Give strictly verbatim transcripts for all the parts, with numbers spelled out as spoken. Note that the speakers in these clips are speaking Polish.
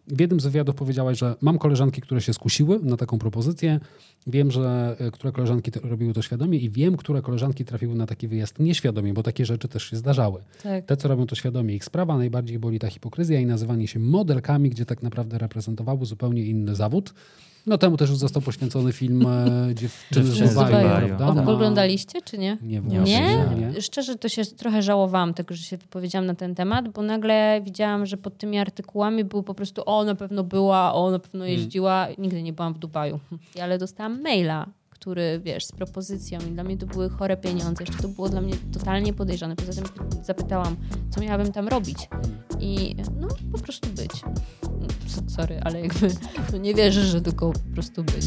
W jednym z wywiadów powiedziałaś, że mam koleżanki, które się skusiły na taką propozycję. Wiem, że które koleżanki to, robiły to świadomie i wiem, które koleżanki trafiły na taki wyjazd nieświadomie, bo takie rzeczy też się zdarzały. Tak. Te, co robią to świadomie, ich sprawa, najbardziej boli ta hipokryzja i nazywanie się modelkami, gdzie tak naprawdę reprezentowały zupełnie inny zawód. No temu też już został poświęcony film e, Dziewczyny z Dubaju, prawda? No. Oglądaliście, czy nie? Nie, nie? nie? nie? Szczerze to się trochę żałowałam tego, że się wypowiedziałam na ten temat, bo nagle widziałam, że pod tymi artykułami było po prostu o, na pewno była, o, na pewno jeździła. Hmm. Nigdy nie byłam w Dubaju. Ale dostałam maila, który, wiesz, z propozycją i dla mnie to były chore pieniądze. Jeszcze to było dla mnie totalnie podejrzane. Poza tym zapytałam, co miałabym tam robić. I no, po prostu być. Sorry, ale jakby no nie wierzę, że tylko po prostu być.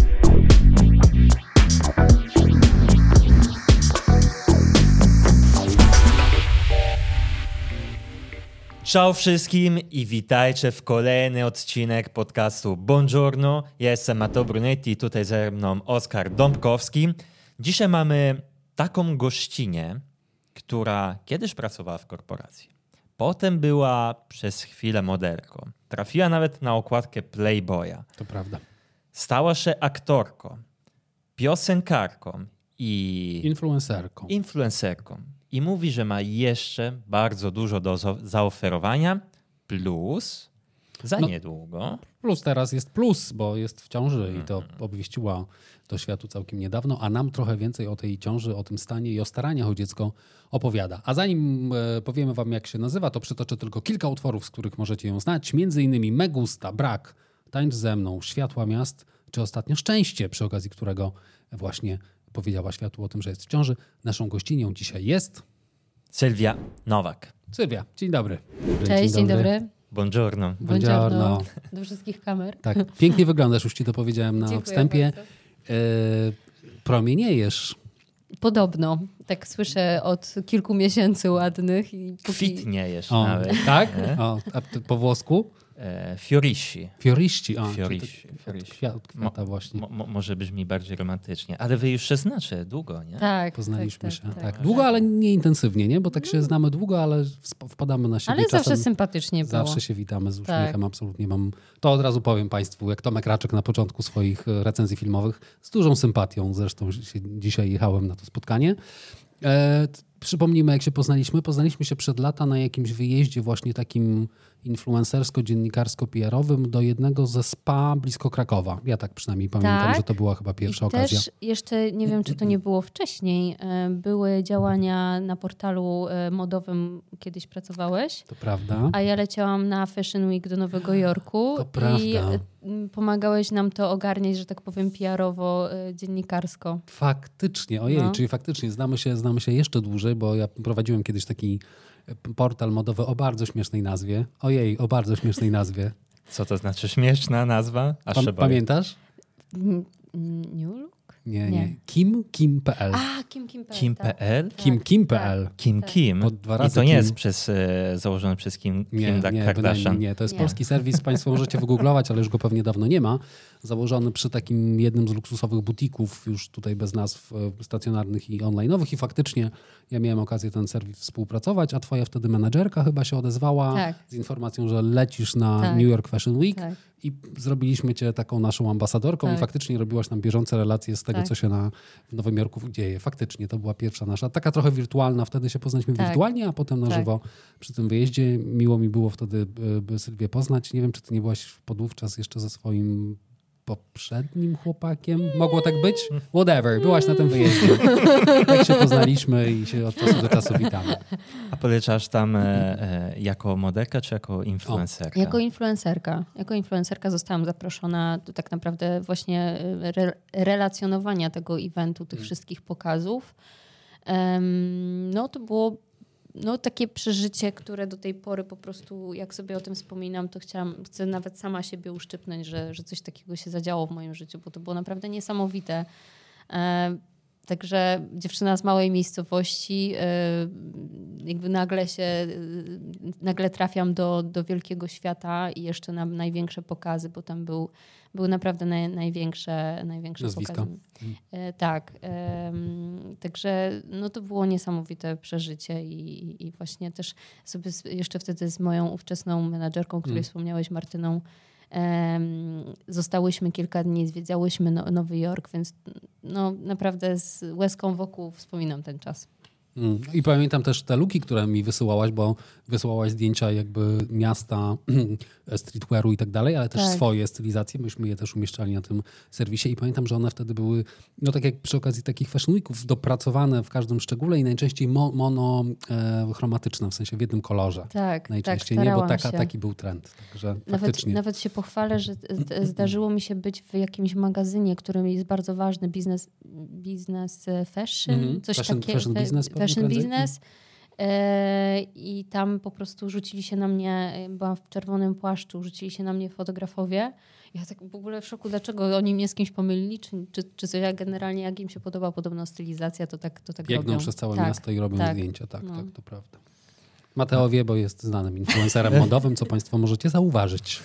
Ciao wszystkim i witajcie w kolejny odcinek podcastu Buongiorno. Ja jestem Matteo Brunetti i tutaj ze mną Oskar Dąbkowski. Dzisiaj mamy taką gościnę, która kiedyś pracowała w korporacji. Potem była przez chwilę modelką. Trafiła nawet na okładkę Playboya. To prawda. Stała się aktorką, piosenkarką i influencerką. influencerką. I mówi, że ma jeszcze bardzo dużo do zaoferowania, plus za no, niedługo. Plus teraz jest plus, bo jest w ciąży mm. i to obwieściła to światu całkiem niedawno, a nam trochę więcej o tej ciąży, o tym stanie i o staraniach o dziecko opowiada. A zanim e, powiemy wam, jak się nazywa, to przytoczę tylko kilka utworów, z których możecie ją znać. Między innymi Me Gusta, Brak, Tańcz ze mną, Światła miast, czy ostatnio Szczęście, przy okazji którego właśnie powiedziała światu o tym, że jest w ciąży. Naszą gościnią dzisiaj jest Sylwia Nowak. Sylwia, dzień dobry. Cześć, dzień dobry. Dzień dobry. Buongiorno. Buongiorno. Do wszystkich kamer. Tak, pięknie wyglądasz, już ci to powiedziałem na Dziękuję wstępie. E, promieniejesz. Podobno. Tak słyszę od kilku miesięcy ładnych. I póki... Kwitniejesz o, nawet. Tak? O, a po włosku? E, fiorisci. Fioriści. O, Fioriści. Fioriści. Kwiat, kwiata właśnie. Mo, mo, może brzmi bardziej romantycznie. Ale wy już się znacie długo, nie? Tak. Poznaliśmy tak, się. tak, Tak, tak. Długo, ale nie intensywnie, nie? Bo tak się znamy długo, ale wpadamy na siebie. Ale czasem zawsze sympatycznie było. Zawsze się witamy z uśmiechem. Tak. Absolutnie mam. To od razu powiem Państwu, jak Tomek Raczek na początku swoich recenzji filmowych, z dużą sympatią. Zresztą się dzisiaj jechałem na to spotkanie. E, przypomnijmy, jak się poznaliśmy. Poznaliśmy się przed lata na jakimś wyjeździe właśnie takim influencersko-dziennikarsko-P R-owym do jednego ze spa blisko Krakowa. Ja tak przynajmniej pamiętam, tak. że to była chyba pierwsza I okazja. Też jeszcze, nie wiem, czy to nie było wcześniej, były działania na portalu modowym, kiedyś pracowałeś. To prawda. A ja leciałam na Fashion Week do Nowego Jorku. To prawda. I pomagałeś nam to ogarniać, że tak powiem, P R-owo, dziennikarsko. Faktycznie, ojej, no. czyli faktycznie znamy się, znamy się jeszcze dłużej, bo ja prowadziłem kiedyś taki portal modowy o bardzo śmiesznej nazwie. Ojej, o bardzo śmiesznej nazwie. Co to znaczy śmieszna nazwa? Aż Pam- się pamiętasz? New Look? Nie, nie. nie. Kim, Kim kropka p l. A, Kim, Kim kropka p l. Kim.pl? Kim, Kim kropka p l. Kim, Kim. Po dwa I razy to nie Kim. jest przez, e, założone przez Kim, Kim Nie, tak nie, Kardashian. nie, nie, to jest Nie. polski serwis. Państwo możecie wygooglować, ale już go pewnie dawno nie ma. Założony przy takim jednym z luksusowych butików, już tutaj bez nazw stacjonarnych i online'owych. I faktycznie ja miałem okazję ten serwis współpracować, a twoja wtedy menadżerka chyba się odezwała tak. z informacją, że lecisz na tak. New York Fashion Week. Tak. I zrobiliśmy cię taką naszą ambasadorką tak. i faktycznie robiłaś nam bieżące relacje z tego, tak. co się na, w Nowym Jorku dzieje. Faktycznie to była pierwsza nasza, taka trochę wirtualna, wtedy się poznaliśmy tak. wirtualnie, a potem na tak. żywo przy tym wyjeździe. Miło mi było wtedy by Sylwię poznać. Nie wiem, czy ty nie byłaś podówczas jeszcze ze swoim poprzednim chłopakiem? Mogło tak być? Whatever, byłaś na tym wyjeździe. Tak się poznaliśmy i się od czasu do czasu witamy. A poleciasz tam e, e, jako modelka czy jako influencerka? Jako influencerka. Jako influencerka zostałam zaproszona do tak naprawdę właśnie re, relacjonowania tego eventu, tych wszystkich pokazów. Um, no to było no, takie przeżycie, które do tej pory po prostu, jak sobie o tym wspominam, to chciałam, chcę nawet sama siebie uszczypnąć, że, że coś takiego się zadziało w moim życiu, bo to było naprawdę niesamowite. E, Także dziewczyna z małej miejscowości, jakby nagle się, nagle trafiam do, do wielkiego świata i jeszcze na największe pokazy, bo tam był, były naprawdę naj, największe, największe Nazwiska. pokazy. Hmm. Tak. Także no to było niesamowite przeżycie i, i właśnie też sobie jeszcze wtedy z moją ówczesną menadżerką, o której hmm. wspomniałeś, Martyną, Um, zostałyśmy kilka dni, zwiedzałyśmy no, Nowy Jork, więc no, naprawdę z łezką wokół wspominam ten czas. Mm. I pamiętam też te luki, które mi wysyłałaś, bo wysyłałaś zdjęcia jakby miasta, streetwearu i tak dalej, ale też tak. swoje stylizacje. Myśmy je też umieszczali na tym serwisie i pamiętam, że one wtedy były, no tak jak przy okazji takich fashion weeków, dopracowane w każdym szczególe i najczęściej mo, monochromatyczne, w sensie w jednym kolorze. Tak, najczęściej tak, nie, bo taka, się. taki był trend. Także nawet, faktycznie. nawet się pochwalę, że zdarzyło mi się być w jakimś magazynie, którym jest bardzo ważny, biznes, biznes fashion, mm-hmm. coś fashion, takiego. Fashion business. Fashion business. E, I tam po prostu rzucili się na mnie, byłam w czerwonym płaszczu, rzucili się na mnie fotografowie. Ja tak w ogóle w szoku, dlaczego oni mnie z kimś pomylili, czy, czy, czy coś, ja generalnie jak im się podoba podobno stylizacja, to tak, to tak Biegną robią. przez całe tak, miasto i robią tak, zdjęcia, tak, no. tak, to prawda. Mateo wie, bo jest znanym influencerem modowym, co państwo możecie zauważyć.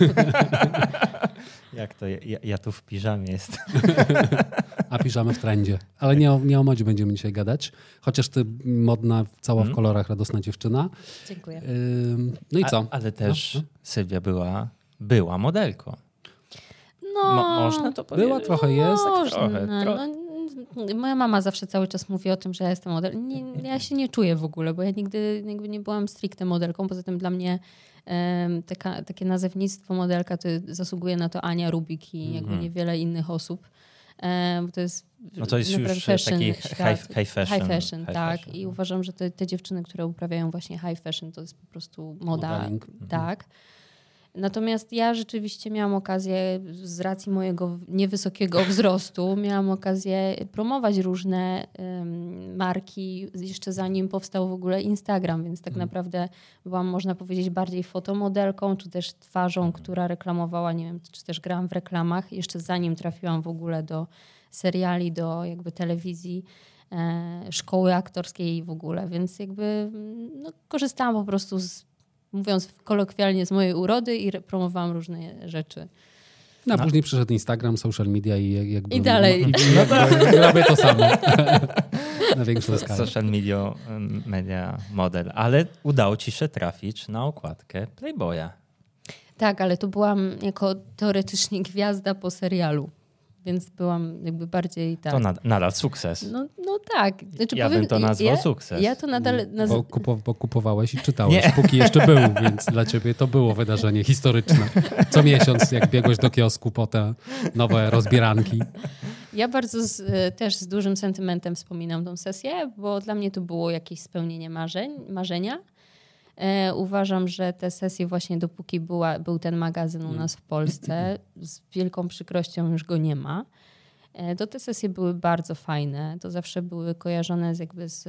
Jak to? Ja, ja tu w piżamie jestem. A piżamy w trendzie. Ale nie o, nie o modzie będziemy dzisiaj gadać. Chociaż ty modna, cała hmm. w kolorach, radosna dziewczyna. Dziękuję. Ym, no i co? A, ale też no. Sylwia była, była modelką. No, Mo, można to powiedzieć? Była, trochę jest. Tak trochę, no, tro... no, moja mama zawsze cały czas mówi o tym, że ja jestem model. Nie, ja się nie czuję w ogóle, bo ja nigdy jakby nie byłam stricte modelką. Poza tym dla mnie um, taka, takie nazewnictwo modelka to zasługuje na to Ania Rubik i jakby mm. niewiele innych osób. Um, to jest, no to jest już fashion, taki świat, high, high fashion. High fashion, high tak. fashion. I uważam, że te, te dziewczyny, które uprawiają właśnie high fashion, to jest po prostu moda. Modeling. Tak. Natomiast ja rzeczywiście miałam okazję, z racji mojego niewysokiego wzrostu, miałam okazję promować różne um, marki jeszcze zanim powstał w ogóle Instagram, więc tak mhm. naprawdę byłam, można powiedzieć, bardziej fotomodelką, czy też twarzą, mhm. która reklamowała, nie wiem, czy też grałam w reklamach, jeszcze zanim trafiłam w ogóle do seriali, do jakby telewizji, e, szkoły aktorskiej w ogóle, więc jakby no, korzystałam po prostu z, mówiąc kolokwialnie, z mojej urody i promowałam różne rzeczy. No a później przyszedł Instagram, social media i jakby... I dalej. I, i jakby robię to samo. Na większą skalę. Social media, media model. Ale udało ci się trafić na okładkę Playboya. Tak, ale to byłam jako teoretycznie gwiazda po serialu. Więc byłam jakby bardziej tak. To nad, nadal sukces. No, no tak. Znaczy, ja powiem, bym to nazwał ja, sukces. Ja to nadal... Naz... Bo, kupo, bo kupowałeś i czytałeś, nie. póki jeszcze był, więc dla ciebie to było wydarzenie historyczne. Co miesiąc, jak biegłeś do kiosku po te nowe rozbieranki. Ja bardzo z, też z dużym sentymentem wspominam tą sesję, bo dla mnie to było jakieś spełnienie marzeń, marzenia. E, uważam, że te sesje właśnie dopóki była, był ten magazyn u nas w Polsce, z wielką przykrością już go nie ma, e, to te sesje były bardzo fajne. To zawsze były kojarzone z jakby z...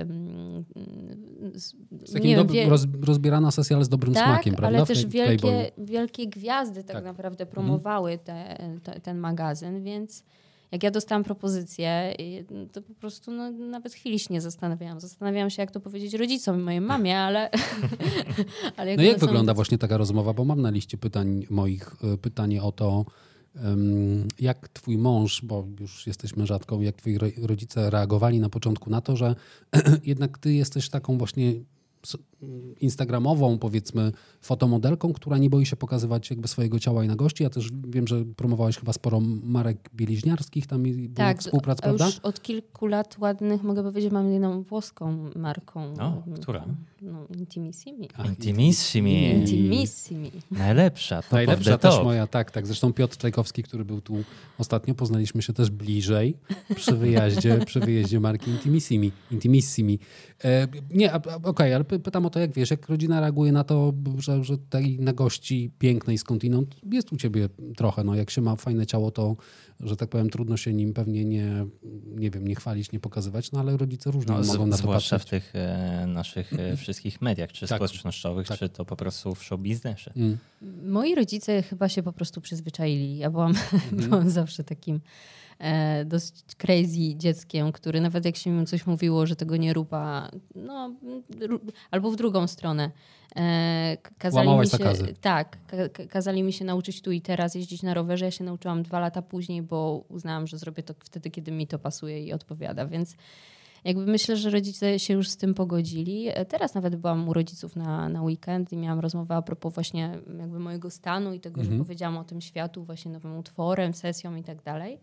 Z, z takim wiem, do, wie... roz, rozbierana sesja, ale z dobrym tak, smakiem, prawda? ale też wielkie, Playboy. wielkie gwiazdy tak, tak. naprawdę promowały te, te, ten magazyn, więc jak ja dostałam propozycję, to po prostu no, nawet chwili się nie zastanawiałam. Zastanawiałam się, jak to powiedzieć rodzicom i mojej mamie, ale... ale jak no jak wygląda są... właśnie taka rozmowa? Bo mam na liście pytań moich pytanie o to, um, jak twój mąż, bo już jesteś mężatką, jak twoi rodzice reagowali na początku na to, że jednak ty jesteś taką właśnie instagramową, powiedzmy, fotomodelką, która nie boi się pokazywać jakby swojego ciała i nagości. Ja też wiem, że promowałeś chyba sporo marek bieliźniarskich, tam tak, współprac, prawda? Już od kilku lat ładnych, mogę powiedzieć, mam jedną włoską marką. No, która? No, Intimissimi. Ach, Intimissimi. Intimissimi. Najlepsza. Top Najlepsza of też top. moja, tak, tak. Zresztą Piotr Czajkowski, który był tu ostatnio, poznaliśmy się też bliżej przy wyjeździe, przy wyjeździe marki Intimissimi. Intimissimi. E, nie, okej, okay, ale pytam o to, jak wiesz, jak rodzina reaguje na to, że, że tej nagości pięknej skądinąd jest u ciebie trochę. No, jak się ma fajne ciało, to, że tak powiem, trudno się nim pewnie nie, nie wiem, nie chwalić, nie pokazywać, no ale rodzice różnie No, mogą na to zwłaszcza patrzeć. w tych e, naszych e, wszystkich mediach, czy tak. społecznościowych, tak. czy to po prostu w show biznesie. Mm. Moi rodzice chyba się po prostu przyzwyczaili. Ja byłam, mm. byłam zawsze takim e, dosyć crazy dzieckiem, który nawet jak się mi coś mówiło, że tego nie rób, a no, albo w drugą stronę. E, kazali Łamałaś mi się, zakazy. Tak, ka- kazali mi się nauczyć tu i teraz jeździć na rowerze. Ja się nauczyłam dwa lata później, bo uznałam, że zrobię to wtedy, kiedy mi to pasuje i odpowiada, więc jakby myślę, że rodzice się już z tym pogodzili. Teraz nawet byłam u rodziców na, na weekend i miałam rozmowę a propos właśnie jakby mojego stanu i tego, mhm. że powiedziałam o tym światu właśnie nowym utworem, sesją i tak dalej.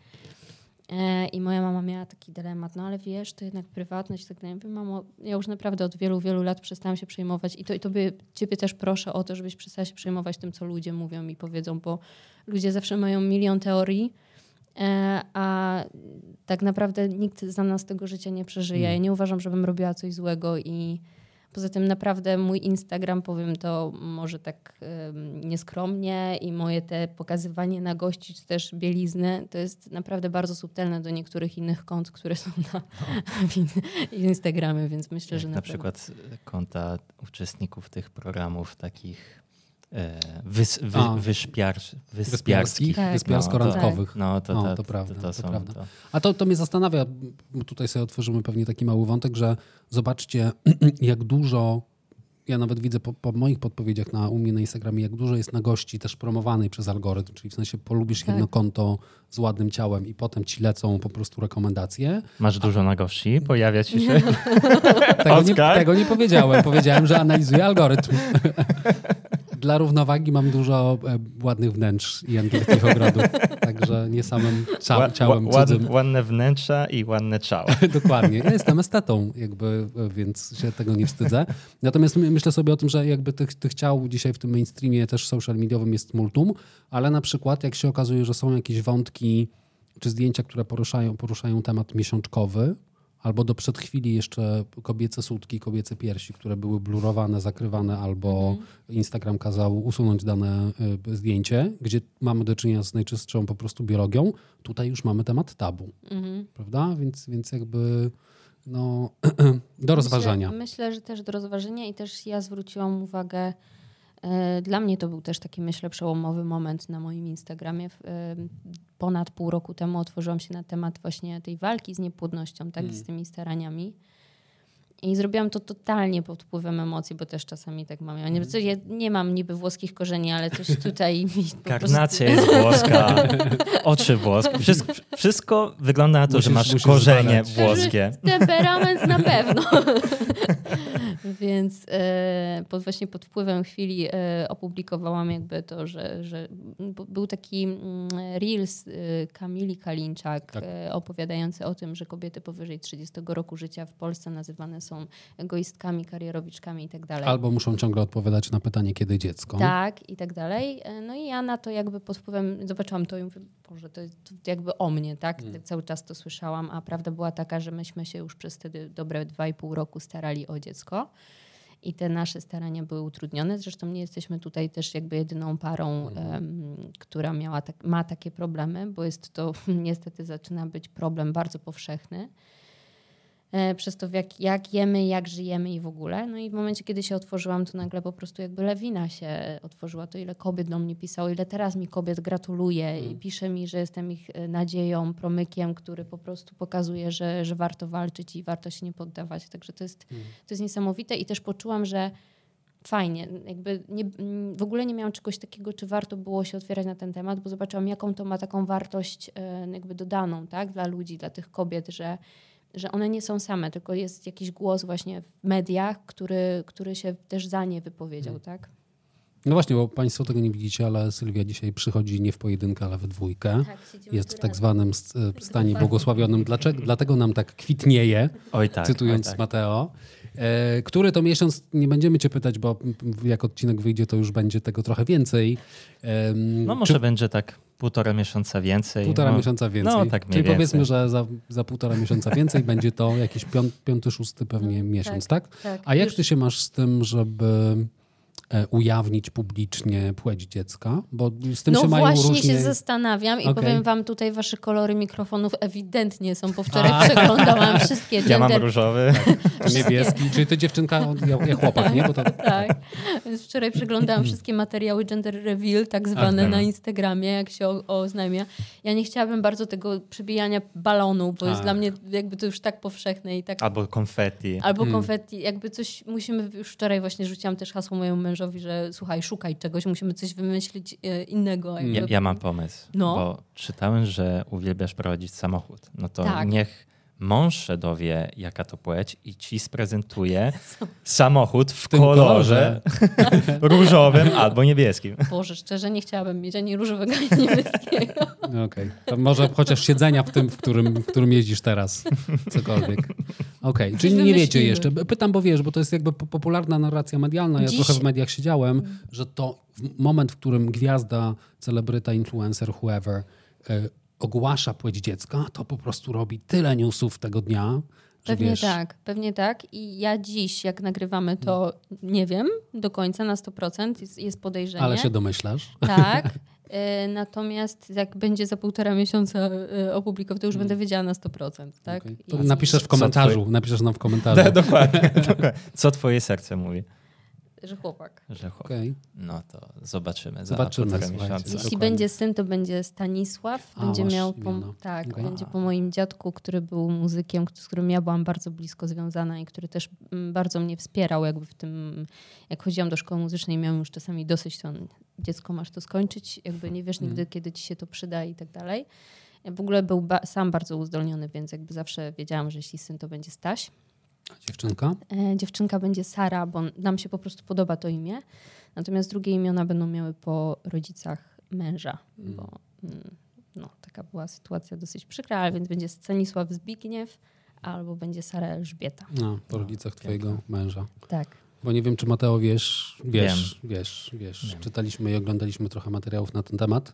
I moja mama miała taki dylemat, no ale wiesz, to jednak prywatność i tak dalej. Mówię, mamo, ja już naprawdę od wielu, wielu lat przestałam się przejmować i to i tobie, ciebie też proszę o to, żebyś przestała się przejmować tym, co ludzie mówią i powiedzą, bo ludzie zawsze mają milion teorii, a tak naprawdę nikt za nas tego życia nie przeżyje. Ja nie uważam, żebym robiła coś złego i poza tym naprawdę mój Instagram, powiem to może tak um, nieskromnie i moje te pokazywanie nagości czy też bielizny, to jest naprawdę bardzo subtelne do niektórych innych kont, które są na no. Instagramie, więc myślę, Jak że na naprawdę... przykład konta uczestników tych programów takich Wys, wy, wyszpiar, wyspiarskich. Tak. Wyspiarsko-randkowych. No, to, no, to, to prawda. To, to, to są, prawda. To. A to, to mnie zastanawia, bo tutaj sobie otworzymy pewnie taki mały wątek, że zobaczcie, jak dużo, ja nawet widzę po, po moich podpowiedziach na, u mnie na Instagramie, jak dużo jest nagości też promowanej przez algorytm, czyli w sensie polubisz tak. jedno konto z ładnym ciałem i potem ci lecą po prostu rekomendacje. Masz dużo nagości? Pojawia ci się? tego, nie, tego nie powiedziałem. Powiedziałem, że analizuję algorytm. Dla równowagi mam dużo e, ładnych wnętrz i angielskich ogrodów, także nie samym cia- ciałem Ład, cudzym. Ładne wnętrza i ładne ciało. Dokładnie. Ja jestem estetą, jakby, więc się tego nie wstydzę. Natomiast my, myślę sobie o tym, że jakby tych, tych ciał dzisiaj w tym mainstreamie też social mediowym jest multum, ale na przykład jak się okazuje, że są jakieś wątki czy zdjęcia, które poruszają, poruszają temat miesiączkowy, albo do przed chwili jeszcze kobiece sutki, kobiece piersi, które były blurowane, zakrywane, albo mhm. Instagram kazał usunąć dane y, zdjęcie, gdzie mamy do czynienia z najczystszą po prostu biologią. Tutaj już mamy temat tabu, mhm. prawda? Więc, więc jakby no, do rozważenia. Myślę, myślę, że też do rozważenia i też ja zwróciłam uwagę, dla mnie to był też taki, myślę, przełomowy moment na moim Instagramie. Ponad pół roku temu otworzyłam się na temat właśnie tej walki z niepłodnością, tak, mm. z tymi staraniami. I zrobiłam to totalnie pod wpływem emocji, bo też czasami tak mam. Ja nie, co, ja nie mam niby włoskich korzeni, ale coś tutaj mi po Karnacja prostu... jest włoska, oczy włoskie. Wszystko, wszystko wygląda na to, musisz, że masz korzenie włoskie. Temperament na pewno. Więc e, pod, właśnie pod wpływem chwili e, opublikowałam jakby to, że, że był taki mm, reels e, Kamili Kalinczak tak. e, opowiadający o tym, że kobiety powyżej trzydziestego roku życia w Polsce nazywane są egoistkami, karierowiczkami i tak dalej. Albo muszą ciągle odpowiadać na pytanie, kiedy dziecko. Tak, i tak dalej. No i ja na to jakby pod wpływem zobaczyłam to i mówię, Boże, to jest jakby o mnie, tak? Mm. Cały czas to słyszałam, a prawda była taka, że myśmy się już przez wtedy dobre dwa i pół roku starali o dziecko i te nasze starania były utrudnione. Zresztą nie jesteśmy tutaj też jakby jedyną parą, mm. um, która miała tak, ma takie problemy, bo jest to niestety zaczyna być problem bardzo powszechny. Przez to, jak, jak jemy, jak żyjemy i w ogóle. No i w momencie, kiedy się otworzyłam, to nagle po prostu jakby lawina się otworzyła. To ile kobiet do mnie pisało, ile teraz mi kobiet gratuluje mm. i pisze mi, że jestem ich nadzieją, promykiem, który po prostu pokazuje, że, że warto walczyć i warto się nie poddawać. Także to jest, mm. to jest niesamowite i też poczułam, że fajnie. Jakby nie, w ogóle nie miałam czegoś takiego, czy warto było się otwierać na ten temat, bo zobaczyłam, jaką to ma taką wartość jakby dodaną, tak, dla ludzi, dla tych kobiet, że że one nie są same, tylko jest jakiś głos właśnie w mediach, który, który się też za nie wypowiedział, hmm. tak? No właśnie, bo państwo tego nie widzicie, ale Sylwia dzisiaj przychodzi nie w pojedynkę, ale we dwójkę. Tak, jest w tak zwanym stanie błogosławionym. Dlaczego? Dlatego nam tak kwitnieje, oj tak, cytując oj tak. Mateo. E, który to miesiąc, nie będziemy cię pytać, bo jak odcinek wyjdzie, to już będzie tego trochę więcej. E, no może czy... będzie tak półtora miesiąca więcej. Półtora no, miesiąca więcej. No, tak Czyli powiedzmy, że za, za półtora miesiąca więcej będzie to jakiś piąty, piąty, szósty pewnie miesiąc, tak? tak? tak. A jak już... ty się masz z tym, żeby e, ujawnić publicznie płeć dziecka? Bo z tym no się mają właśnie różnie... się zastanawiam i Okay. powiem wam tutaj, wasze kolory mikrofonów ewidentnie są, bo wczoraj przeglądałam wszystkie gender... Ja mam różowy. Tak, niebieski, czyli ty dziewczynka, ja, ja chłopak, nie? Bo to... Tak, więc wczoraj przeglądałam wszystkie materiały gender reveal, tak zwane Aha. na Instagramie, jak się o- oznajmia. Ja nie chciałabym bardzo tego przybijania balonu, bo jest Tak. dla mnie jakby to już tak powszechne i tak... Albo konfetti. Albo Hmm. konfetti, jakby coś musimy, już wczoraj właśnie rzuciłam też hasło mojemu mężowi, że słuchaj, szukaj czegoś, musimy coś wymyślić e, innego. Jakby. Ja, ja mam pomysł, No. bo czytałem, że uwielbiasz prowadzić samochód. No to Tak. niech mąż się dowie, jaka to płeć i ci sprezentuje samochód w, tym kolorze różowym albo niebieskim. Boże, szczerze nie chciałabym mieć ani różowego, ani niebieskiego. No okej, to może chociaż siedzenia w tym, w którym, w którym jeździsz teraz, cokolwiek. Okej, czyli nie wiecie wymyślimy. jeszcze. Pytam, bo wiesz, bo to jest jakby po- popularna narracja medialna. Ja Dziś- trochę w mediach siedziałem, że to w moment, w którym gwiazda, celebryta, influencer, whoever y, ogłasza płeć dziecka, to po prostu robi tyle newsów tego dnia, że Pewnie wiesz... tak, pewnie tak. I ja dziś, jak nagrywamy, to nie wiem do końca na sto procent, jest, jest podejrzenie. Ale się domyślasz. Tak. E, Natomiast jak będzie za półtora miesiąca e, opublikowane, to już będę wiedziała na sto procent. Tak? Okej. To I- napiszesz w Co komentarzu, twój- napiszesz nam w komentarzu. Tak, dokładnie, dokładnie. Co twoje serce mówi? Że chłopak. Że chłop. Okej. No to zobaczymy, Zobaczymy, za półtora słuchajcie. miesiąca. Jeśli Dokładnie. będzie syn, to będzie Stanisław. A, Będzie masz miał po, imiona. tak, Okej. będzie po moim dziadku, który był muzykiem, z którym ja byłam bardzo blisko związana i który też mm, bardzo mnie wspierał jakby w tym, jak chodziłam do szkoły muzycznej, miałam już czasami dosyć, to on, dziecko masz to skończyć, jakby nie wiesz nigdy, Mm. kiedy ci się to przyda i tak dalej. Ja w ogóle był ba- sam bardzo uzdolniony, więc jakby zawsze wiedziałam, że jeśli syn, to będzie Staś. A dziewczynka? E, dziewczynka będzie Sara, bo nam się po prostu podoba to imię. Natomiast drugie imiona będą miały po rodzicach męża, bo mm, no, taka była sytuacja dosyć przykra, ale więc będzie Stanisław Zbigniew albo będzie Sara Elżbieta. No, po rodzicach twojego męża. Tak. Bo nie wiem, czy Mateo wiesz, wiesz, wiesz, wiesz. Wiem. Czytaliśmy i oglądaliśmy trochę materiałów na ten temat.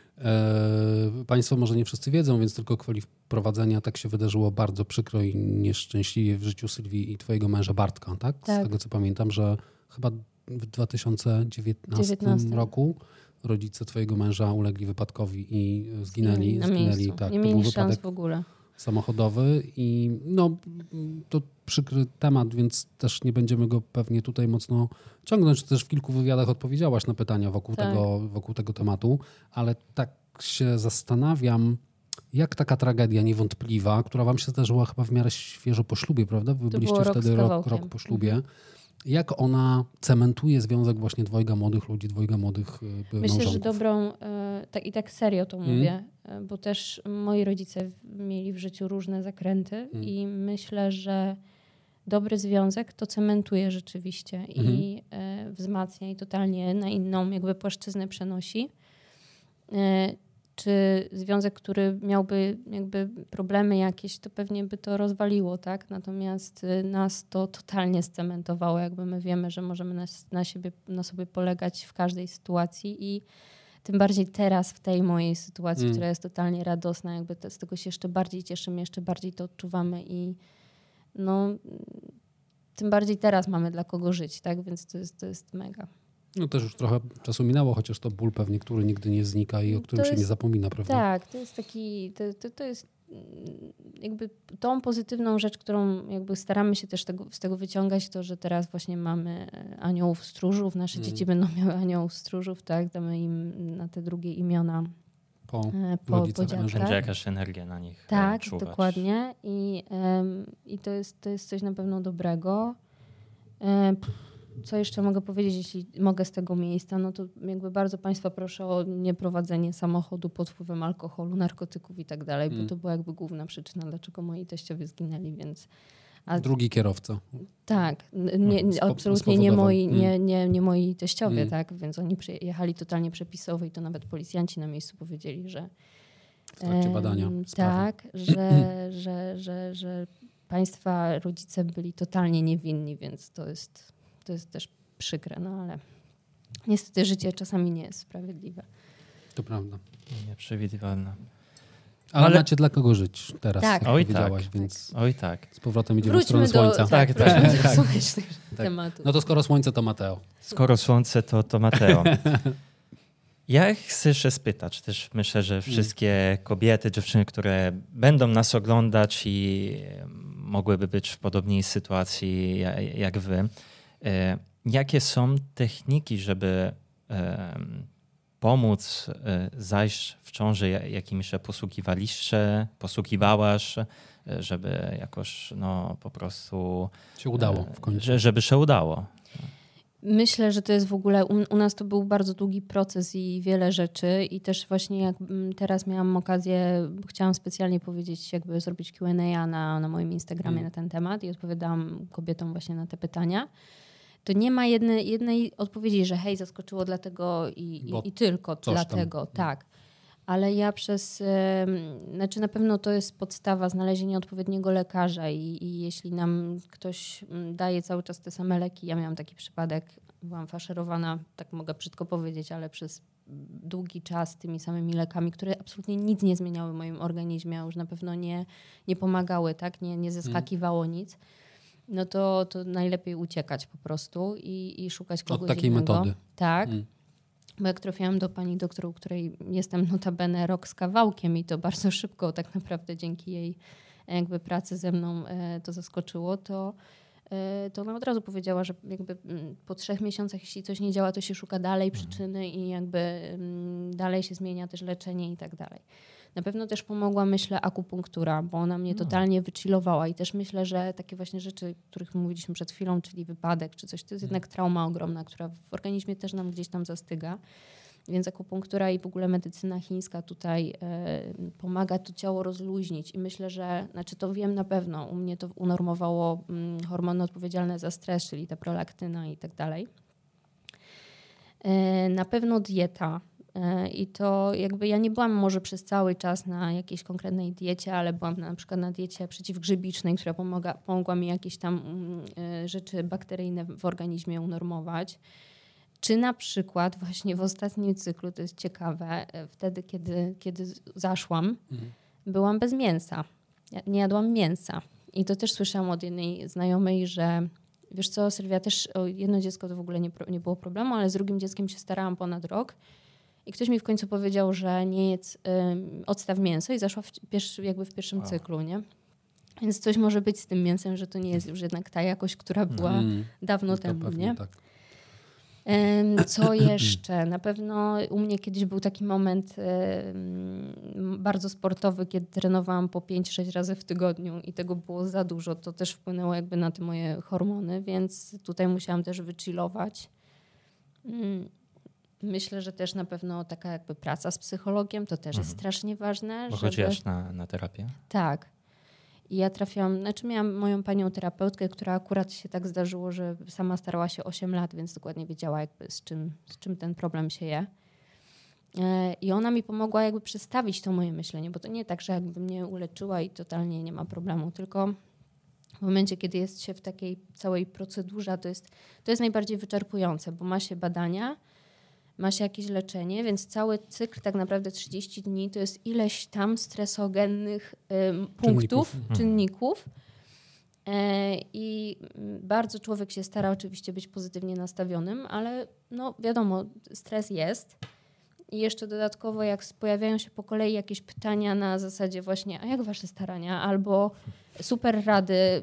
E, Państwo może nie wszyscy wiedzą, więc tylko gwoli wprowadzenia tak się wydarzyło bardzo przykro i nieszczęśliwie w życiu Sylwii i twojego męża Bartka, tak? Z Tak. tego co pamiętam, że chyba w dwa tysiące dziewiętnastym dziewiętnastym. roku rodzice twojego męża ulegli wypadkowi i zginęli. na zginęli miejscu. tak, Nie to był mieli szans wypadek w ogóle. samochodowy i no to przykry temat, więc też nie będziemy go pewnie tutaj mocno ciągnąć. Też w kilku wywiadach odpowiedziałaś na pytania wokół, Tak. tego, wokół tego tematu, ale tak się zastanawiam, jak taka tragedia niewątpliwa, która wam się zdarzyła chyba w miarę świeżo po ślubie, prawda? Wy To byliście było rok wtedy z rok, kawałkiem. rok po ślubie. Mhm. Jak ona cementuje związek właśnie dwojga młodych ludzi, dwojga młodych y, Myślę, małżonków? że dobrą, e, tak, i tak serio to Mm. mówię, e, bo też moi rodzice w- mieli w życiu różne zakręty Mm. i myślę, że dobry związek to cementuje rzeczywiście i e, wzmacnia i totalnie na inną jakby płaszczyznę przenosi. E, czy związek, który miałby jakby problemy jakieś, to pewnie by to rozwaliło, tak? Natomiast y, nas to totalnie scementowało, jakby my wiemy, że możemy na, na, siebie, na sobie polegać w każdej sytuacji i tym bardziej teraz w tej mojej sytuacji, Mm. która jest totalnie radosna, jakby to, z tego się jeszcze bardziej cieszymy, jeszcze bardziej to odczuwamy i no tym bardziej teraz mamy dla kogo żyć, tak? Więc to jest, to jest mega. No też już trochę czasu minęło, chociaż to ból pewnie, który nigdy nie znika i o którym To się jest- nie zapomina, prawda? Tak, to jest taki, to, to, to jest mm, jakby tą pozytywną rzecz, którą jakby staramy się też tego, z tego wyciągać, to, że teraz właśnie mamy e, aniołów stróżów, nasze Mm. dzieci będą miały aniołów stróżów, tak, damy im na te drugie imiona Po e, po, po rodzicach dziadkach. męża. Będzie jakaś energia na nich e, Tak, czuwać. dokładnie. I, em, i to, jest, to jest coś na pewno dobrego. E, pff, co jeszcze mogę powiedzieć, jeśli mogę z tego miejsca, no to jakby bardzo Państwa proszę o nieprowadzenie samochodu pod wpływem alkoholu, narkotyków i tak dalej, Mm. bo to była jakby główna przyczyna, dlaczego moi teściowie zginęli, więc a, Drugi kierowca. tak, n- nie, No, spo- absolutnie nie spowodował. moi, Mm. nie, nie, nie moi teściowie, Mm. tak, więc oni przyjechali totalnie przepisowo i to nawet policjanci na miejscu powiedzieli, że W trakcie Em, badania sprawy. Tak, że, że, że, że państwa rodzice byli totalnie niewinni, więc to jest, to jest też przykre, no ale niestety życie czasami nie jest sprawiedliwe. To prawda. Nieprzewidywalne. Ale, Ale- macie dla kogo żyć teraz, Tak. jak Oj, powiedziałaś, tak. więc Oj tak. z powrotem idziemy w Wróćmy stronę do, słońca. tak, Tak, wróćmy tak, do tak. słonecznych Tak. tematów. No to skoro słońce, to Mateo. Skoro słońce, to, to Mateo. Ja chcę jeszcze spytać, też myślę, że wszystkie kobiety, dziewczyny, które będą nas oglądać i mogłyby być w podobnej sytuacji ja- jak wy, e, jakie są techniki, żeby e, pomóc e, zajść w ciąży, ja- jakimi się posługiwaliście, posługiwałaś, e, żeby jakoś no, po prostu... Się udało e, w końcu. że- Żeby się udało. Myślę, że to jest w ogóle, u, u nas to był bardzo długi proces i wiele rzeczy i też właśnie jak mm, teraz miałam okazję, chciałam specjalnie powiedzieć, jakby zrobić Q and A na, na moim Instagramie Mm. na ten temat i odpowiadałam kobietom właśnie na te pytania. To nie ma jednej, jednej odpowiedzi, że hej, zaskoczyło dlatego i, Bo i, i tylko coś tam. dlatego, tak. Ale ja przez, em, znaczy na pewno to jest podstawa znalezienia odpowiedniego lekarza i, i jeśli nam ktoś mm, daje cały czas te same leki, ja miałam taki przypadek, byłam faszerowana, tak mogę brzydko powiedzieć, ale przez długi czas tymi samymi lekami, które absolutnie nic nie zmieniały w moim organizmie, a już na pewno nie, nie pomagały, tak? nie, nie zeskakiwało nic, no to, to najlepiej uciekać po prostu i, i szukać kogoś takiej innego. metody. Tak. Mm. Bo jak trafiłam do pani doktor, u której jestem notabene rok z kawałkiem i to bardzo szybko tak naprawdę dzięki jej jakby pracy ze mną e, to zaskoczyło, to, e, to ona od razu powiedziała, że jakby mm, po trzech miesiącach jeśli coś nie działa, to się szuka dalej przyczyny i jakby mm, dalej się zmienia też leczenie i tak dalej. Na pewno też pomogła, myślę, akupunktura, bo ona mnie totalnie wychillowała i też myślę, że takie właśnie rzeczy, o których mówiliśmy przed chwilą, czyli wypadek czy coś, to jest jednak trauma ogromna, która w organizmie też nam gdzieś tam zastyga. Więc akupunktura i w ogóle medycyna chińska tutaj e, pomaga to ciało rozluźnić i myślę, że, znaczy to wiem na pewno, u mnie to unormowało mm, hormony odpowiedzialne za stres, czyli ta prolaktyna i tak dalej. E, na pewno dieta. I to jakby ja nie byłam może przez cały czas na jakiejś konkretnej diecie, ale byłam na, na przykład na diecie przeciwgrzybicznej, która pomaga, pomogła mi jakieś tam y, rzeczy bakteryjne w organizmie unormować. Czy na przykład właśnie w ostatnim cyklu, to jest ciekawe, wtedy kiedy, kiedy zaszłam, mhm. byłam bez mięsa. Ja nie jadłam mięsa. I to też słyszałam od jednej znajomej, że wiesz co, Sylwia, też o jedno dziecko to w ogóle nie, nie było problemu, ale z drugim dzieckiem się starałam ponad rok. I ktoś mi w końcu powiedział, że nie jedz, y, odstaw mięso i zaszła w, pierwszy, jakby w pierwszym wow. cyklu, nie? Więc coś może być z tym mięsem, że to nie jest już jednak ta jakość, która była mm. dawno to temu, nie? Tak. Ym, co jeszcze? Na pewno u mnie kiedyś był taki moment ym, bardzo sportowy, kiedy trenowałam po pięć sześć razy w tygodniu i tego było za dużo. To też wpłynęło jakby na te moje hormony, więc tutaj musiałam też wychillować. Ym. Myślę, że też na pewno taka jakby praca z psychologiem to też mhm. jest strasznie ważne. Bo żeby... chodziłaś na, na terapię? Tak. I ja trafiłam, znaczy miałam moją panią terapeutkę, która akurat się tak zdarzyło, że sama starała się osiem lat, więc dokładnie wiedziała jakby z czym, z czym ten problem się je. I ona mi pomogła jakby przestawić to moje myślenie, bo to nie tak, że jakby mnie uleczyła i totalnie nie ma problemu, tylko w momencie, kiedy jest się w takiej całej procedurze, to jest, to jest najbardziej wyczerpujące, bo ma się badania, ma się jakieś leczenie, więc cały cykl tak naprawdę trzydzieści dni to jest ileś tam stresogennych ym, punktów, czynników. czynników. E, I bardzo człowiek się stara oczywiście być pozytywnie nastawionym, ale no wiadomo, stres jest. I jeszcze dodatkowo jak pojawiają się po kolei jakieś pytania na zasadzie właśnie, a jak wasze starania? Albo super rady,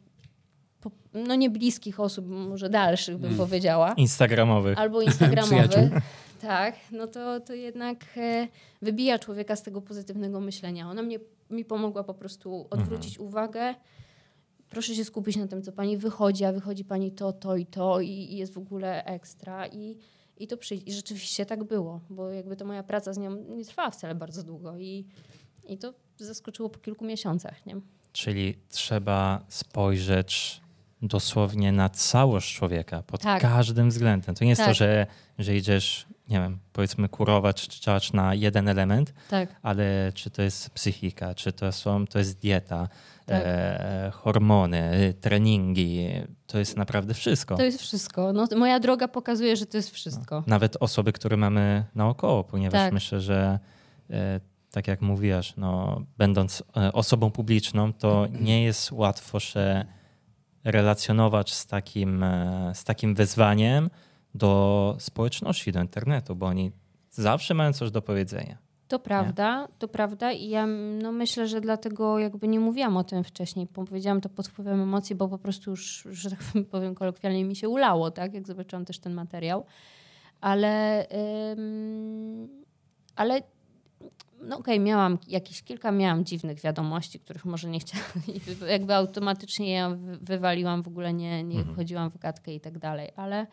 no nie bliskich osób, może dalszych bym hmm. powiedziała. Instagramowych. Albo instagramowych. Tak, no to, to jednak e, wybija człowieka z tego pozytywnego myślenia. Ona mnie, mi pomogła po prostu odwrócić mhm. uwagę. Proszę się skupić na tym, co pani wychodzi, a wychodzi pani to, to i to i, i jest w ogóle ekstra. I, i to przyjdzie. I rzeczywiście tak było, bo jakby to moja praca z nią nie trwała wcale bardzo długo i, i to zaskoczyło po kilku miesiącach, nie? Czyli trzeba spojrzeć dosłownie na całość człowieka pod tak. każdym względem. To nie jest tak. to, że, że idziesz, nie wiem, powiedzmy kurować czy działać na jeden element, tak. ale czy to jest psychika, czy to, są, to jest dieta, tak. e, hormony, treningi, to jest naprawdę wszystko. To jest wszystko. No, moja droga pokazuje, że to jest wszystko. No, nawet osoby, które mamy naokoło, ponieważ tak. myślę, że e, tak jak mówiłaś, no, będąc osobą publiczną, to nie jest łatwo się relacjonować z takim, z takim wyzwaniem do społeczności, do internetu, bo oni zawsze mają coś do powiedzenia. To prawda, nie? to prawda i ja no myślę, że dlatego jakby nie mówiłam o tym wcześniej. Powiedziałam to pod wpływem emocji, bo po prostu już, że tak powiem kolokwialnie, mi się ulało, tak, jak zobaczyłam też ten materiał. Ale, ym, ale no okej, okay, miałam jakieś kilka, miałam dziwnych wiadomości, których może nie chciałam, jakby automatycznie ja wywaliłam, w ogóle nie, nie mhm. wchodziłam w gadkę i tak dalej, ale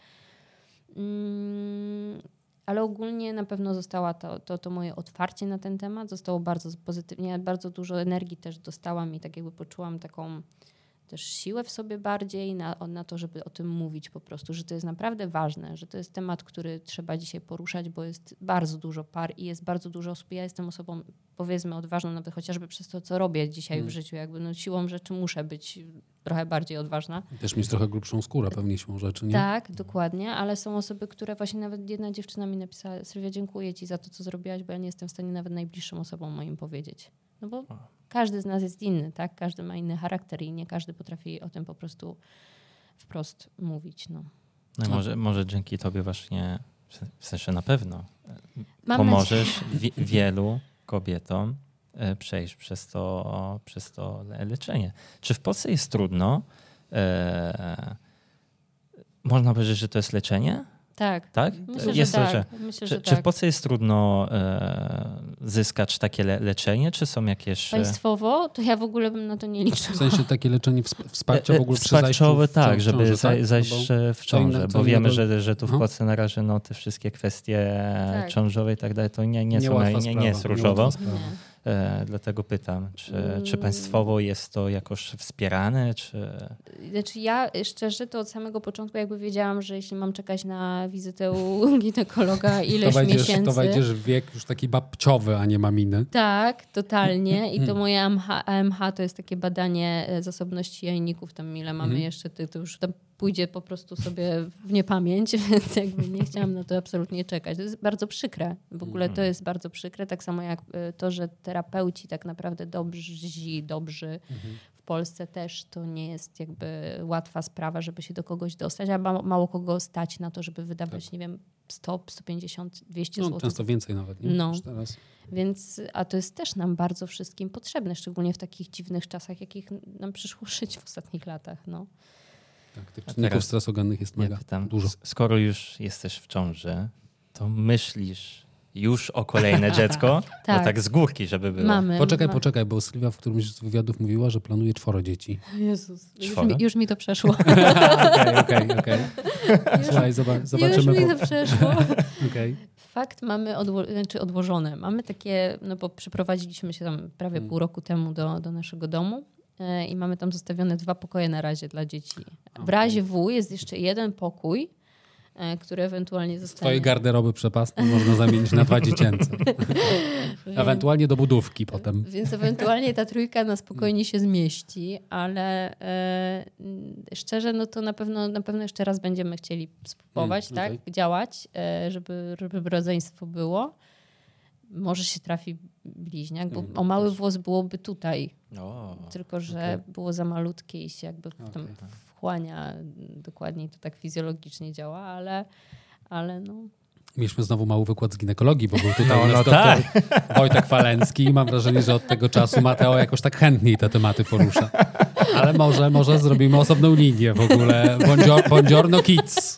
ym, ale ogólnie na pewno została to, to, to moje otwarcie na ten temat, zostało bardzo pozytywnie, bardzo dużo energii też dostałam i tak jakby poczułam taką też siłę w sobie bardziej na, na to, żeby o tym mówić po prostu, że to jest naprawdę ważne, że to jest temat, który trzeba dzisiaj poruszać, bo jest bardzo dużo par i jest bardzo dużo osób. Ja jestem osobą, powiedzmy, odważną nawet chociażby przez to, co robię dzisiaj hmm. w życiu. Jakby no, siłą rzeczy muszę być trochę bardziej odważna. I też mieć trochę grubszą skórę pewnie siłą rzeczy, nie? Tak, dokładnie, ale są osoby, które właśnie nawet jedna dziewczyna mi napisała: Sylwia, dziękuję ci za to, co zrobiłaś, bo ja nie jestem w stanie nawet najbliższym osobom moim powiedzieć. No bo każdy z nas jest inny, tak? Każdy ma inny charakter i nie każdy potrafi o tym po prostu wprost mówić. No, no może, może dzięki tobie właśnie, w sensie na pewno, Mam pomożesz wi- wielu kobietom przejść przez to, przez to leczenie. Czy w Polsce jest trudno? E, można powiedzieć, że to jest leczenie? Tak. tak? Myślę, jest że tak. Myślę, czy, że czy tak. w Polsce jest trudno e, zyskać takie le- leczenie, czy są jakieś... Państwowo? To ja w ogóle bym na to nie liczyła. W sensie takie leczenie wsp- wsparcia w ogóle przy zajściu Wsparciowe, w tak, ciąży, żeby tak? zaj- zajść no w ciążę, co bo wiemy, innego... że, że tu w Aha. Polsce na razie no, te wszystkie kwestie tak. ciążowe i tak dalej, to nie, nie, nie, są, nie, sprawa, nie jest różowo. Nie. Dlatego pytam, czy, czy państwowo jest to jakoś wspierane? Czy... Znaczy ja szczerze to od samego początku jakby wiedziałam, że jeśli mam czekać na wizytę u ginekologa ileś to wejdziesz, miesięcy... To wejdziesz w wiek już taki babciowy, a nie maminy. Tak, totalnie. I to moje A M H, A M H to jest takie badanie zasobności jajników. Tam ile mamy mhm. jeszcze, to, to już tam pójdzie po prostu sobie w niepamięć, więc jakby nie chciałam na to absolutnie czekać. To jest bardzo przykre. W ogóle to jest bardzo przykre, tak samo jak to, że terapeuci tak naprawdę dobrzy, dobrzy mhm. w Polsce też to nie jest jakby łatwa sprawa, żeby się do kogoś dostać, a ma, mało kogo stać na to, żeby wydawać, tak. nie wiem, sto, sto pięćdziesiąt, dwieście no, złotych. Często więcej nawet, nie? No. Teraz. Więc, a to jest też nam bardzo wszystkim potrzebne, szczególnie w takich dziwnych czasach, jakich nam przyszło żyć w ostatnich latach. No. Tak, tych czynników stresogennych jest mega ja pytam, dużo. Skoro już jesteś w ciąży, to myślisz już o kolejne dziecko? tak. No tak z górki, żeby było. Mamy. Poczekaj, ma... poczekaj, bo Sylwia w którymś z wywiadów mówiła, że planuje czworo dzieci. Jezus, już mi, już mi to przeszło. Okej, okej, okej. Słuchaj, zobaczymy. Już mi po... to przeszło. okay. Fakt mamy odło- znaczy odłożone. Mamy takie, no bo przyprowadziliśmy się tam prawie hmm. pół roku temu do, do naszego domu. I mamy tam zostawione dwa pokoje na razie dla dzieci. W razie W jest jeszcze jeden pokój, który ewentualnie zostanie... Twojej garderoby przepastnej można zamienić na dwa dziecięce. Ewentualnie do budówki potem. Więc ewentualnie ta trójka na spokojnie się zmieści, ale e, szczerze, no to na pewno, na pewno jeszcze raz będziemy chcieli spróbować, mm, tak, okay. działać, e, żeby, żeby rodzeństwo było. Może się trafi bliźniak, bo mm, o mały też. Włos byłoby tutaj. O, tylko, że okay. było za malutkie i się jakby okay. tam wchłania dokładniej, to tak fizjologicznie działa, ale, ale no... Mieliśmy znowu mały wykład z ginekologii, bo był tutaj no, no, no doktor tak. Wojtek Falencki i mam wrażenie, że od tego czasu Mateo jakoś tak chętniej te tematy porusza. Ale może, może zrobimy osobną linię w ogóle. Buongiorno kids.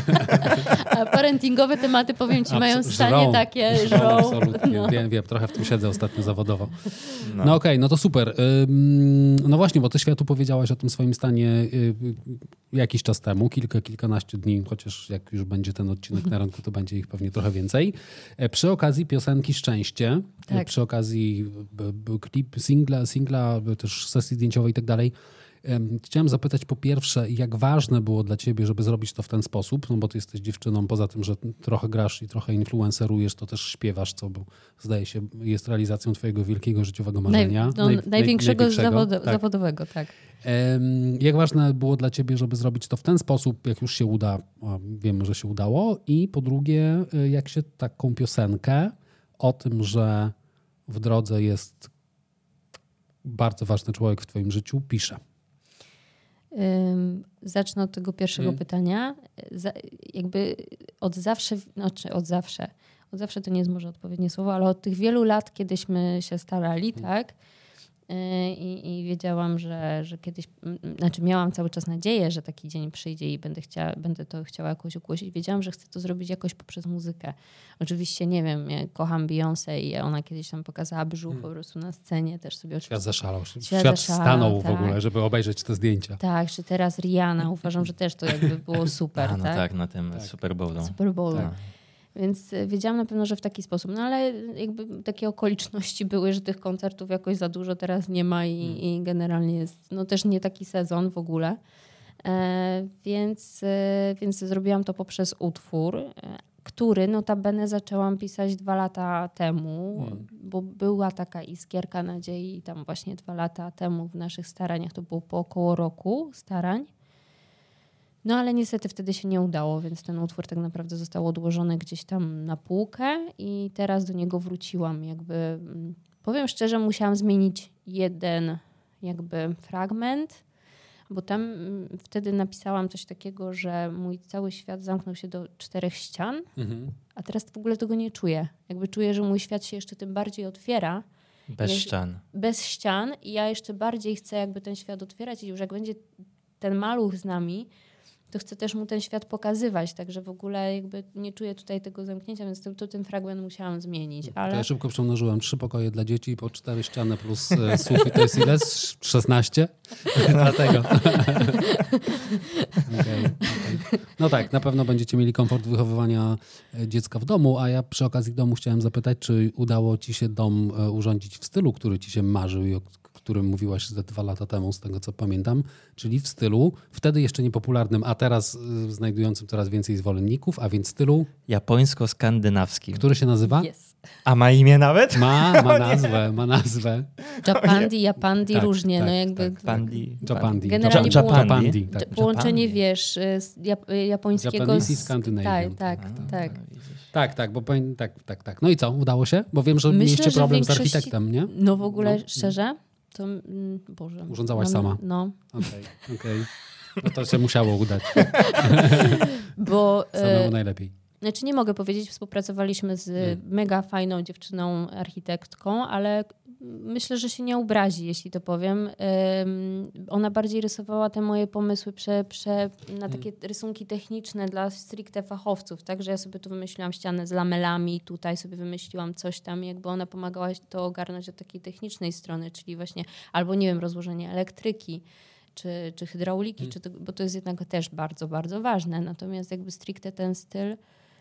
A parentingowe tematy, powiem ci, Abs- mają stanie żrą, takie, żrą. żrą. Absolutnie, no. wiem, wiem, trochę w tym siedzę ostatnio zawodowo. No, no okej, okay, no to super. Ym, no właśnie, bo ty światu powiedziałaś o tym swoim stanie y, jakiś czas temu, kilka, kilkanaście dni, chociaż jak już będzie ten odcinek na rynku, to będzie ich pewnie trochę więcej. E, przy okazji piosenki Szczęście, tak. e, przy okazji b, b, klip, singla, singla, też sesji zdjęciowej i tak dalej. Chciałem zapytać po pierwsze, jak ważne było dla ciebie, żeby zrobić to w ten sposób, no bo ty jesteś dziewczyną, poza tym, że trochę grasz i trochę influencerujesz, to też śpiewasz, co bo, zdaje się jest realizacją twojego wielkiego życiowego marzenia. Naj, no, naj, największego, największego zawod, tak. zawodowego, tak. Jak ważne było dla ciebie, żeby zrobić to w ten sposób, jak już się uda, wiemy, że się udało, i po drugie, jak się taką piosenkę o tym, że w drodze jest bardzo ważny człowiek w twoim życiu, pisze? Ym, zacznę od tego pierwszego Hmm. pytania. Za, jakby od zawsze, znaczy od zawsze, od zawsze to nie jest może odpowiednie słowo, ale od tych wielu lat, kiedyśmy się starali, Hmm. tak? I, i wiedziałam, że, że kiedyś, znaczy miałam cały czas nadzieję, że taki dzień przyjdzie i będę, chciała, będę to chciała jakoś ogłosić. Wiedziałam, że chcę to zrobić jakoś poprzez muzykę. Oczywiście, nie wiem, ja kocham Beyoncé i ona kiedyś tam pokazała brzuch Hmm. po prostu na scenie, też sobie Świat zaszalał. Świat, Świat Świat zaszalał, stanął tak. w ogóle, żeby obejrzeć te zdjęcia. Tak, czy teraz Rihanna. Uważam, że też to jakby było super, A, no tak? tak, na tym Tak. Super Bowlu. Super Bowl. Tak. Więc y, wiedziałam na pewno, że w taki sposób. No ale jakby takie okoliczności były, że tych koncertów jakoś za dużo teraz nie ma i, Hmm. i generalnie jest no też nie taki sezon w ogóle. E, więc, e, więc zrobiłam to poprzez utwór, e, który notabene zaczęłam pisać dwa lata temu, Hmm. bo była taka iskierka nadziei tam właśnie dwa lata temu w naszych staraniach. To było po około roku starań. No ale niestety wtedy się nie udało, więc ten utwór tak naprawdę został odłożony gdzieś tam na półkę i teraz do niego wróciłam. Jakby, mm, powiem szczerze, musiałam zmienić jeden jakby fragment, bo tam mm, wtedy napisałam coś takiego, że mój cały świat zamknął się do czterech ścian, Mhm. a teraz w ogóle tego nie czuję. Jakby czuję, że mój świat się jeszcze tym bardziej otwiera, Bez Jest- ścian. bez ścian i ja jeszcze bardziej chcę jakby ten świat otwierać i już jak będzie ten maluch z nami, to chcę też mu ten świat pokazywać, także w ogóle jakby nie czuję tutaj tego zamknięcia, więc to, to ten fragment musiałam zmienić. To Ale ja szybko przemnożyłem trzy pokoje dla dzieci po cztery ściany plus e, sufit. To jest ile? szesnaście? Dlatego. Okay, okay. No tak, na pewno będziecie mieli komfort wychowywania e, dziecka w domu, a ja przy okazji domu chciałem zapytać, czy udało ci się dom e, urządzić w stylu, który ci się marzył i o którym mówiłaś ze dwa lata temu, z tego co pamiętam, czyli w stylu wtedy jeszcze niepopularnym, a teraz e, znajdującym coraz więcej zwolenników, a więc stylu, Japońsko-skandynawski. który się nazywa? jest. A ma imię nawet? Ma, ma nazwę, ma nazwę. Japandi, Japandi, Tak, różnie. tak, no jakby tak. Pandi. Japandi. Generalnie Ja- było- Japandi. Japandi, tak. Połączenie, Japandi. wiesz, z jap- japońskiego Japanese i z... Scandinavian. Tak, tak, tak. Tak, tak, bo powiem- tak, tak, tak. No i co, udało się? Bo wiem, że Myślę, mieliście że problem z większości- architektem, nie? No w ogóle, No. szczerze, to... mm, Boże. Urządzałaś no, sama. No, Okej, okej. No to się musiało udać. bo... e, Samemu najlepiej. Znaczy nie mogę powiedzieć, współpracowaliśmy z Hmm. mega fajną dziewczyną, architektką, ale myślę, że się nie obrazi, jeśli to powiem. Ym, Ona bardziej rysowała te moje pomysły prze, prze, na takie rysunki techniczne dla stricte fachowców, także ja sobie tu wymyśliłam ścianę z lamelami, tutaj sobie wymyśliłam coś tam, jakby ona pomagała to ogarnąć od takiej technicznej strony, czyli właśnie albo nie wiem, rozłożenie elektryki, czy, czy hydrauliki, Hmm. czy to, bo to jest jednak też bardzo, bardzo ważne. Natomiast jakby stricte ten styl,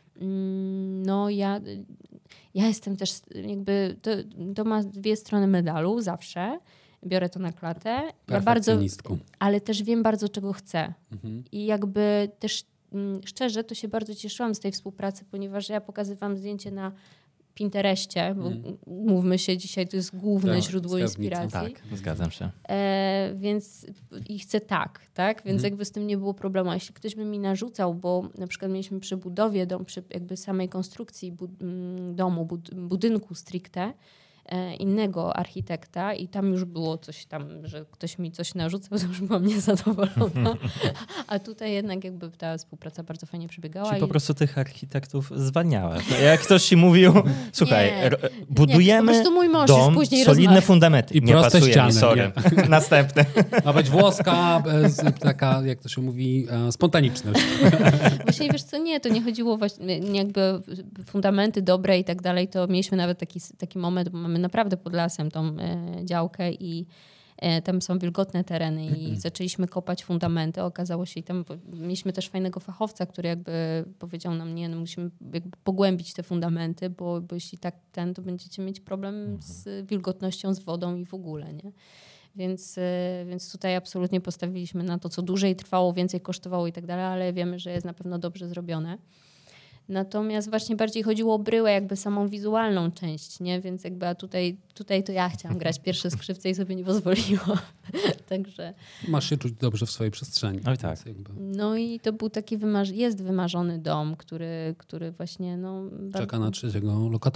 mm, no ja, ja jestem też jakby, to, to ma dwie strony medalu zawsze. Biorę to na klatę. Ja bardzo, Perfekcjonistką. ale też wiem bardzo, czego chcę. Mhm. I jakby też mm, szczerze to się bardzo cieszyłam z tej współpracy, ponieważ ja pokazywałam zdjęcie na Pinterestie, bo Mm. mówmy się, dzisiaj to jest główne Tak, źródło wskaznica. inspiracji. Tak, zgadzam się. E, więc i chcę tak, tak? Więc Mhm. jakby z tym nie było problemu. A jeśli ktoś by mi narzucał, bo na przykład mieliśmy przy budowie, dom, przy jakby samej konstrukcji bud- m, domu, bud- budynku stricte, e, innego architekta i tam już było coś tam, że ktoś mi coś narzucał, to już byłam niezadowolona. A tutaj jednak jakby ta współpraca bardzo fajnie przebiegała. Czyli i- po prostu tych architektów zwalniałaś. No, jak ktoś ci mówił, słuchaj, Nie, r- budujemy po prostu mój mąż dom, już później solidne rozmawia. fundamenty. I nie proste pasuje ściany, mi, sorry. Następny. Ma być włoska, e, z- taka, jak to się mówi, e, spontaniczność. Właśnie wiesz co, nie, to nie chodziło właśnie nie jakby fundamenty dobre i tak dalej, to mieliśmy nawet taki, taki moment, bo mamy naprawdę pod lasem tą e, działkę i e, tam są wilgotne tereny i zaczęliśmy kopać fundamenty. Okazało się i tam mieliśmy też fajnego fachowca, który jakby powiedział nam, nie, no musimy jakby pogłębić te fundamenty, bo, bo jeśli tak ten, to będziecie mieć problem z wilgotnością, z wodą i w ogóle, nie? Więc, e, więc tutaj absolutnie postawiliśmy na to, co dłużej trwało, więcej kosztowało i tak dalej, ale wiemy, że jest na pewno dobrze zrobione. Natomiast właśnie bardziej chodziło o bryłę, jakby samą wizualną część, nie? Więc jakby a tutaj, tutaj to ja chciałam grać pierwsze skrzypce i sobie nie pozwoliłam. Także Masz się czuć dobrze w swojej przestrzeni. Oj, tak. Więc jakby no i to był taki wymarzony, jest wymarzony dom, który, który właśnie no... czeka na trzeciego lokatora.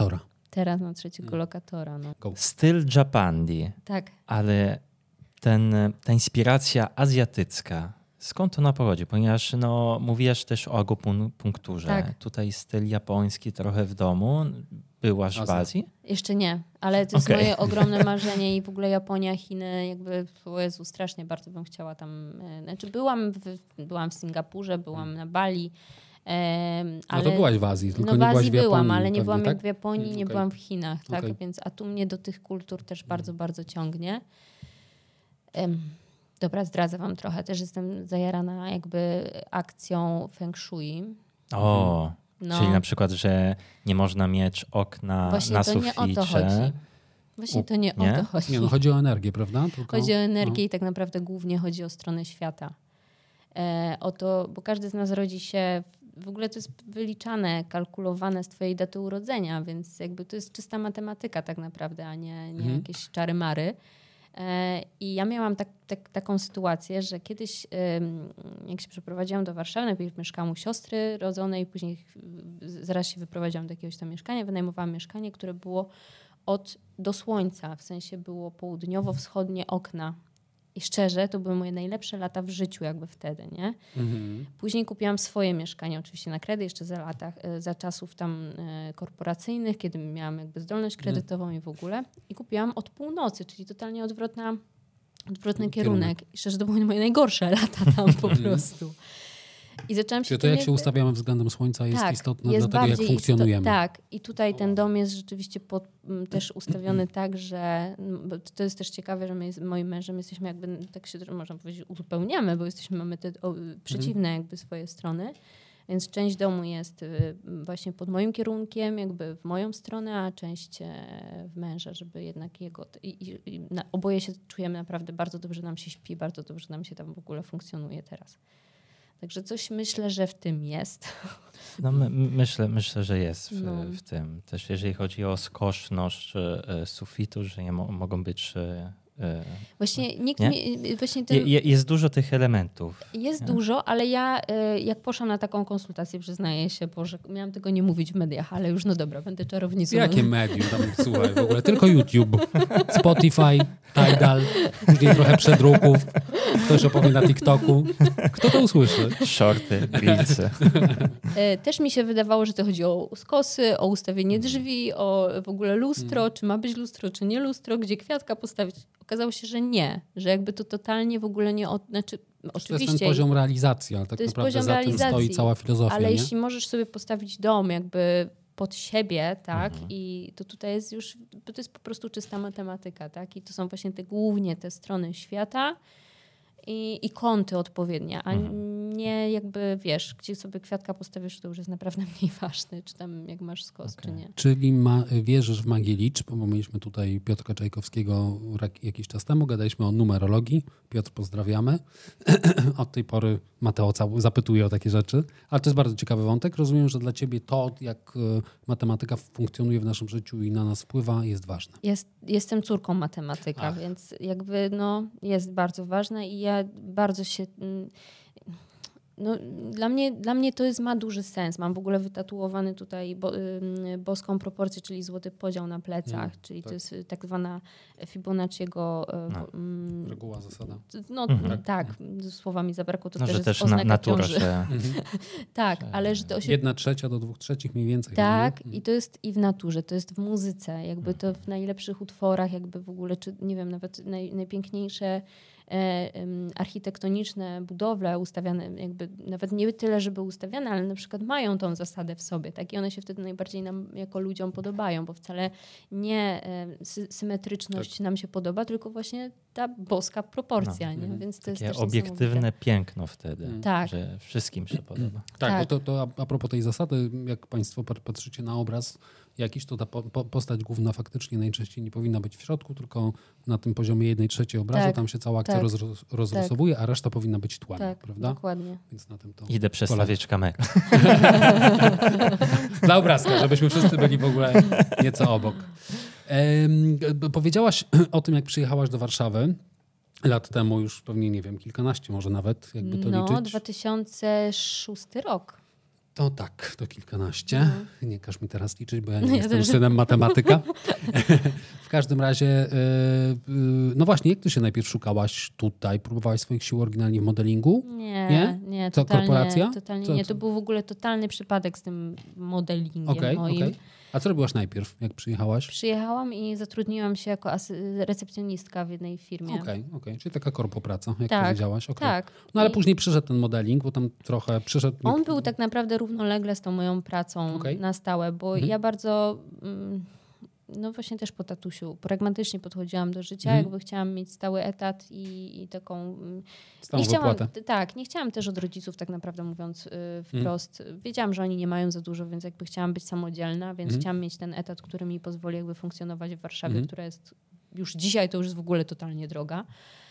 Teraz mam trzeciego lokatora. No. Styl Japandi, Tak. ale ten, ta inspiracja azjatycka, skąd ona pochodzi? Ponieważ no, mówiłaś też o agopunkturze. Tak. Tutaj styl japoński trochę w domu. Byłaś w Azja. Azji? Jeszcze nie, ale to jest Okej. moje ogromne marzenie i w ogóle Japonia, Chiny, jakby, o Jezu, strasznie bardzo bym chciała tam, e, znaczy byłam w, byłam w Singapurze, byłam na Bali, e, ale... No to byłaś w Azji, tylko no nie w byłaś Azji w Japonii. byłam, ale nie pewnie, byłam tak? jak w Japonii, nie Mm, okej. byłam w Chinach, tak, Okej. więc a tu mnie do tych kultur też bardzo, bardzo ciągnie. Em, dobra, zdradzę wam trochę, też jestem zajarana jakby akcją Feng Shui. O, No. czyli na przykład, że nie można mieć okna Właśnie na to suficie. nie o to chodzi. Właśnie to nie, Nie? o to chodzi. Nie, no chodzi o energię, prawda? Tylko, Chodzi o energię no. i tak naprawdę głównie chodzi o stronę świata. E, o to, bo każdy z nas rodzi się, w ogóle to jest wyliczane, kalkulowane z twojej daty urodzenia, więc jakby to jest czysta matematyka tak naprawdę, a nie, nie Mhm. jakieś czary-mary. E, I ja miałam tak, tak, taką sytuację, że kiedyś ym, jak się przeprowadziłam do Warszawy, najpierw mieszkałam u siostry rodzonej, później y, zaraz się wyprowadziłam do jakiegoś tam mieszkania, wynajmowałam mieszkanie, które było od do słońca, w sensie było południowo-wschodnie okna. I szczerze, to były moje najlepsze lata w życiu jakby wtedy, nie? Mhm. Później kupiłam swoje mieszkanie, oczywiście na kredyt, jeszcze za latach, e, za czasów tam e, korporacyjnych, kiedy miałam jakby zdolność kredytową i w ogóle. I kupiłam od północy, czyli totalnie odwrotna, odwrotny Kierunek. kierunek. I szczerze, to były moje najgorsze lata tam po prostu. I zaczęłam się Czyli to, tym jak się jakby- ustawiamy względem Słońca, jest tak, istotne jest dla tego, jak bardziej funkcjonujemy. Isto- tak, i tutaj ten dom jest rzeczywiście pod, m, też ustawiony tak, że m, bo to jest też ciekawe, że my z moim mężem jesteśmy jakby, tak się można powiedzieć, uzupełniamy, bo jesteśmy, mamy te o, przeciwne jakby swoje strony. Więc część domu jest y, właśnie pod moim kierunkiem, jakby w moją stronę, a część e, w męża, żeby jednak jego... I, i, i na, oboje się czujemy naprawdę bardzo dobrze, nam się śpi, bardzo dobrze nam się tam w ogóle funkcjonuje teraz. Także coś myślę, że w tym jest. No, my, myślę, myślę, że jest w, No. w tym. Też jeżeli chodzi o skoczność e, sufitu, że nie mo- mogą być... E, e, Właśnie nikt Nie? mi, właśnie ten, je, je- jest dużo tych elementów. jest nie? dużo, ale ja y, jak poszłam na taką konsultację, przyznaję się, Boże, miałam tego nie mówić w mediach, ale już no dobra, będę czarownicą. Jakie medium tam, słuchaj, w ogóle tylko YouTube, Spotify, Tidal, później trochę przedruków, ktoś opowie na TikToku. Kto to usłyszy? Shorty, reelsy. E, Też mi się wydawało, że to chodzi o skosy, o ustawienie drzwi, o w ogóle lustro, czy ma być lustro, czy nie lustro, gdzie kwiatka postawić. Okazało się, że nie, że jakby to totalnie w ogóle nie... O, znaczy, To jest oczywiście, ten poziom realizacji, ale tak to jest naprawdę poziom za tym realizacji, stoi cała filozofia, ale nie? jeśli możesz sobie postawić dom jakby pod siebie, tak, Mhm. i to tutaj jest już, to jest po prostu czysta matematyka, tak, i to są właśnie te głównie te strony świata i, i kąty odpowiednie, a Mhm. nie jakby, wiesz, gdzie sobie kwiatka postawisz, to już jest naprawdę mniej ważne, czy tam jak masz skos, Okej. czy nie. Czyli ma, wierzysz w magię liczb, bo mieliśmy tutaj Piotra Czajkowskiego rak- jakiś czas temu, gadaliśmy o numerologii. Piotr, pozdrawiamy. Od tej pory Mateo cał- zapytuje o takie rzeczy, ale to jest bardzo ciekawy wątek. Rozumiem, że dla ciebie to, jak e, matematyka funkcjonuje w naszym życiu i na nas wpływa, jest ważne. Jest, jestem córką matematyka, Ach. więc jakby no, jest bardzo ważne i ja bardzo się... mm, No, dla, mnie, dla mnie to jest, ma duży sens. Mam w ogóle wytatuowany tutaj bo, ym, boską proporcję, czyli złoty podział na plecach, Mm, czyli tak. to jest tak zwana Fibonacciego... y, No. ym, Reguła, zasada. no Mhm. tak, słowa mi zabrakło, to No, też że jest też na, oznaka natura ciąży. się... Tak, ale że to się Jedna trzecia do dwóch trzecich mniej więcej. tak, chyba, nie? i to jest i w naturze, to jest w muzyce, jakby to w najlepszych utworach, jakby w ogóle, czy nie wiem, nawet naj, najpiękniejsze e, em, architektoniczne budowle ustawiane, jakby nawet nie tyle, żeby ustawiane, ale na przykład mają tą zasadę w sobie, tak? I one się wtedy najbardziej nam jako ludziom podobają, bo wcale nie e, sy- symetryczność Tak. nam się podoba, tylko właśnie ta boska proporcja, No, nie? mhm. Więc to jest Takie też obiektywne niesamowite. piękno wtedy, Mm. Tak. że wszystkim się podoba. Tak, Tak. bo to, to a, a propos tej zasady, jak Państwo pat- patrzycie na obraz jakiś, to ta po, po, postać główna faktycznie najczęściej nie powinna być w środku, tylko na tym poziomie jednej trzeciej obrazu, Tak, tam się cała akcja tak, roz, rozrysowuje, a reszta powinna być tłem, Tak, prawda? dokładnie. Więc na tym to Idę przestawiać kamerę. dla obrazka, żebyśmy wszyscy byli w ogóle nieco obok. Em, b- powiedziałaś o tym, jak przyjechałaś do Warszawy lat temu, już pewnie, nie wiem, kilkanaście może nawet, jakby to No, liczyć. dwa tysiące szósty rok. To tak, to kilkanaście. Mhm. Nie każ mi teraz liczyć, bo ja nie Ja jestem też. synem matematyka. W każdym razie, yy, yy, no właśnie, jak ty się najpierw szukałaś tutaj? Próbowałaś swoich sił oryginalnie w modelingu? Nie, Nie? nie, Co, totalnie, korporacja? totalnie Co- nie. co? To był w ogóle totalny przypadek z tym modelingiem Okej, moim. okej. A co robiłaś najpierw, jak przyjechałaś? Przyjechałam i zatrudniłam się jako asy- recepcjonistka w jednej firmie. Okej, okej. Czyli taka korpopraca, jak Tak, powiedziałaś. Okay. Tak. No ale I później przyszedł ten modeling, bo tam trochę przyszedł... on był tak naprawdę równolegle z tą moją pracą Okej. na stałe, bo Mhm. ja bardzo, mm, no właśnie też po tatusiu, pragmatycznie podchodziłam do życia, Mhm. jakby chciałam mieć stały etat i, i taką... mm, Stałą nie chciałam, wypłatę. t- tak, nie chciałam też od rodziców tak naprawdę mówiąc y, wprost. Wiedziałam, że oni nie mają za dużo, więc jakby chciałam być samodzielna, więc Mhm. chciałam mieć ten etat, który mi pozwoli jakby funkcjonować w Warszawie, Mhm. która jest już dzisiaj to już jest w ogóle totalnie droga.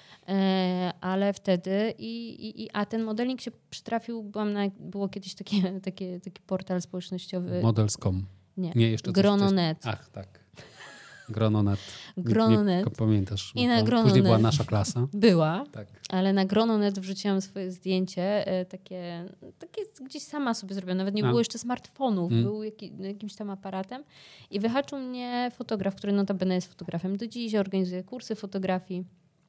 E, ale wtedy i, i, i a ten modeling się przytrafił, byłam na, było kiedyś takie, takie, taki portal społecznościowy. Models kropka com. Nie, Nie, jeszcze coś Grononet. wcześniej. Ach, tak. Grononet. Nie- Grononet. Nie, pamiętasz. I bo na to Grononet. Później była nasza klasa. Była, Tak. ale na Grononet wrzuciłam swoje zdjęcie, e, takie, takie gdzieś sama sobie zrobiłam. Nawet nie A. było jeszcze smartfonów, Mm. był jaki, jakimś tam aparatem. I wyhaczył mnie fotograf, który notabene jest fotografem do dziś, organizuje kursy fotografii.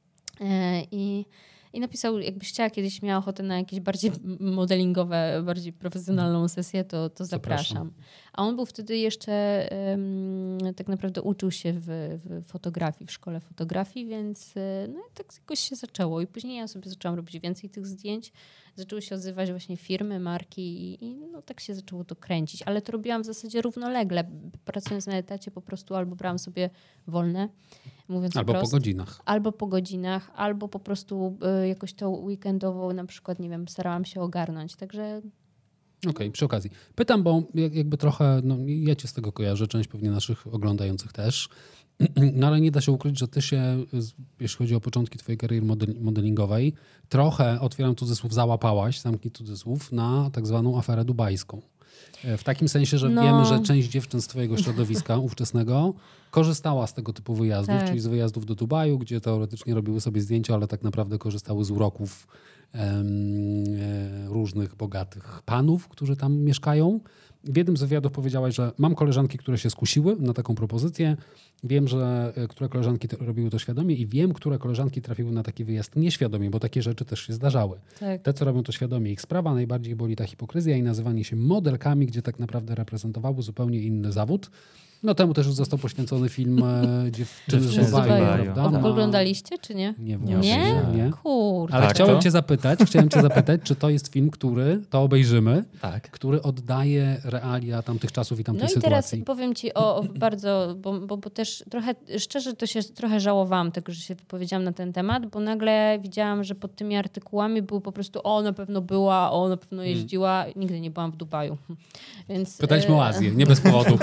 E, I, I napisał, jakbyś chciała kiedyś miała ochotę na jakieś bardziej modelingowe, bardziej profesjonalną sesję, to, to Zapraszam. zapraszam. A on był wtedy jeszcze, em, tak naprawdę uczył się w, w fotografii, w szkole fotografii, więc e, no i tak jakoś się zaczęło. I później ja sobie zaczęłam robić więcej tych zdjęć. Zaczęły się odzywać właśnie firmy, marki i, i no tak się zaczęło to kręcić. Ale to robiłam w zasadzie równolegle. Pracując na etacie po prostu albo brałam sobie wolne, mówiąc Albo po wprost, godzinach. albo po godzinach, albo po prostu y, jakoś to weekendowo na przykład, nie wiem, starałam się ogarnąć. Także Okej, przy okazji. Pytam, bo jak- jakby trochę, no ja cię z tego kojarzę, część pewnie naszych oglądających też, no ale nie da się ukryć, że ty się, z- jeśli chodzi o początki twojej kariery model, modelingowej, trochę, otwieram cudzysłów, załapałaś, zamknij cudzysłów, na tak zwaną aferę dubajską. E, W takim sensie, że No. wiemy, że część dziewczyn z twojego środowiska ówczesnego korzystała z tego typu wyjazdów, Tak. czyli z wyjazdów do Dubaju, gdzie teoretycznie robiły sobie zdjęcia, ale tak naprawdę korzystały z uroków em, e, różnych bogatych panów, którzy tam mieszkają. W jednym z wywiadów powiedziałaś, że mam koleżanki, które się skusiły na taką propozycję. Wiem, że e, które koleżanki to, robiły to świadomie i wiem, które koleżanki trafiły na taki wyjazd nieświadomie, bo takie rzeczy też się zdarzały. tak. Te, co robią to świadomie, ich sprawa, najbardziej boli ta hipokryzja i nazywanie się modelkami, gdzie tak naprawdę reprezentowały zupełnie inny zawód. No temu też został poświęcony film e, Dziewczyny z Dziewczyny z Dubaju, Dubaju. prawda? O, Na- oglądaliście, czy nie? Nie, Nie właśnie, Nie? nie. Kurczę. Ale Tak, chciałem to? cię zapytać, chciałem cię zapytać, czy to jest film, który, to obejrzymy, Tak. który oddaje realia tamtych czasów i tamtej No i teraz sytuacji. powiem ci o, o bardzo, bo, bo, bo też trochę, szczerze to się trochę żałowałam tego, że się wypowiedziałam na ten temat, bo nagle widziałam, że pod tymi artykułami był po prostu o, na pewno była, o, na pewno jeździła. Nigdy nie byłam w Dubaju. Więc, Pytaliśmy e, o Azję, nie bez powodu.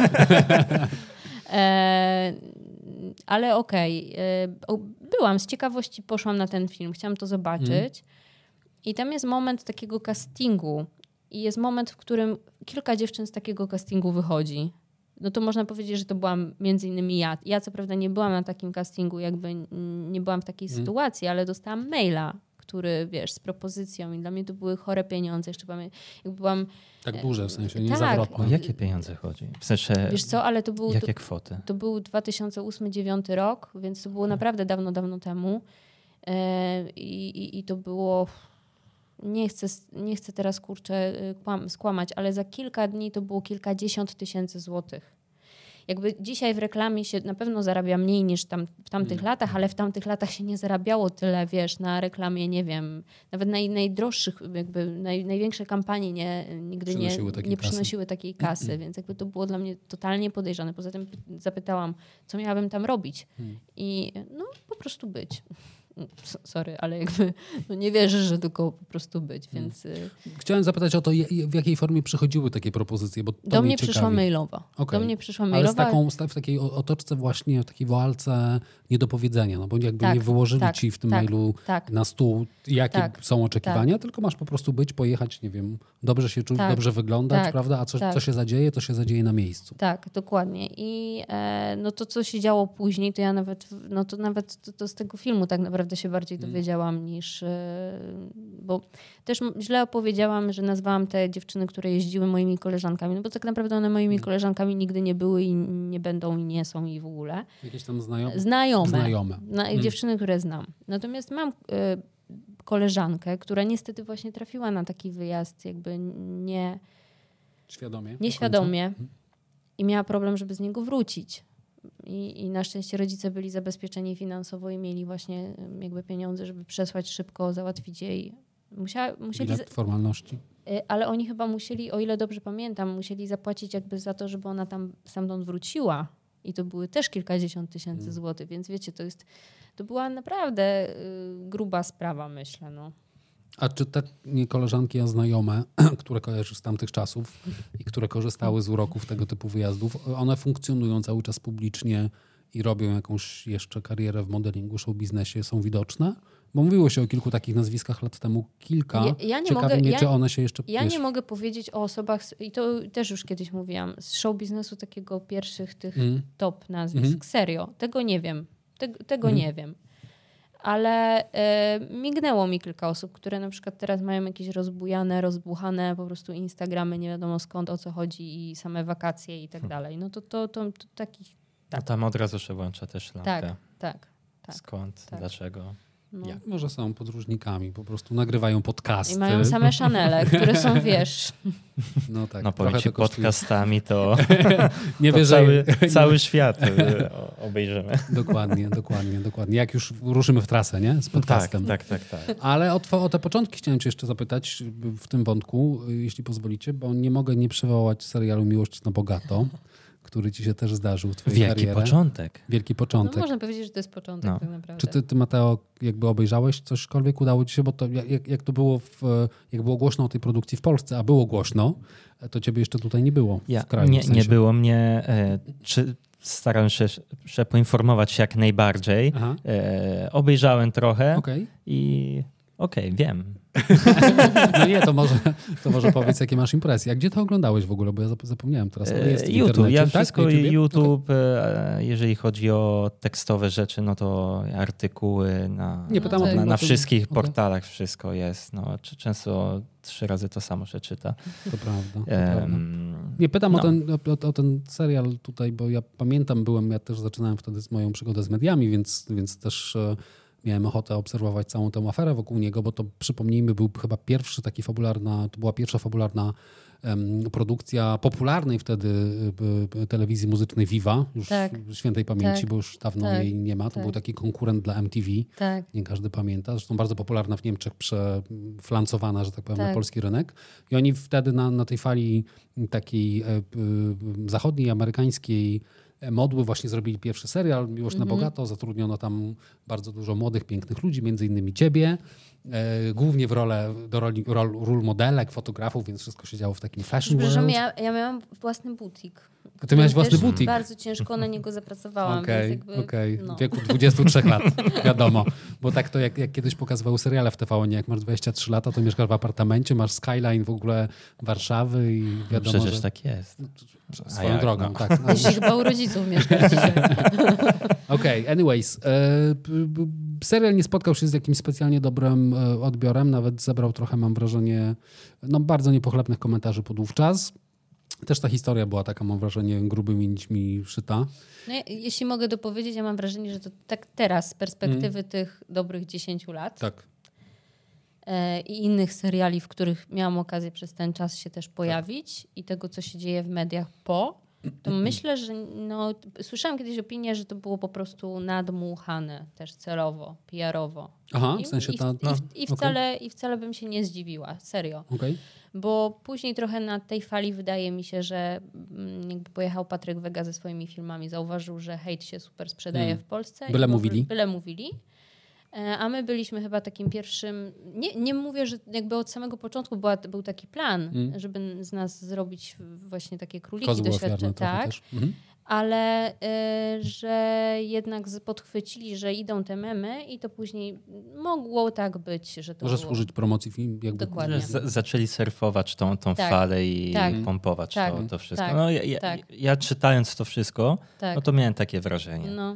E, ale okej. e, o, Byłam z ciekawości, poszłam na ten film, chciałam to zobaczyć. I tam jest moment takiego castingu. I jest moment, w którym kilka dziewczyn z takiego castingu wychodzi. No to można powiedzieć, że to byłam między innymi ja. Ja co prawda nie byłam na takim castingu, jakby mm, nie byłam w takiej Mm. sytuacji, ale dostałam maila, który, wiesz, z propozycją i dla mnie to były chore pieniądze. Jeszcze byłam, jak byłam, Tak duże w sensie, nie Tak. zawrotne. O jakie pieniądze chodzi? W sensie, wiesz co, ale to był... jakie kwoty? To był dwa tysiące ósmy dwa tysiące dziewiąty rok, więc to było naprawdę dawno, dawno temu. E, i, i, I to było... Nie chcę, nie chcę teraz, kurczę, kłam, skłamać, ale za kilka dni to było kilkadziesiąt tysięcy złotych. Jakby dzisiaj w reklamie się na pewno zarabia mniej niż tam, w tamtych latach, ale w tamtych latach się nie zarabiało tyle, wiesz, na reklamie, nie wiem, nawet naj, najdroższych, jakby naj, największe kampanie nie, nigdy nie, Przynosiły takiej nie kasy. przynosiły takiej kasy, więc jakby to było dla mnie totalnie podejrzane. Poza tym zapytałam, co miałabym tam robić i no po prostu być. S- Sorry, ale jakby no nie wierzę, że tylko po prostu być, więc y, Chciałem zapytać o to, je- w jakiej formie przychodziły takie propozycje, bo to do mnie ciekawi. przyszła mailowa. Okej. Do mnie przyszła Ale mailowa. z taką, w takiej o- otoczce właśnie, w takiej walce niedopowiedzenia, no bo jakby Tak, nie wyłożyli tak, ci w tym tak, mailu tak. na stół, jakie Tak, są oczekiwania, tylko masz po prostu być, pojechać, nie wiem, dobrze się czuć, Tak, dobrze wyglądać, tak, prawda? A co, tak. co się zadzieje, to się zadzieje na miejscu. Tak, dokładnie. I e, no to, co się działo później, to ja nawet, no to nawet to, to z tego filmu tak naprawdę naprawdę się bardziej dowiedziałam niż... Bo też źle opowiedziałam, że nazwałam te dziewczyny, które jeździły moimi koleżankami, no bo tak naprawdę one moimi koleżankami nigdy nie były i nie będą i nie są i w ogóle. Jakieś tam znajome? Znajome. Znajome. Na, hmm. Dziewczyny, które znam. Natomiast mam y, koleżankę, która niestety właśnie trafiła na taki wyjazd jakby nie... Świadomie? Nieświadomie. I miała problem, żeby z niego wrócić. I, I na szczęście rodzice byli zabezpieczeni finansowo i mieli właśnie jakby pieniądze, żeby przesłać szybko, załatwić jej. Musiała, musieli Bilet, formalności. Ale oni chyba musieli, o ile dobrze pamiętam, musieli zapłacić jakby za to, żeby ona tam stamtąd wróciła. I to były też kilkadziesiąt tysięcy hmm. złotych. Więc wiecie, to jest, to była naprawdę y, gruba sprawa, myślę. No. A czy te nie koleżanki, a znajome, które kojarzysz z tamtych czasów i które korzystały z uroków tego typu wyjazdów, one funkcjonują cały czas publicznie i robią jakąś jeszcze karierę w modelingu, show biznesie, są widoczne? Bo mówiło się o kilku takich nazwiskach lat temu, kilka. Ja, ja nie Ciekawi mogę, mnie, ja, czy one się jeszcze... Ja wiesz... nie mogę powiedzieć o osobach, i to też już kiedyś mówiłam, z show biznesu takiego pierwszych tych mm. top nazwisk. Mm. Serio, tego nie wiem. Tego, tego mm. nie wiem. Ale y, mignęło mi kilka osób, które na przykład teraz mają jakieś rozbujane, rozbuchane po prostu Instagramy, nie wiadomo skąd, o co chodzi i same wakacje i tak hmm. dalej. No to, to, to, to takich... Tak. No tam od razu się włącza też lampę. Tak, tak. tak skąd, tak. dlaczego? No. Jak? Może są podróżnikami, po prostu nagrywają podcasty. I mają same Chanele, które są, wiesz... No tak. No powiem ci, podcastami to, nie to wiesz, cały, cały świat obejrzymy. Dokładnie, dokładnie, dokładnie. Jak już ruszymy w trasę, nie? Z podcastem. Tak, tak, tak. tak. Ale o, o te początki chciałem cię jeszcze zapytać w tym wątku, jeśli pozwolicie, bo nie mogę nie przywołać serialu Miłość na bogato, który ci się też zdarzył w twojej Wielki karierze. początek. Wielki początek. No można powiedzieć, że to jest początek no. tak naprawdę. Czy ty, ty, Mateo, jakby obejrzałeś cośkolwiek? Udało ci się? Bo to jak, jak to było, w, jak było głośno o tej produkcji w Polsce, a było głośno, to ciebie jeszcze tutaj nie było ja, w kraju. Nie, w sensie. nie było mnie. E, czy staram się, się poinformować jak najbardziej. E, obejrzałem trochę okay. i okej, okay, wiem. No nie, to może, to może powiedz, jakie masz impresje. A gdzie to oglądałeś w ogóle? Bo ja zapomniałem teraz. Ale jest w YouTube. Ja tak? wszystko YouTube. Okay. Jeżeli chodzi o tekstowe rzeczy, no to artykuły na, nie, pytam na, o tym, na o tym. wszystkich okay. portalach wszystko jest. No, często trzy razy to samo się czyta. To prawda. To um, prawda. Nie, pytam no. o, ten, o, o ten serial tutaj, bo ja pamiętam, byłem, ja też zaczynałem wtedy z moją przygodę z mediami, więc, więc też... Miałem ochotę obserwować całą tę aferę wokół niego, bo to, przypomnijmy, był chyba pierwszy taki fabularna, to była pierwsza fabularna um, produkcja popularnej wtedy y, y, telewizji muzycznej Viva, już tak. świętej pamięci, tak. bo już dawno tak. jej nie ma. To tak. był taki konkurent dla M T V. Tak. Nie każdy pamięta. Zresztą bardzo popularna w Niemczech, przeflancowana, że tak powiem, tak. na polski rynek. I oni wtedy na, na tej fali takiej y, y, zachodniej, amerykańskiej modły właśnie zrobili pierwszy serial Miłość mm-hmm. na bogato. Zatrudniono tam bardzo dużo młodych, pięknych ludzi, między innymi ciebie. E, głównie w rolę, do roli, rol, ról modelek, fotografów, więc wszystko się działo w takim fashion Przepraszam, world. ja, ja miałam własny butik. A ty miałeś własny butik? Bardzo ciężko na niego zapracowałam. Okej, okay, okej. No. W wieku dwudziestu trzech lat, wiadomo. Bo tak to jak, jak kiedyś pokazywały seriale w T V N, jak masz dwadzieścia trzy lata, to mieszkasz w apartamencie, masz skyline w ogóle Warszawy i wiadomo, Przecież że... tak jest. Swoją jak, drogą, no. tak. Jeśli chyba u rodziców mieszkasz dzisiaj. Okej, okay, anyways. E, serial nie spotkał się z jakimś specjalnie dobrym e, odbiorem, nawet zebrał trochę, mam wrażenie, no bardzo niepochlebnych komentarzy podówczas. Też ta historia była taka, mam wrażenie, grubymi nićmi szyta. No, jeśli mogę dopowiedzieć, ja mam wrażenie, że to tak teraz z perspektywy mm. tych dobrych dziesięciu lat tak. e, i innych seriali, w których miałam okazję przez ten czas się też pojawić tak. i tego, co się dzieje w mediach po, to myślę, że no, słyszałam kiedyś opinię, że to było po prostu nadmuchane też celowo, P R-owo. Aha, I, w sensie i, ta... I, i, i, wcale, okay. I wcale bym się nie zdziwiła, serio. Okay. Bo później trochę na tej fali wydaje mi się, że jakby pojechał Patryk Wega ze swoimi filmami, zauważył, że hejt się super sprzedaje hmm. w Polsce. Byle i mówili. Byle mówili. A my byliśmy chyba takim pierwszym... Nie, nie mówię, że jakby od samego początku była, był taki plan, hmm. żeby z nas zrobić właśnie takie króliki doświadczenia. Tak, mhm. ale y, że jednak podchwycili, że idą te memy i to później mogło tak być, że to może było. służyć promocji film. Jakby. Dokładnie. Z, zaczęli surfować tą, tą tak. falę i tak. pompować tak. to, to wszystko. Tak. No, ja, ja, tak. ja czytając to wszystko, tak. no to miałem takie wrażenie. No.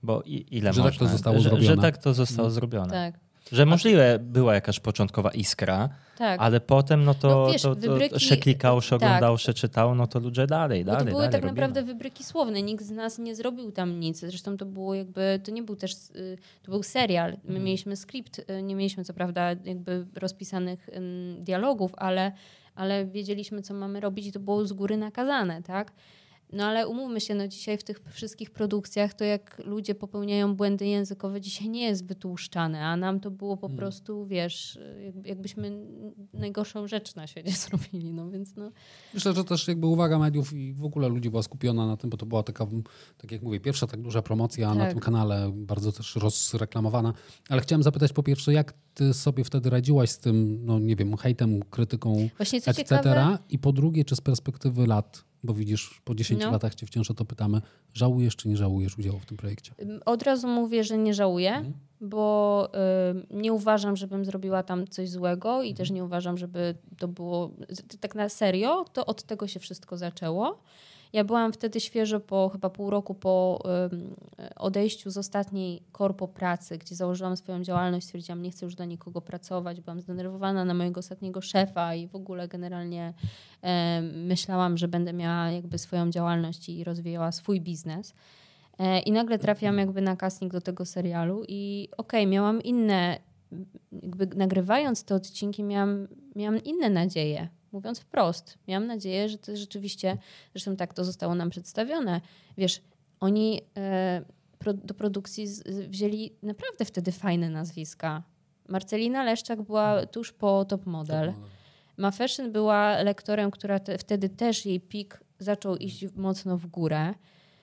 Bo i, ile że można? tak to zostało że, zrobione. Że tak to zostało Mm. zrobione. Tak. Że możliwe była jakaś początkowa iskra, Tak. ale potem no to, No wiesz, to, to, wybryki- to się klikało, się tak. oglądało, się czytało, no to ludzie dalej, Bo dalej, to były dalej tak robimy. naprawdę wybryki słowne. Nikt z nas nie zrobił tam nic. Zresztą to było jakby, to nie był też, y, to był serial. My mieliśmy skrypt, y, nie mieliśmy co prawda jakby rozpisanych ym, dialogów, ale, ale wiedzieliśmy, co mamy robić i to było z góry nakazane, tak? No ale umówmy się, no dzisiaj w tych wszystkich produkcjach to jak ludzie popełniają błędy językowe, dzisiaj nie jest wytłuszczane, a nam to było po Hmm. prostu, wiesz, jakby, jakbyśmy najgorszą rzecz na świecie zrobili, no więc no. Myślę, że też jakby uwaga mediów i w ogóle ludzi była skupiona na tym, bo to była taka, tak jak mówię, pierwsza tak duża promocja Tak. na tym kanale, bardzo też rozreklamowana. Ale chciałem zapytać po pierwsze, jak ty sobie wtedy radziłaś z tym, no nie wiem, hejtem, krytyką, Właśnie co et ciekawe, cetera. I po drugie, czy z perspektywy lat, bo widzisz, po dziesięciu No. latach cię wciąż o to pytamy, żałujesz czy nie żałujesz udziału w tym projekcie? od razu mówię, że nie żałuję, Mhm. bo y, nie uważam, żebym zrobiła tam coś złego i też nie uważam, żeby to było tak na serio, to od tego się wszystko zaczęło. Ja byłam wtedy świeżo po chyba pół roku po y, odejściu z ostatniej korpo pracy, gdzie założyłam swoją działalność, stwierdziłam, nie chcę już dla nikogo pracować, byłam zdenerwowana na mojego ostatniego szefa i w ogóle generalnie y, myślałam, że będę miała jakby swoją działalność i rozwijała swój biznes. I nagle trafiłam jakby na casting do tego serialu i okej, okay, miałam inne, jakby nagrywając te odcinki miałam, miałam inne nadzieje, mówiąc wprost. Miałam nadzieję, że to rzeczywiście, zresztą tak to zostało nam przedstawione. Wiesz, oni e, pro, do produkcji z, wzięli naprawdę wtedy fajne nazwiska. Marcelina Leszczak była tuż po Top Model. Ma Fashion była lektorem, która te, wtedy też jej pik zaczął iść mocno w górę.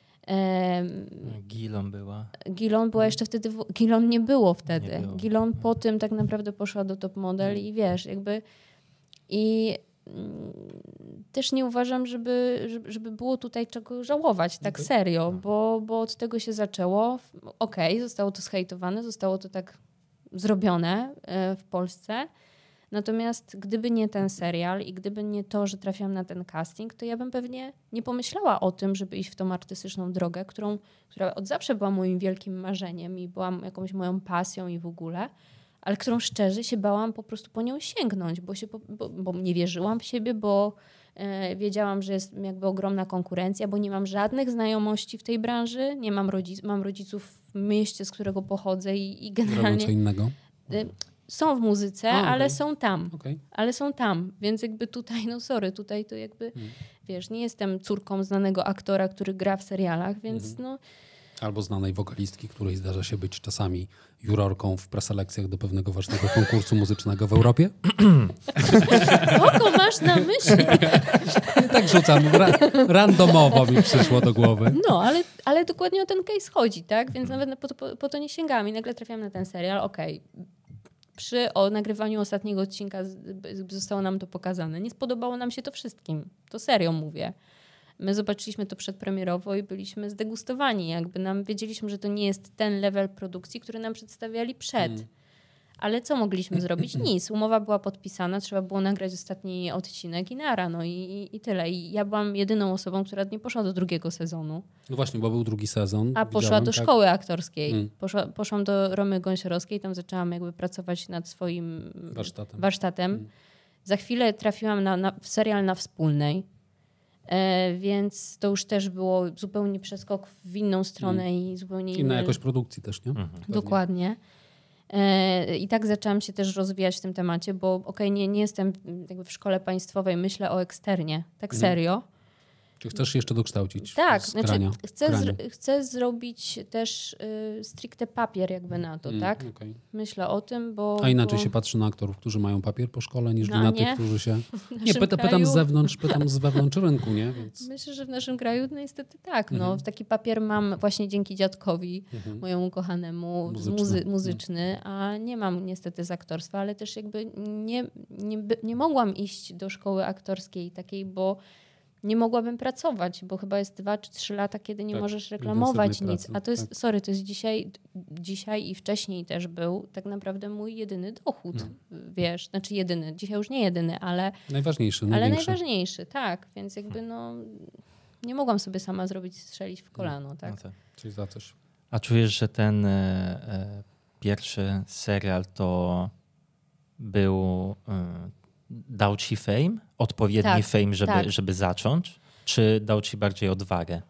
Gilon była. Gilon była jeszcze wtedy, w... Gilon nie było wtedy. Nie było. Gilon po tym tak naprawdę poszła do Top Model i wiesz, jakby i mm, też nie uważam, żeby, żeby było tutaj czego żałować, tak Okay. serio, bo, bo od tego się zaczęło. Okej, okay, zostało to zhejtowane, zostało to tak zrobione w Polsce. Natomiast gdyby nie ten serial i gdyby nie to, że trafiłam na ten casting, to ja bym pewnie nie pomyślała o tym, żeby iść w tą artystyczną drogę, którą, która od zawsze była moim wielkim marzeniem i była jakąś moją pasją i w ogóle, ale którą szczerze się bałam po prostu po nią sięgnąć, bo, się, bo, bo nie wierzyłam w siebie, bo e, wiedziałam, że jest jakby ogromna konkurencja, bo nie mam żadnych znajomości w tej branży, nie mam, rodzic, mam rodziców w mieście, z którego pochodzę i, i generalnie... Robią co innego? E, Są w muzyce, A, okay. ale są tam. Okay. Ale są tam, więc jakby tutaj, no sorry, tutaj to jakby, hmm. wiesz, nie jestem córką znanego aktora, który gra w serialach, więc hmm. no... Albo znanej wokalistki, której zdarza się być czasami jurorką w preselekcjach do pewnego ważnego konkursu muzycznego w Europie. Kogo masz na myśli? Tak rzucam, ra randomowo mi przyszło do głowy. No, ale, ale dokładnie o ten case chodzi, tak? Więc nawet po to, po, po to nie sięgałam i nagle trafiłam na ten serial, okej. Okay. Przy o nagrywaniu ostatniego odcinka zostało nam to pokazane. Nie spodobało nam się to wszystkim. To serio mówię. My zobaczyliśmy to przedpremierowo i byliśmy zdegustowani. Jakby nam wiedzieliśmy, że to nie jest ten level produkcji, który nam przedstawiali przed. Mm. Ale co mogliśmy zrobić? Nic. Umowa była podpisana, trzeba było nagrać ostatni odcinek i nara, no i, i, i tyle. I ja byłam jedyną osobą, która nie poszła do drugiego sezonu. No właśnie, bo był drugi sezon. A poszła do tak? szkoły aktorskiej. Mm. Poszła, poszłam do Romy Gąsiorowskiej, tam zaczęłam jakby pracować nad swoim warsztatem. warsztatem. Mm. Za chwilę trafiłam na, na serial na Wspólnej, e, więc to już też było zupełnie przeskok w inną stronę mm. i zupełnie inne... Inna jakość produkcji też, nie? Mhm. Dokładnie. E, I tak zaczęłam się też rozwijać w tym temacie, bo okej, okay, nie, nie jestem jakby w szkole państwowej, myślę o eksternie, tak serio. Mm. Czy chcesz się jeszcze dokształcić? Tak, z znaczy grania, chcę, zr- chcę zrobić też y, stricte papier jakby na to, mm, tak? Okay. Myślę o tym, bo... A inaczej bo... się patrzy na aktorów, którzy mają papier po szkole, niż no, na nie. tych, którzy się... Nie, pyta, pytam z zewnątrz, pytam z wewnątrz rynku, nie? Więc... Myślę, że w naszym kraju no niestety tak. No, mm-hmm. Taki papier mam właśnie dzięki dziadkowi, mm-hmm. mojemu ukochanemu, muzyczny, muzy- muzyczny mm. a nie mam niestety z aktorstwa, ale też jakby nie, nie, nie mogłam iść do szkoły aktorskiej takiej, bo nie mogłabym pracować, bo chyba jest dwa czy trzy lata, kiedy nie tak, możesz reklamować nic. A to jest, tak. sorry, to jest dzisiaj, dzisiaj i wcześniej też był tak naprawdę mój jedyny dochód. No. Wiesz, znaczy jedyny, dzisiaj już nie jedyny, ale... Najważniejszy, ale największy. najważniejszy, tak. Więc jakby no... Nie mogłam sobie sama zrobić, strzelić w kolano, tak? No tak. Czyli za coś. A czujesz, że ten e, e, pierwszy serial to był, e, dał ci fame? Odpowiedni tak, fame, żeby, tak. żeby zacząć? Czy dał ci bardziej odwagę?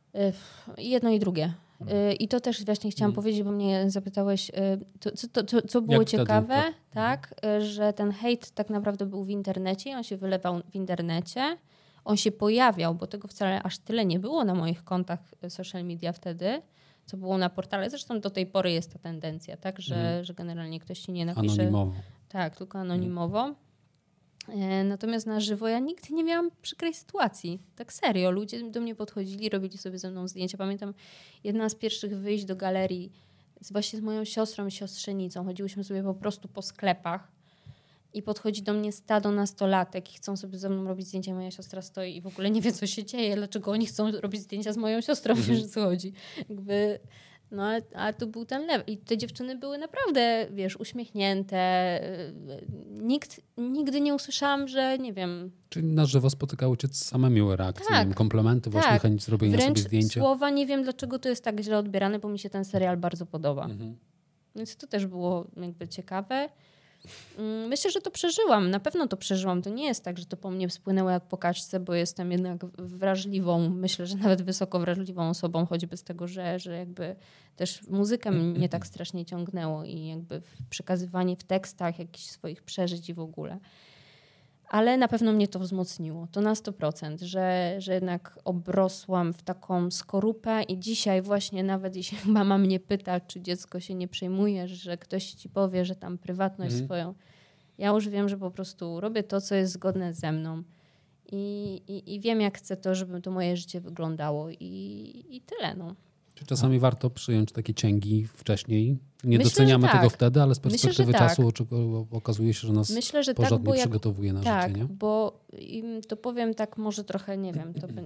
Jedno i drugie. I to też właśnie chciałam hmm. powiedzieć, bo mnie zapytałeś, to, to, to, co było Jak ciekawe, wtedy, tak, że ten hejt tak naprawdę był w internecie, on się wylewał w internecie, on się pojawiał, bo tego wcale aż tyle nie było na moich kontach social media wtedy, co było na portale. Zresztą do tej pory jest ta tendencja, tak, że, hmm. że generalnie ktoś ci nie napisze. Anonimowo. Tak, tylko anonimowo. Hmm. Natomiast na żywo ja nigdy nie miałam przykrej sytuacji. Tak serio. Ludzie do mnie podchodzili, robili sobie ze mną zdjęcia. Pamiętam jedna z pierwszych wyjść do galerii z, właśnie z moją siostrą i siostrzenicą. Chodziłyśmy sobie po prostu po sklepach i podchodzi do mnie stado nastolatek i chcą sobie ze mną robić zdjęcia. Moja siostra stoi i w ogóle nie wie, co się dzieje. Dlaczego oni chcą robić zdjęcia z moją siostrą? Wiesz, o co chodzi. Jakby... No, ale, ale to był ten level. I te dziewczyny były naprawdę, wiesz, uśmiechnięte. Nikt, nigdy nie usłyszałam, że nie wiem... Czyli na żywo spotykały cię same miłe reakcje, tak, nie wiem, komplementy, właśnie tak. chęć zrobienia Wręcz sobie zdjęcia. słowa, nie wiem dlaczego to jest tak źle odbierane, bo mi się ten serial bardzo podoba. Mhm. Więc to też było jakby ciekawe. Myślę, że to przeżyłam. Na pewno to przeżyłam. To nie jest tak, że to po mnie spłynęło jak po kaczce, bo jestem jednak wrażliwą, myślę, że nawet wysoko wrażliwą osobą, choćby z tego, że, że jakby też muzykę mnie tak strasznie ciągnęło i jakby przekazywanie w tekstach jakichś swoich przeżyć i w ogóle. Ale na pewno mnie to wzmocniło. To na sto procent, że, że jednak obrosłam w taką skorupę i dzisiaj właśnie nawet jeśli mama mnie pyta, czy dziecko się nie przejmuje, że ktoś ci powie, że tam prywatność mhm. swoją, ja już wiem, że po prostu robię to, co jest zgodne ze mną i, i, i wiem, jak chcę to, żeby to moje życie wyglądało i, i tyle, no. Czy czasami warto przyjąć takie cięgi wcześniej? Nie Myślę, doceniamy tak. tego wtedy, ale z perspektywy Myślę, czasu tak. okazuje się, że nas Myślę, że porządnie tak, bo przygotowuje jak, na tak, życie. Nie? Bo to powiem tak może trochę, nie wiem, to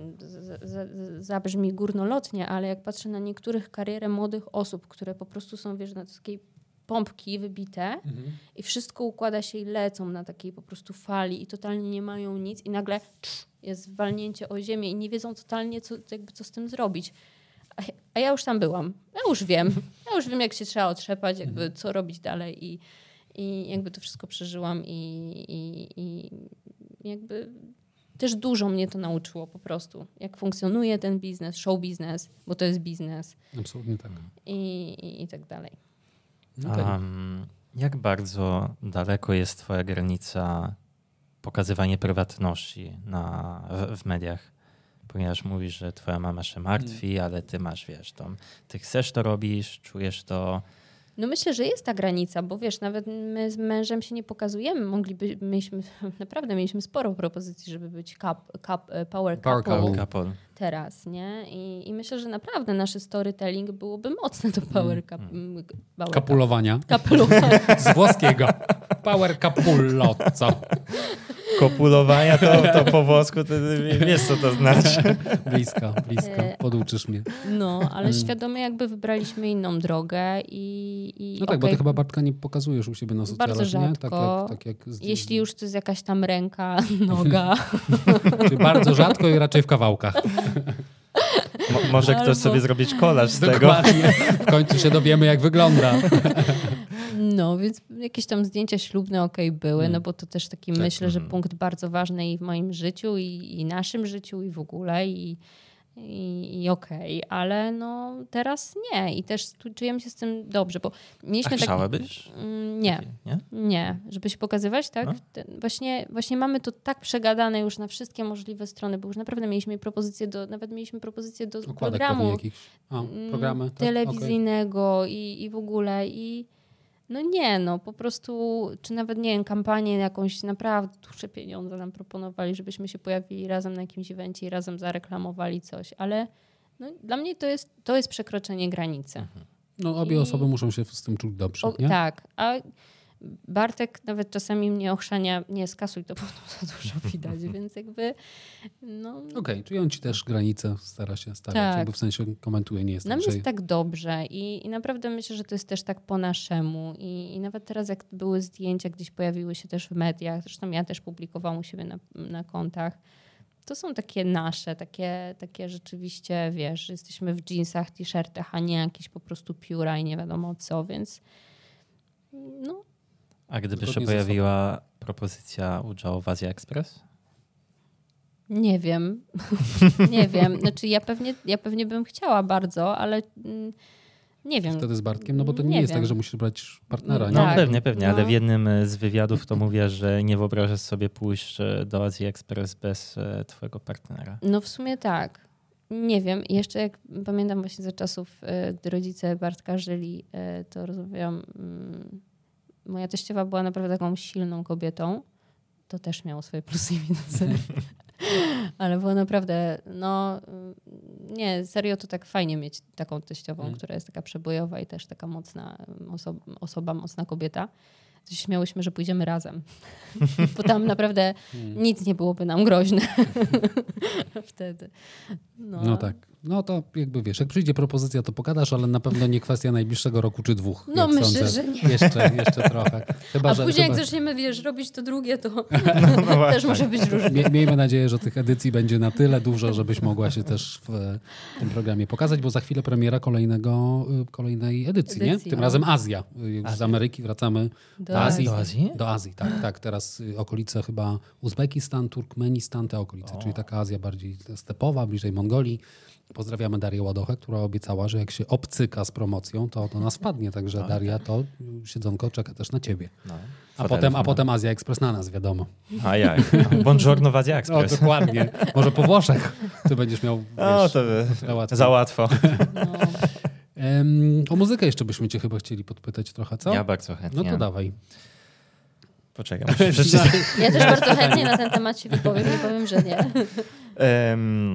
zabrzmi górnolotnie, ale jak patrzę na niektórych karierę młodych osób, które po prostu są, wiesz, na takiej pompki wybite mhm. i wszystko układa się i lecą na takiej po prostu fali i totalnie nie mają nic i nagle pff, jest walnięcie o ziemię i nie wiedzą totalnie, co, jakby co z tym zrobić. A, a ja już tam byłam. Ja już wiem. Ja już wiem, jak się trzeba otrzepać, jakby co robić dalej i, i jakby to wszystko przeżyłam i, i, i jakby też dużo mnie to nauczyło po prostu. Jak funkcjonuje ten biznes, show biznes, bo to jest biznes. Absolutnie tak. I, i, i tak dalej. Okay. Um, jak bardzo daleko jest twoja granica pokazywania prywatności na, w, w mediach? Ponieważ mówisz, że twoja mama się martwi, hmm. ale ty masz, wiesz, to, ty chcesz to robisz, czujesz to. No myślę, że jest ta granica, bo wiesz, nawet my z mężem się nie pokazujemy. Mogliby, mieliśmy, naprawdę mieliśmy sporo propozycji, żeby być cup, cup, power couple, power couple teraz, nie? I, I myślę, że naprawdę nasz storytelling byłoby mocne do power, cup, hmm. power kapulowania. Kapulowania. Z włoskiego. Power capullo, co? Kopulowania to, to po włosku, to wiesz, co to znaczy. Blisko, blisko. Poduczysz mnie. No, ale świadomie jakby wybraliśmy inną drogę i... i no tak, okay. bo ty chyba, Bartka, nie pokazujesz u siebie na socjalach, bardzo rzadko. nie? Tak jak, tak jak z... Jeśli już to jest jakaś tam ręka, noga. Czyli bardzo rzadko i raczej w kawałkach. Mo- może Albo... ktoś sobie zrobić kolaż z Dokładnie. tego. W końcu się dowiemy, jak wygląda. No, więc jakieś tam zdjęcia ślubne okej okay, były, hmm. no bo to też taki tak. myślę, że punkt bardzo ważny i w moim życiu, i, i naszym życiu, i w ogóle, i, i, i okej, okay. ale no teraz nie i też czujemy się z tym dobrze, bo mieliśmy... A chciałabyś? Tak, nie, nie, nie, żeby się pokazywać, tak? No. Właśnie, właśnie mamy to tak przegadane już na wszystkie możliwe strony, bo już naprawdę mieliśmy propozycje do, nawet mieliśmy propozycje do Układek programu A, programy, tak? telewizyjnego okay. i, i w ogóle i no nie, no po prostu, czy nawet nie wiem, kampanię jakąś naprawdę duże pieniądze nam proponowali, żebyśmy się pojawili razem na jakimś evencie i razem zareklamowali coś, ale no, dla mnie to jest, to jest przekroczenie granicy. No obie I... osoby muszą się z tym czuć dobrze, o, nie? Tak, a Bartek nawet czasami mnie ochrzania, nie skasuj to, bo to za dużo widać, więc jakby no... Okej, okay, czyli on ci też granice stara się stawiać, tak. jakby w sensie komentuje, nie jest Nam tak, jest że... tak dobrze i, i naprawdę myślę, że to jest też tak po naszemu I, i nawet teraz jak były zdjęcia, gdzieś pojawiły się też w mediach, zresztą ja też publikowałam u siebie na, na kontach, to są takie nasze, takie, takie rzeczywiście, wiesz, jesteśmy w jeansach, t-shirtach, a nie jakieś po prostu pióra i nie wiadomo co, więc no. A gdyby się pojawiła propozycja udziału w Asia Express? Nie wiem. nie wiem. Znaczy ja pewnie, ja pewnie bym chciała bardzo, ale mm, nie wiem. Wtedy z Bartkiem? No bo to nie, nie jest wiem. tak, że musisz brać partnera. No Nie? Tak. pewnie, pewnie, No. ale w jednym z wywiadów to mówię, że nie wyobrażasz sobie pójść do Asia Express bez e, twojego partnera. No w sumie tak. Nie wiem. I jeszcze jak pamiętam właśnie ze czasów, e, gdy rodzice Bartka żyli, e, to rozmawiałam. Mm, moja teściowa była naprawdę taką silną kobietą. To też miało swoje plusy i minusy. Ale było naprawdę, no nie, serio to tak fajnie mieć taką teściową, mm. która jest taka przebojowa i też taka mocna osoba, osoba mocna kobieta. To się śmiałyśmy, że pójdziemy razem. Bo tam naprawdę mm. nic nie byłoby nam groźne wtedy. No. no tak. No to jakby wiesz, jak przyjdzie propozycja, to pogadasz, ale na pewno nie kwestia najbliższego roku czy dwóch. No myślę, sądzę. że nie. Jeszcze, jeszcze trochę. Chyba, A że, później chyba... jak zaczniemy, wiesz, robić to drugie, to No, no też może być różnie. Mie- miejmy nadzieję, że tych edycji będzie na tyle dużo, żebyś mogła się też w tym programie pokazać, bo za chwilę premiera kolejnego, kolejnej edycji, Edycji, nie? Tym no. razem Azja. Już Azja. z Ameryki wracamy Do do Azji. Do Azji? Do Azji, tak, tak. Teraz y, okolice chyba Uzbekistan, Turkmenistan, te okolice, O. czyli taka Azja bardziej stepowa, bliżej Mongolii. Pozdrawiamy Darię Ładochę, która obiecała, że jak się obcyka z promocją, to to nas spadnie. Także Daria, to siedzonko czeka też na ciebie. No. A potem, a potem Azja Express na nas, wiadomo. A jak? Buongiorno w Asia O, Express. dokładnie. Może po Włoszech ty będziesz miał, O, wiesz, to by za łatwo. za łatwo. No. Em, o muzykę jeszcze byśmy cię chyba chcieli podpytać trochę, co? Ja bardzo chętnie. No to dawaj. Poczekaj, muszę przeczytać. Ja też bardzo chętnie na ten temat się wypowiem, nie powiem, że nie. Um,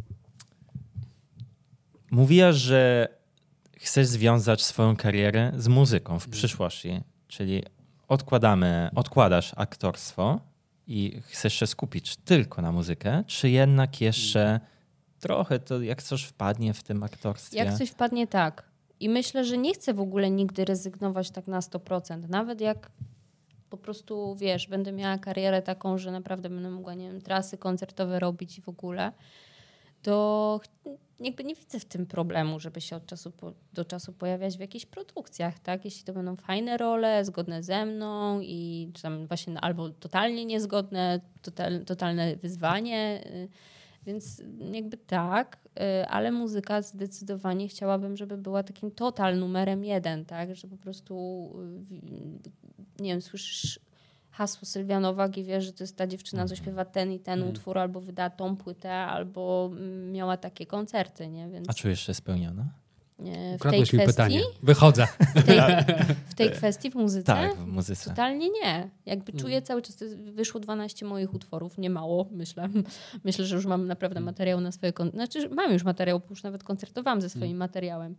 mówiłaś, że chcesz związać swoją karierę z muzyką w przyszłości, czyli odkładamy, odkładasz aktorstwo i chcesz się skupić tylko na muzykę, czy jednak jeszcze trochę to jak coś wpadnie w tym aktorstwie? Jak coś wpadnie, tak. I myślę, że nie chcę w ogóle nigdy rezygnować tak na sto procent. Nawet jak po prostu, wiesz, będę miała karierę taką, że naprawdę będę mogła, nie wiem, trasy koncertowe robić i w ogóle, to jakby nie widzę w tym problemu, żeby się od czasu po, do czasu pojawiać w jakichś produkcjach, tak? Jeśli to będą fajne role, zgodne ze mną i czy tam właśnie albo totalnie niezgodne, total, totalne wyzwanie. Więc jakby tak, ale muzyka zdecydowanie chciałabym, żeby była takim total numerem jeden, tak? Że po prostu, nie wiem, słyszysz hasło Sylwia Nowak i wiesz, że to jest ta dziewczyna, co śpiewa ten i ten Mm. utwór, albo wyda tą płytę, albo miała takie koncerty, nie? Więc A czujesz się spełniona? nie, w tej Ukradłeś mi kwestii, pytanie. Wychodzę. w tej, w tej kwestii w muzyce? Tak, w muzyce. Totalnie nie. Jakby czuję cały czas, to jest- wyszło dwanaście moich utworów, nie mało, myślę. Myślę, że już mam naprawdę materiał na swoje koncerty. Znaczy, że mam już materiał, bo już nawet koncertowałam ze swoim materiałem.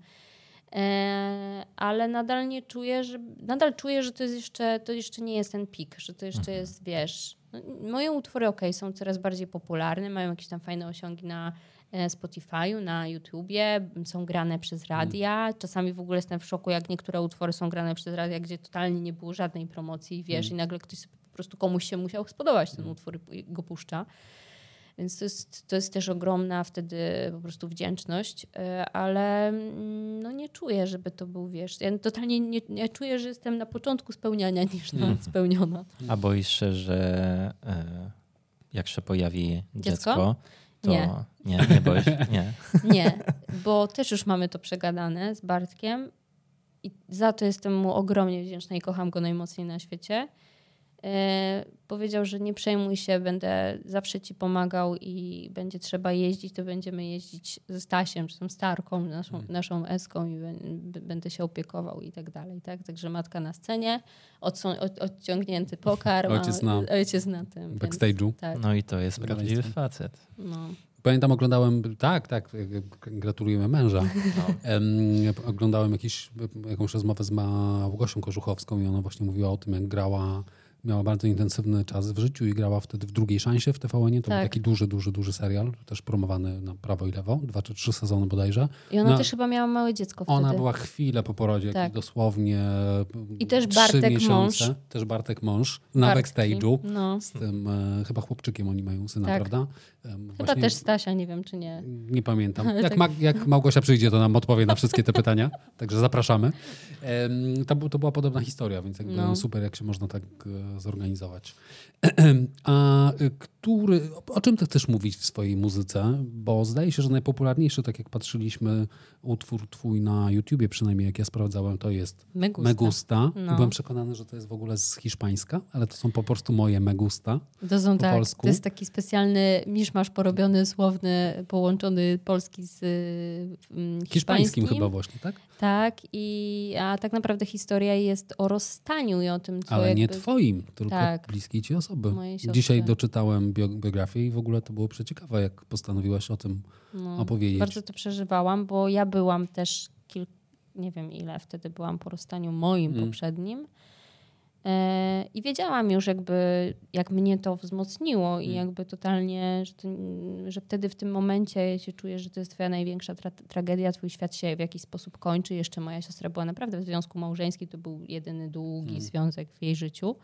E, ale nadal nie czuję, że nadal czuję, że to jest jeszcze, to jeszcze nie jest ten pik, że to jeszcze jest, wiesz, no, moje utwory okej, są coraz bardziej popularne, mają jakieś tam fajne osiągi na e, Spotify'u, na YouTubie, są grane przez radia. Czasami w ogóle jestem w szoku, jak niektóre utwory są grane przez radia, gdzie totalnie nie było żadnej promocji, wiesz, i nagle ktoś sobie po prostu komuś się musiał spodobać ten utwór i go puszcza. Więc to jest, to jest też ogromna wtedy po prostu wdzięczność, e, ale mm, no nie czuję, żeby to był, wiesz, ja totalnie nie, nie czuję, że jestem na początku spełniania niż na spełniona. A boisz się, że e, jak się pojawi dziecko, Dziecko? to Nie. nie, nie boisz? Nie. Nie, bo też już mamy to przegadane z Bartkiem i za to jestem mu ogromnie wdzięczna i kocham go najmocniej na świecie. E, powiedział, że nie przejmuj się, będę zawsze ci pomagał i będzie trzeba jeździć, to będziemy jeździć ze Stasiem, czy tą Starką, naszą, Mm. naszą Eską i b- będę się opiekował i tak dalej. Tak? Także matka na scenie, odsą- od, odciągnięty pokarm, Ojciec a na- ojciec na tym. więc backstage'u. Tak, No i to jest Dobra, prawdziwy jestem. facet. no. Pamiętam, oglądałem, tak, tak, gratulujemy męża. Em, oglądałem jakiś, jakąś rozmowę z Małgosią Korzuchowską i ona właśnie mówiła o tym, jak grała miała bardzo intensywny czas w życiu i grała wtedy w Drugiej Szansie w T V N-ie. To Tak. był taki duży, duży, duży serial, też promowany na prawo i lewo, dwa czy trzy sezony bodajże. I ona No, też chyba miała małe dziecko wtedy. Ona była chwilę po porodzie, Tak. jakieś dosłownie I też trzy Bartek miesiące. mąż. Też Bartek mąż na Bartki. backstage'u. No. Z tym e, chyba chłopczykiem oni mają syna, Tak. prawda? E, Chyba właśnie- też Stasia, nie wiem czy nie. Nie pamiętam. Ale Jak, tak. Ma, jak Małgosia przyjdzie, to nam odpowie na wszystkie te pytania. Także zapraszamy. Em, To, był- to była podobna historia, więc jakby No. super, jak się można tak e, zorganizować. A e, który, o czym ty chcesz mówić w swojej muzyce? Bo zdaje się, że najpopularniejszy, tak jak patrzyliśmy, utwór twój na YouTubie, przynajmniej jak ja sprawdzałem, to jest Megusta. Megusta. No. Byłem przekonany, że to jest w ogóle z hiszpańska, ale to są po prostu moje Megusta. To są po tak, polsku. to jest taki specjalny miszmasz porobiony, słowny, połączony polski z y, mm, Hiszpańskim chyba właśnie, tak? Tak, i, a tak naprawdę historia jest o rozstaniu i o tym, co Ale jakby... nie twoim, tylko Tak. bliskiej ci osoby. Mojej siostry. Dzisiaj doczytałem bio- biografię i w ogóle to było przeciekawe, jak postanowiłaś o tym No, opowiedzieć. bardzo to przeżywałam, bo ja byłam też kilk, nie wiem ile wtedy byłam po rozstaniu moim Mm. poprzednim. E, I wiedziałam już jakby, jak mnie to wzmocniło i Mm. jakby totalnie, że, to, że wtedy w tym momencie się czujesz, że to jest twoja największa tra- tragedia, twój świat się w jakiś sposób kończy. Jeszcze moja siostra była naprawdę w związku małżeńskim, to był jedyny długi Mm. związek w jej życiu.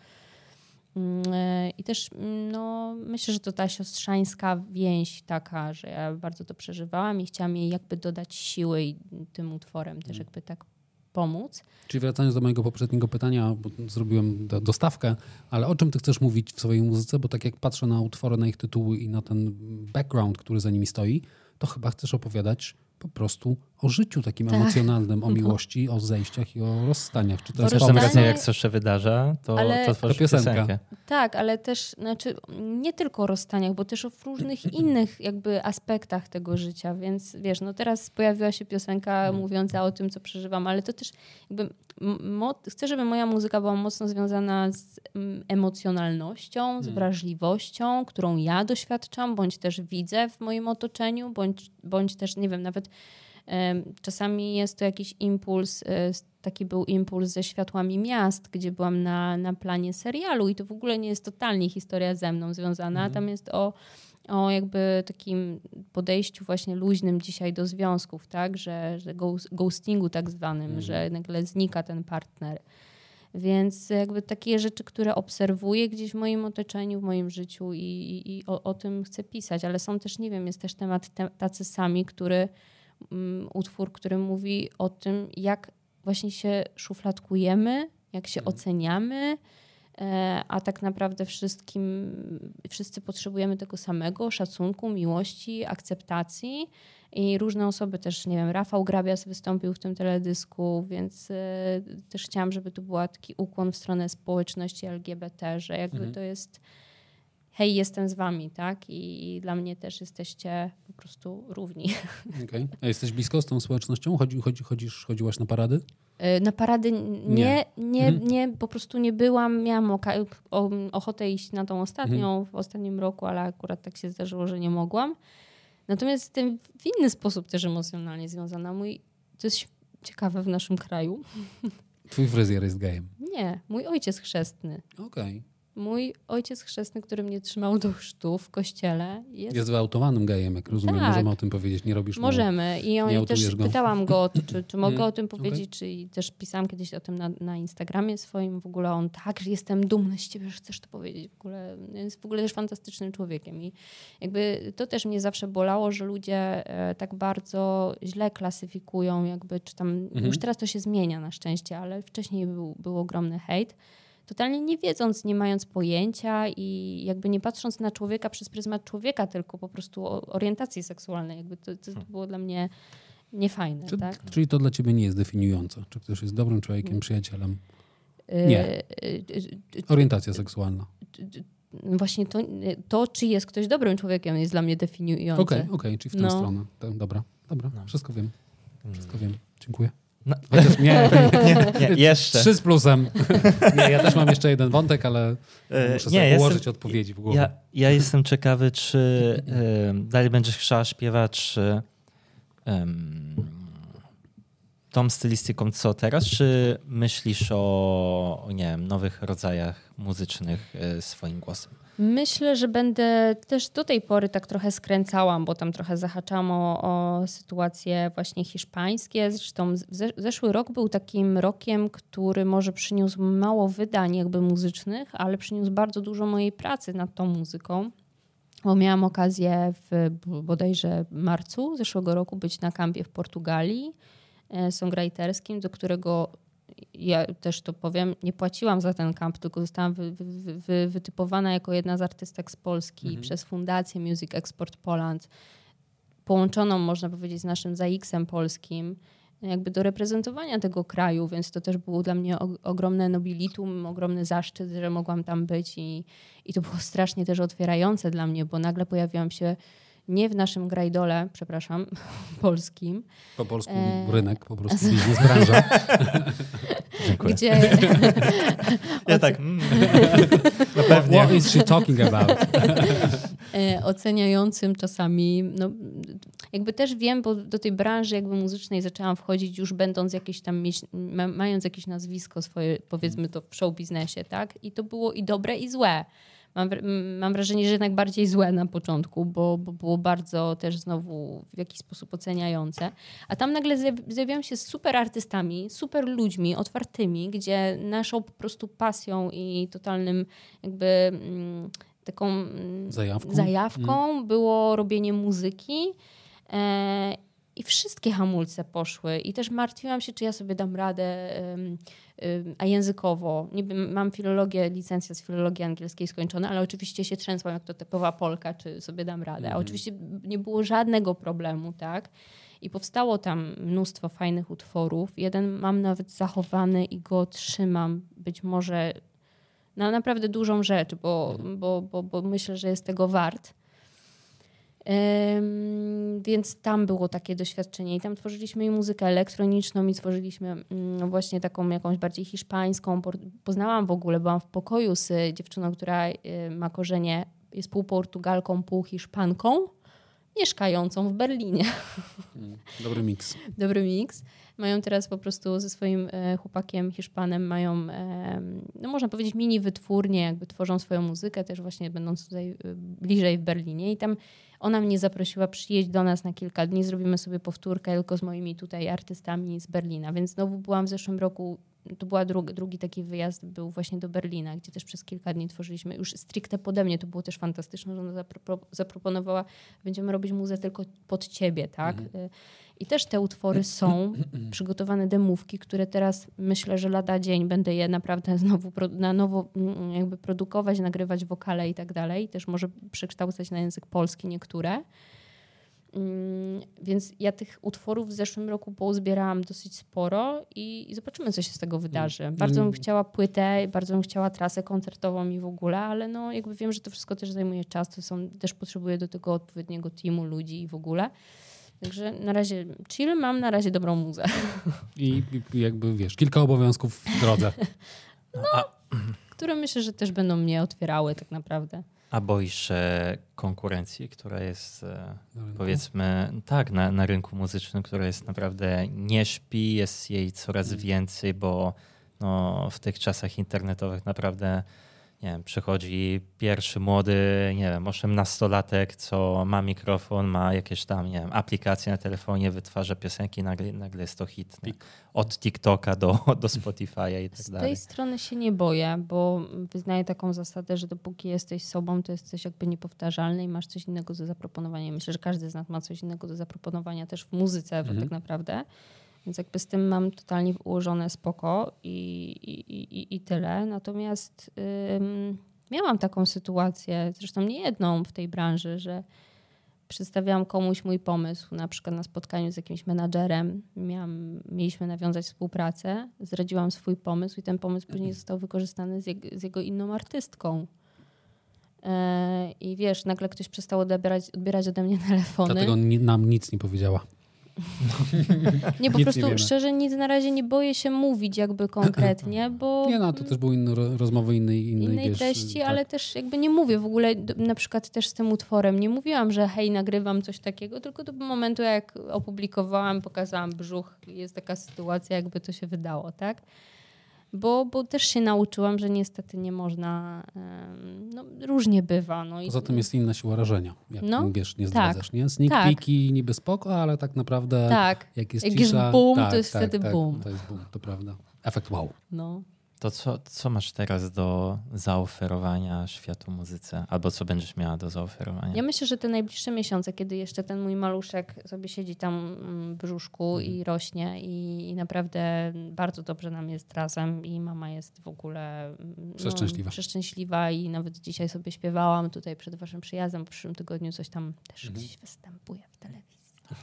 Mm, e, I też no, myślę, że to ta siostrzańska więź taka, że ja bardzo to przeżywałam i chciałam jej jakby dodać siły i tym utworem też jakby tak pomóc. Czyli wracając do mojego poprzedniego pytania, bo zrobiłem do, dostawkę, ale o czym ty chcesz mówić w swojej muzyce? Bo tak jak patrzę na utwory, na ich tytuły i na ten background, który za nimi stoi, to chyba chcesz opowiadać po prostu o życiu takim Tak. emocjonalnym, o No. miłości, o zejściach i o rozstaniach. Czy to O jest Zresztą pomysł? obecnie jak coś się wydarza, to, Ale- to tworzysz To piosenka. piosenkę. Tak, ale też znaczy, nie tylko o rozstaniach, bo też o różnych innych jakby aspektach tego życia, więc wiesz, no teraz pojawiła się piosenka mówiąca o tym, co przeżywam, ale to też jakby mo- chcę, żeby moja muzyka była mocno związana z mm, emocjonalnością, z wrażliwością, którą ja doświadczam, bądź też widzę w moim otoczeniu, bądź, bądź też, nie wiem, nawet em, czasami jest to jakiś impuls, e, taki był impuls ze Światłami Miast, gdzie byłam na, na planie serialu i to w ogóle nie jest totalnie historia ze mną związana. Mhm. Tam jest o, o jakby takim podejściu właśnie luźnym dzisiaj do związków, tak, że, że ghost- ghostingu tak zwanym, Mhm. że nagle znika ten partner. Więc jakby takie rzeczy, które obserwuję gdzieś w moim otoczeniu, w moim życiu i, i, i o, o tym chcę pisać, ale są też, nie wiem, jest też temat te, tacy sami, który um, utwór, który mówi o tym, jak właśnie się szufladkujemy, jak się Mhm. oceniamy, e, a tak naprawdę wszystkim, wszyscy potrzebujemy tego samego, szacunku, miłości, akceptacji. I różne osoby też, nie wiem, Rafał Grabias wystąpił w tym teledysku, więc e, też chciałam, żeby to był taki ukłon w stronę społeczności L G B T, że jakby Mhm. to jest hej, jestem z wami, tak? I, I dla mnie też jesteście po prostu równi. Okej. A jesteś blisko z tą społecznością? Chodzi, chodzi, chodzisz, chodziłaś na parady? E, Na parady n- Nie. nie, nie, Mhm. nie, po prostu nie byłam. Miałam oka- o, ochotę iść na tą ostatnią w ostatnim roku, ale akurat tak się zdarzyło, że nie mogłam. Natomiast jestem w inny sposób też emocjonalnie związana. Mój, to jest ciekawe w naszym kraju. Twój fryzjer jest gejem. Nie, mój ojciec chrzestny. Okej. Mój ojciec chrzestny, który mnie trzymał do chrztu w kościele. Jest, Jest wyautowanym gejem, jak rozumiem. Tak. Możemy o tym powiedzieć. Nie robisz mu... Możemy. I on nie też autujesz go. pytałam go, o to, czy, czy mogę Mhm. o tym powiedzieć, Okej. czy i też pisałam kiedyś o tym na, na Instagramie swoim. W ogóle on tak, że jestem dumny z ciebie, że chcesz to powiedzieć. W ogóle jest w ogóle też fantastycznym człowiekiem. I jakby to też mnie zawsze bolało, że ludzie e, tak bardzo źle klasyfikują, jakby, czy tam, Mhm. już teraz to się zmienia na szczęście, ale wcześniej był, był ogromny hejt. Totalnie nie wiedząc, nie mając pojęcia i jakby nie patrząc na człowieka przez pryzmat człowieka, tylko po prostu o orientacji seksualnej. Jakby to, to było dla mnie niefajne. Czy, Tak? Czyli to dla ciebie nie jest definiujące? Czy ktoś jest dobrym człowiekiem, przyjacielem? nie. Y, y, y, Orientacja seksualna. y, y, Właśnie to, to, czy jest ktoś dobrym człowiekiem, jest dla mnie definiujące. Okej, okej, czyli w tę No. stronę. To, dobra, dobra. Wszystko wiem. Wszystko wiem. Dziękuję. No. Chociaż nie, Nie, nie, jeszcze. Trzy z plusem. Nie, ja też mam jeszcze jeden wątek, ale E, muszę nie, sobie jestem- ułożyć odpowiedzi w głowie. Ja, ja jestem ciekawy, czy e, dalej będziesz chciała śpiewać, czy em, tą stylistyką co teraz, czy myślisz o, o nie wiem, nowych rodzajach muzycznych swoim głosem? Myślę, że będę też do tej pory tak trochę skręcałam, bo tam trochę zahaczałam o, o sytuacje właśnie hiszpańskie. Zresztą zeszły rok był takim rokiem, który może przyniósł mało wydań jakby muzycznych, ale przyniósł bardzo dużo mojej pracy nad tą muzyką. Bo miałam okazję w bodajże marcu zeszłego roku być na kampie w Portugalii songwriterskim, do którego ja też to powiem, nie płaciłam za ten kamp, tylko zostałam wy, wy, wy, wytypowana jako jedna z artystek z Polski mhm. przez Fundację Music Export Poland, połączoną, można powiedzieć, z naszym zaiksem polskim, jakby do reprezentowania tego kraju, więc to też było dla mnie ogromne nobilitum, ogromny zaszczyt, że mogłam tam być i, i to było strasznie też otwierające dla mnie, bo nagle pojawiłam się nie w naszym grajdole, przepraszam, polskim. Po polsku e... rynek, po prostu biznes, branża. Dziękuję. Gdzie... Ja tak, mm, no pewnie. What is she talking about? Oceniającym czasami, no jakby też wiem, bo do tej branży jakby muzycznej zaczęłam wchodzić już będąc jakieś tam, mając jakieś nazwisko swoje, powiedzmy to w show biznesie, tak? I to było i dobre i złe. Mam, mam wrażenie, że jednak bardziej złe na początku, bo, bo było bardzo też znowu w jakiś sposób oceniające. A tam nagle zjawiają się super artystami, super ludźmi, otwartymi, gdzie naszą po prostu pasją i totalnym jakby mm, taką zajawką, zajawką mm. było robienie muzyki. E, I wszystkie hamulce poszły. I też martwiłam się, czy ja sobie dam radę, um, um, a językowo. Niby mam filologię, licencję z filologii angielskiej skończona, ale oczywiście się trzęsłam, jak to typowa Polka, czy sobie dam radę. A mm. oczywiście nie było żadnego problemu, tak? I powstało tam mnóstwo fajnych utworów. Jeden mam nawet zachowany i go trzymam. Być może na naprawdę dużą rzecz, bo, mm. bo, bo, bo myślę, że jest tego wart. Um, więc tam było takie doświadczenie i tam tworzyliśmy i muzykę elektroniczną i tworzyliśmy um, właśnie taką jakąś bardziej hiszpańską. Poznałam w ogóle, byłam w pokoju z dziewczyną, która y, ma korzenie, jest pół Portugalką, pół Hiszpanką, mieszkającą w Berlinie. Mm, dobry miks. Dobry miks. Mają teraz po prostu ze swoim e, chłopakiem Hiszpanem, mają, e, no można powiedzieć, mini wytwórnię, jakby tworzą swoją muzykę, też właśnie będąc tutaj e, bliżej w Berlinie. I tam ona mnie zaprosiła przyjeść do nas na kilka dni, zrobimy sobie powtórkę tylko z moimi tutaj artystami z Berlina. Więc znowu byłam w zeszłym roku, to była drugi, drugi taki wyjazd, był właśnie do Berlina, gdzie też przez kilka dni tworzyliśmy. Już stricte pode mnie, to było też fantastyczne, że ona zapro- zaproponowała, będziemy robić muzę tylko pod ciebie, tak? Mhm. I też te utwory są przygotowane demówki, które teraz myślę, że lada dzień będę je naprawdę znowu pro, na nowo jakby produkować, nagrywać wokale i tak dalej. Też może przekształcać na język polski niektóre. Um, więc ja tych utworów w zeszłym roku pouzbierałam dosyć sporo i, i zobaczymy, co się z tego wydarzy. Bardzo bym chciała płytę, bardzo bym chciała trasę koncertową i w ogóle, ale no jakby wiem, że to wszystko też zajmuje czas, to są, też potrzebuję do tego odpowiedniego teamu ludzi i w ogóle. Także na razie chill, mam na razie dobrą muzę. I, i jakby wiesz, kilka obowiązków w drodze. No, A. które myślę, że też będą mnie otwierały tak naprawdę. A boisz się konkurencji, która jest powiedzmy tak, na, na rynku muzycznym, która jest naprawdę nie śpi, jest jej coraz więcej, bo no, w tych czasach internetowych naprawdę nie wiem, przychodzi pierwszy młody, nie wiem, osiemnastolatek, co ma mikrofon, ma jakieś tam, nie wiem, aplikacje na telefonie, wytwarza piosenki, nagle, nagle jest to hit. Nie? Od TikToka do, do Spotify'a i tak Z dalej. tej strony się nie boję, bo wyznaję taką zasadę, że dopóki jesteś sobą, to jesteś jakby niepowtarzalny i masz coś innego do zaproponowania. Myślę, że każdy z nas ma coś innego do zaproponowania też w muzyce mhm. tak naprawdę. Więc jakby z tym mam totalnie ułożone spoko i, i, i, i tyle. Natomiast ym, miałam taką sytuację, zresztą nie jedną w tej branży, że przedstawiałam komuś mój pomysł, na przykład na spotkaniu z jakimś menadżerem. Miałam, mieliśmy nawiązać współpracę, zdradziłam swój pomysł i ten pomysł później został wykorzystany z jego, z jego inną artystką. Yy, I wiesz, nagle ktoś przestał odbierać, odbierać ode mnie telefony. Dlatego ni- nam nic nie powiedziała. Nie, po Nic prostu nie wiemy. szczerze nic na razie nie boję się mówić jakby konkretnie, bo... Nie no, to też były inne ro- rozmowy innej, innej, innej wiesz, treści, tak. ale też jakby nie mówię w ogóle, d- na przykład też z tym utworem, nie mówiłam, że hej, nagrywam coś takiego, tylko do momentu, jak opublikowałam, pokazałam brzuch, jest taka sytuacja, jakby to się wydało, tak? Bo, bo też się nauczyłam, że niestety nie można, um, no różnie bywa. No i, Poza tym jest inna siła rażenia, jak No, wiesz, nie tak, zdradzasz, nie? Sneak tak. peeki niby spoko, ale tak naprawdę tak, jak jest jak cisza... jest boom, tak, to jest tak, wtedy tak, boom. To jest boom, to prawda. Efekt wow. No. To co, co masz teraz do zaoferowania światu muzyce? Albo co będziesz miała do zaoferowania? Ja myślę, że te najbliższe miesiące, kiedy jeszcze ten mój maluszek sobie siedzi tam w brzuszku Mhm. i rośnie i, i naprawdę bardzo dobrze nam jest razem i mama jest w ogóle no, Przeszczęśliwa. przeszczęśliwa i nawet dzisiaj sobie śpiewałam tutaj przed waszym przyjazdem, w przyszłym tygodniu coś tam też Mhm. gdzieś występuje w telewizji.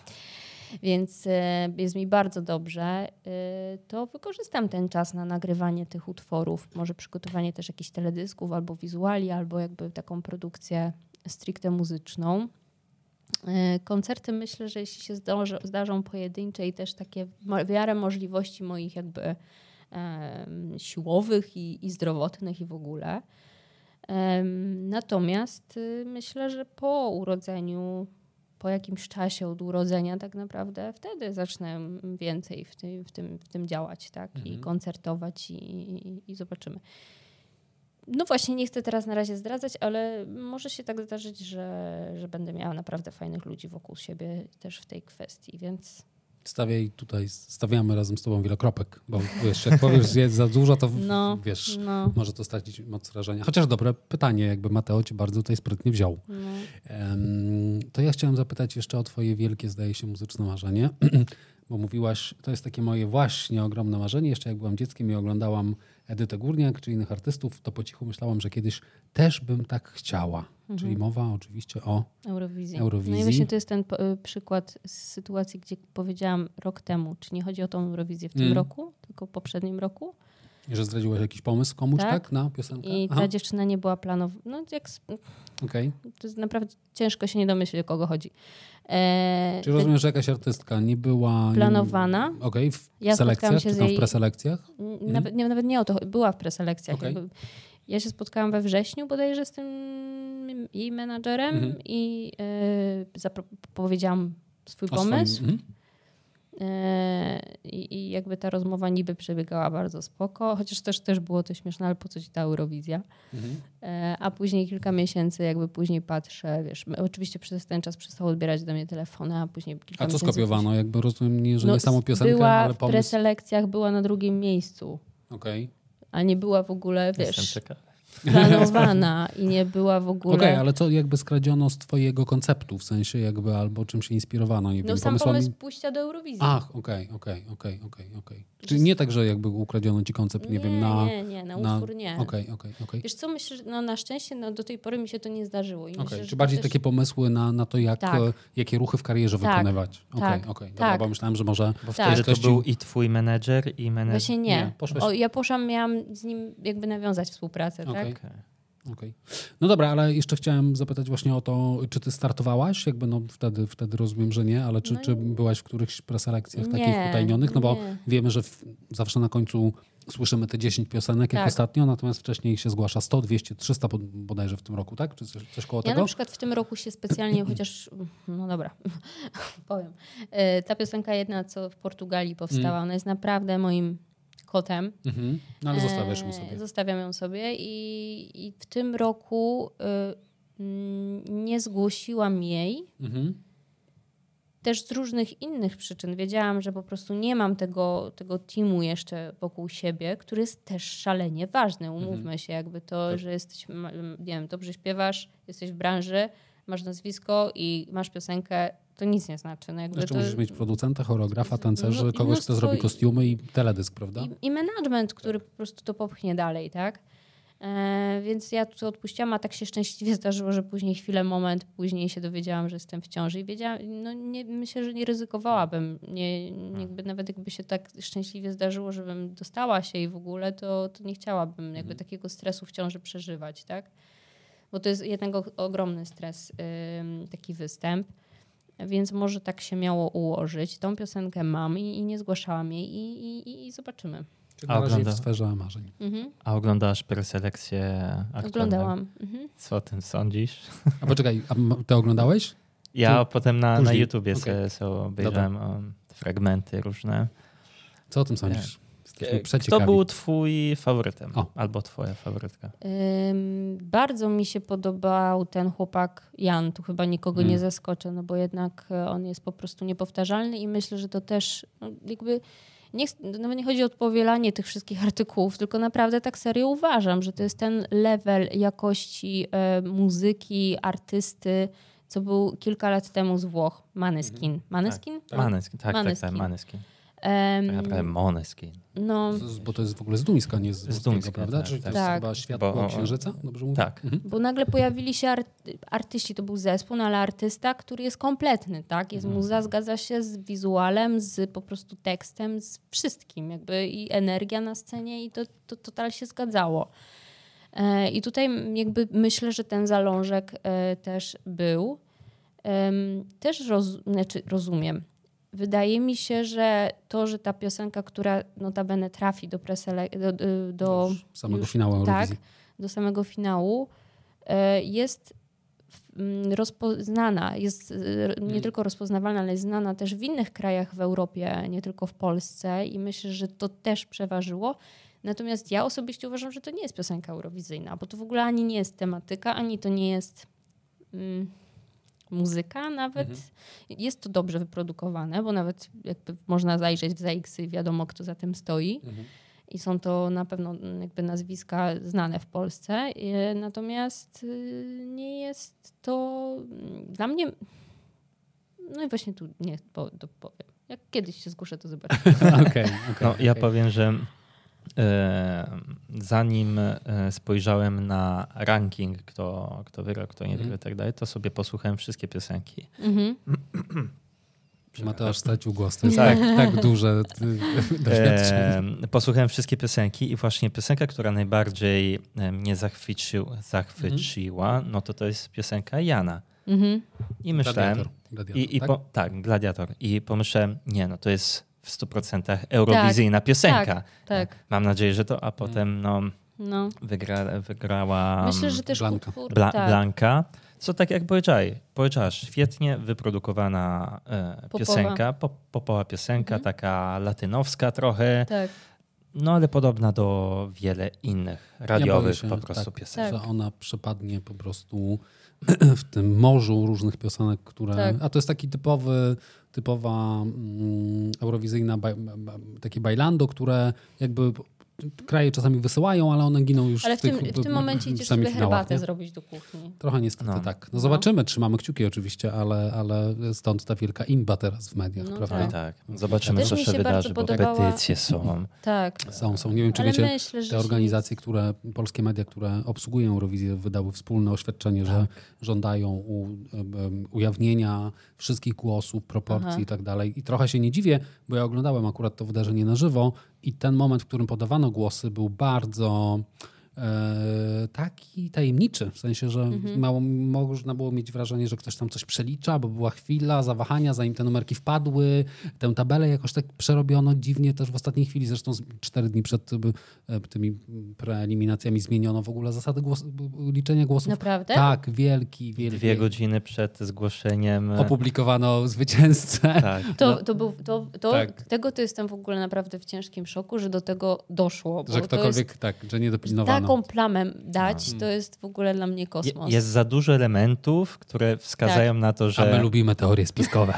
Więc e, jest mi bardzo dobrze. E, to wykorzystam ten czas na nagrywanie tych utworów. Może przygotowanie też jakichś teledysków albo wizuali, albo jakby taką produkcję stricte muzyczną. E, koncerty myślę, że jeśli się zdarzy, zdarzą pojedyncze i też takie w miarę możliwości moich jakby e, siłowych i, i zdrowotnych i w ogóle. E, natomiast e, myślę, że po urodzeniu po jakimś czasie od urodzenia tak naprawdę wtedy zacznę więcej w tym, w tym, w tym działać, tak? Mhm. I koncertować i, i, i zobaczymy. No właśnie, nie chcę teraz na razie zdradzać, ale może się tak zdarzyć, że, że będę miała naprawdę fajnych ludzi wokół siebie też w tej kwestii, więc... Stawiaj tutaj, stawiamy razem z tobą wiele kropek, bo wiesz, jak powiesz, że jest za dużo, to w- No, wiesz, no, może to stracić moc wrażenia. Chociaż dobre pytanie, jakby Mateo cię bardzo tutaj sprytnie wziął. no. Em, to ja chciałem zapytać jeszcze o twoje wielkie, zdaje się, muzyczne marzenie, bo mówiłaś, to jest takie moje właśnie ogromne marzenie. Jeszcze jak byłam dzieckiem i oglądałam Edytę Górniak czy innych artystów, to po cichu myślałam, że kiedyś też bym tak chciała. Mhm. Czyli mowa oczywiście o Eurowizji. Eurowizji. No i właśnie to jest ten po- y, przykład z sytuacji, gdzie powiedziałam rok temu, czy nie chodzi o tą Eurowizję w tym Mm. roku, tylko w poprzednim roku. że zdradziłaś jakiś pomysł komuś, tak? Tak. Na piosenkę? I Aha, ta dziewczyna nie była planowana. No, jak, s- okej. to jest naprawdę ciężko się nie domyślić, o kogo chodzi. E, Czyli rozumiem, że jakaś artystka nie była... Planowana. Nie, okej, w Ja spotkałam selekcjach, się czy z tam w jej- preselekcjach? n- nawet, nie, nawet nie o to, była w preselekcjach. Okej. Jakby. Ja się spotkałam we wrześniu bodajże z tym jej menadżerem Mhm. i e, zapro- powiedziałam swój O pomysł. swoim- mhm. E, I, I jakby ta rozmowa niby przebiegała bardzo spoko, chociaż też, też było to śmieszne, ale po co ci ta Eurowizja? Mhm. E, A później kilka miesięcy jakby później patrzę, wiesz, my- oczywiście przez ten czas przestało odbierać do mnie telefony, a później kilka A co miesięcy skopiowano? Jakby rozumiem, nie, że No, nie samą piosenkę, była ale w pomysł. preselekcjach, była na drugim miejscu, Okej, a nie była w ogóle, Jestem wiesz, ciekawy. planowana i nie była w ogóle... Okej, ale co jakby skradziono z twojego konceptu, w sensie jakby albo czym się inspirowano, nie No wiem, sam pomysłami... pomysł pójścia do Eurowizji. Ach, okej, okej, okej, okej, okej. Że Czyli s- nie tak, że jakby ukradziono ci koncept, nie, wiem, na... Nie, nie, na na- utwór nie. Okej, okej, okej. Wiesz co, myślę, że no, na szczęście no, do tej pory mi się to nie zdarzyło. I Okej, myślę, że czy to bardziej też... takie pomysły na, na to, jak, Tak. e, jakie ruchy w karierze Tak, wykonywać. Okej, tak, okej. Dobra, tak. bo myślałem, że może... Bo Tak. wtedy to Ktoś ci- był i twój menedżer, i menedżer... Właśnie nie. Nie, poszłeś- O, ja poszłam, miałam z nim jakby nawiązać współpracę, Okej. tak? Okej. Okej. No dobra, ale jeszcze chciałem zapytać właśnie o to, czy ty startowałaś? Jakby no wtedy, wtedy rozumiem, że nie, ale czy, No czy nie. byłeś w którychś preselekcjach takich Nie, utajnionych? No bo nie. wiemy, że w, zawsze na końcu słyszymy te dziesięć piosenek jak Tak. ostatnio, natomiast wcześniej się zgłasza sto, dwieście, trzysta bod- bodajże w tym roku, tak? Czy coś, coś koło Ja tego? na przykład w tym roku się specjalnie, chociaż, no dobra, powiem. E, Ta piosenka jedna, co w Portugalii powstała, Mm. ona jest naprawdę moim kotem. Mhm. No ale zostawiasz ją E, sobie. Zostawiam ją sobie i, i w tym roku y, mm, nie zgłosiłam jej. Mhm. Też z różnych innych przyczyn. Wiedziałam, że po prostu nie mam tego, tego teamu jeszcze wokół siebie, który jest też szalenie ważny. Umówmy Mhm. się, jakby to, Tak. że jesteś, ma- nie wiem, dobrze śpiewasz, jesteś w branży, masz nazwisko i masz piosenkę, to nic nie znaczy. No jakby Jeszcze to, musisz mieć producenta, choreografa, z- tancerzy, no, kogoś, kto mnóstwo zrobi i- kostiumy i teledysk, prawda? I, i management, który po prostu to popchnie dalej, tak? E, więc ja to odpuściłam, a tak się szczęśliwie zdarzyło, że później chwilę, moment później się dowiedziałam, że jestem w ciąży i wiedziałam, no nie, myślę, że nie ryzykowałabym. Nie, jakby nawet jakby się tak szczęśliwie zdarzyło, żebym dostała się i w ogóle, to, to nie chciałabym jakby Mhm. takiego stresu w ciąży przeżywać, tak? Bo to jest jednak o- ogromny stres, ym, taki występ. więc może tak się miało ułożyć. Tą piosenkę mam i, i nie zgłaszałam jej i, i, i zobaczymy. Czyli na razie w sferze marzeń. Mhm. A oglądasz preselekcję aktualną? Oglądałam. Mhm. Co o tym sądzisz? A poczekaj, a ty oglądałeś? Ja Czy potem na, na później? YouTubie Okay. sobie, sobie obejrzałem um, fragmenty różne. Co o tym sądzisz? Kto był twój faworytem? O. Albo twoja faworytka? Ym, bardzo mi się podobał ten chłopak Jan. Tu chyba nikogo hmm. nie zaskoczę, no bo jednak on jest po prostu niepowtarzalny i myślę, że to też no, jakby nie, nawet nie chodzi o powielanie tych wszystkich artykułów, tylko naprawdę tak serio uważam, że to jest ten level jakości e, muzyki, artysty, co był kilka lat temu z Włoch. Maneskin. Maneskin? Tak, Maneskin, tak, Maneskin. tak, tak, Maneskin. Um, tak naprawdę Moneskin. No, bo to jest w ogóle z Duńska, nie z, z Duńska, prawda? Tak, Czyli tak. to jest tak. chyba światło bo, księżyca? Dobrze mówię? Tak. Mhm. Bo nagle pojawili się arty- artyści, to był zespół, no ale artysta, który jest kompletny, tak? Jest Mhm. muza, zgadza się z wizualem, z po prostu tekstem, z wszystkim jakby i energia na scenie i to, to total się zgadzało. E, I tutaj jakby myślę, że ten zalążek e, też był. E, też roz, znaczy rozumiem. Wydaje mi się, że to, że ta piosenka, która notabene trafi do presele, do, do, do samego już, finału Eurowizji. Tak, do samego finału, jest rozpoznana, jest nie tylko rozpoznawalna, ale jest znana też w innych krajach w Europie, nie tylko w Polsce i myślę, że to też przeważyło. Natomiast ja osobiście uważam, że to nie jest piosenka eurowizyjna, bo to w ogóle ani nie jest tematyka, ani to nie jest... Mm, muzyka nawet. Mhm. Jest to dobrze wyprodukowane, bo nawet jakby można zajrzeć w zaiksy i wiadomo, kto za tym stoi. Mhm. I są to na pewno jakby nazwiska znane w Polsce. Natomiast nie jest to dla mnie... No i właśnie tu nie to powiem. Jak kiedyś się zgłoszę, to zobaczę. okay, okay, no, ja okay. powiem, że e, zanim spojrzałem na ranking, kto, kto wygrał, kto nie wygrał i tak dalej, to sobie posłuchałem wszystkie piosenki. Mm-hmm. Mateusz stracił głos. To jest tak, tak duże doświadczenie. E, posłuchałem wszystkie piosenki i właśnie piosenka, która najbardziej mnie zachwyci, zachwyciła, mm-hmm. no to to jest piosenka Jana. Mm-hmm. I myślałem... Gladiator. Gladiator, i, i tak? Po, tak, Gladiator. I pomyślałem, nie, no to jest w stu procentach eurowizyjna tak, piosenka. Tak, tak. Mam nadzieję, że to, a potem no, no. Wygra, wygrała Myślę, że też Blanka. Utwór, Bla, tak. Blanka. Co tak jak powiedziałeś, powiedziałaś, świetnie wyprodukowana e, piosenka, pop, popowa piosenka, mhm. taka latynowska trochę. Tak. No ale podobna do wiele innych radiowych ja się, po prostu tak, piosenek. Że ona przepadnie po prostu w tym morzu różnych piosenek, które... Tak. A to jest taki typowy, typowa mm, eurowizyjna baj, takie bailando, które jakby kraje czasami wysyłają, ale one giną już ale w, w tym, tych w tym momencie idziesz sobie herbatę nie? zrobić do kuchni. Trochę niestety no. tak. No zobaczymy, no. trzymamy kciuki oczywiście, ale, ale stąd ta wielka imba teraz w mediach, no prawda? Tak, tak. Zobaczymy, też co się, się wydarzy, bo podobała... petycje są. tak. Są, są. Nie wiem, czy ale wiecie, myślę, te organizacje, się... które, polskie media, które obsługują Eurowizję, wydały wspólne oświadczenie, tak. że żądają u, um, ujawnienia wszystkich głosów, proporcji Aha. i tak dalej. I trochę się nie dziwię, bo ja oglądałem akurat to wydarzenie na żywo i ten moment, w którym podawano głosy, był bardzo e, taki tajemniczy. W sensie, że mhm. mało, można było mieć wrażenie, że ktoś tam coś prelicza, bo była chwila zawahania, zanim te numerki wpadły. Tę tabelę jakoś tak przerobiono dziwnie też w ostatniej chwili. Zresztą cztery dni przed tymi preeliminacjami zmieniono w ogóle zasady głos, liczenia głosów. Naprawdę? Tak, wielki, wielki. Dwie godziny przed zgłoszeniem opublikowano zwycięzcę. Tak. To, to był, to, to, tak. Tego to jestem w ogóle naprawdę w ciężkim szoku, że do tego doszło. Bo że ktokolwiek, jest, tak, że nie dopilnowano. Taką plamę dać, no. to jest w ogóle dla mnie kosmos. Jest za dużo elementów, które wskazują tak. na to, że... A my lubimy teorie spiskowe.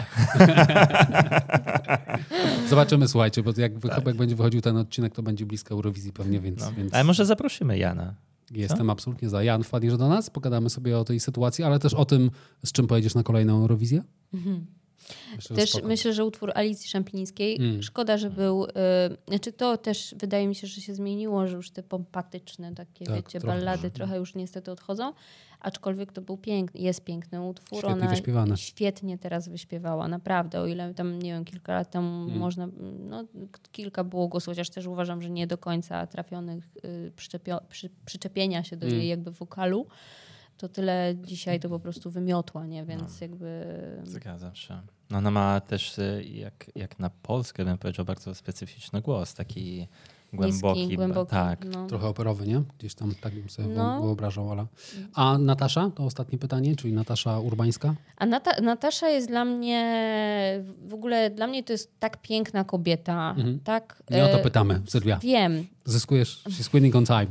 Zobaczymy, słuchajcie, bo jak, tak. jak będzie wychodził ten odcinek, to będzie blisko Eurowizji pewnie, więc... No. więc... Ale może zaprosimy Jana. Jestem Co? absolutnie za. Jan, wpadniesz do nas? Pogadamy sobie o tej sytuacji, ale też o tym, z czym pojedziesz na kolejną Eurowizję? Mhm. Myślę, też że myślę, że utwór Alicji Szemplińskiej, mm. szkoda, że był, y, znaczy to też wydaje mi się, że się zmieniło, że już te pompatyczne takie, tak, wiecie, trochę. ballady trochę już niestety odchodzą, aczkolwiek to był piękny, jest piękny utwór. Świetnie Ona wyśpiewane. Świetnie teraz wyśpiewała, naprawdę, o ile tam, nie wiem, kilka lat temu mm. można, no kilka było głosów, chociaż też uważam, że nie do końca trafionych y, przyczepio, przy, przyczepienia się do mm. jej jakby wokalu. to tyle dzisiaj to po prostu wymiotła, nie? Więc No. jakby... Zgadzam się. No ona ma też, y, jak, jak na Polskę, bym powiedział, bardzo specyficzny głos, taki głęboki. Niski, głęboki. Tak. No. Trochę operowy, nie? Gdzieś tam tak bym sobie No. wyobrażał, ale... A Natasza? To ostatnie pytanie, czyli Natasza Urbańska? A Nata- Natasza jest dla mnie, w ogóle dla mnie to jest tak piękna kobieta. Mhm. Tak, Nie o to e, pytamy, Sylwia. Wiem. Zyskujesz, she's winning on time.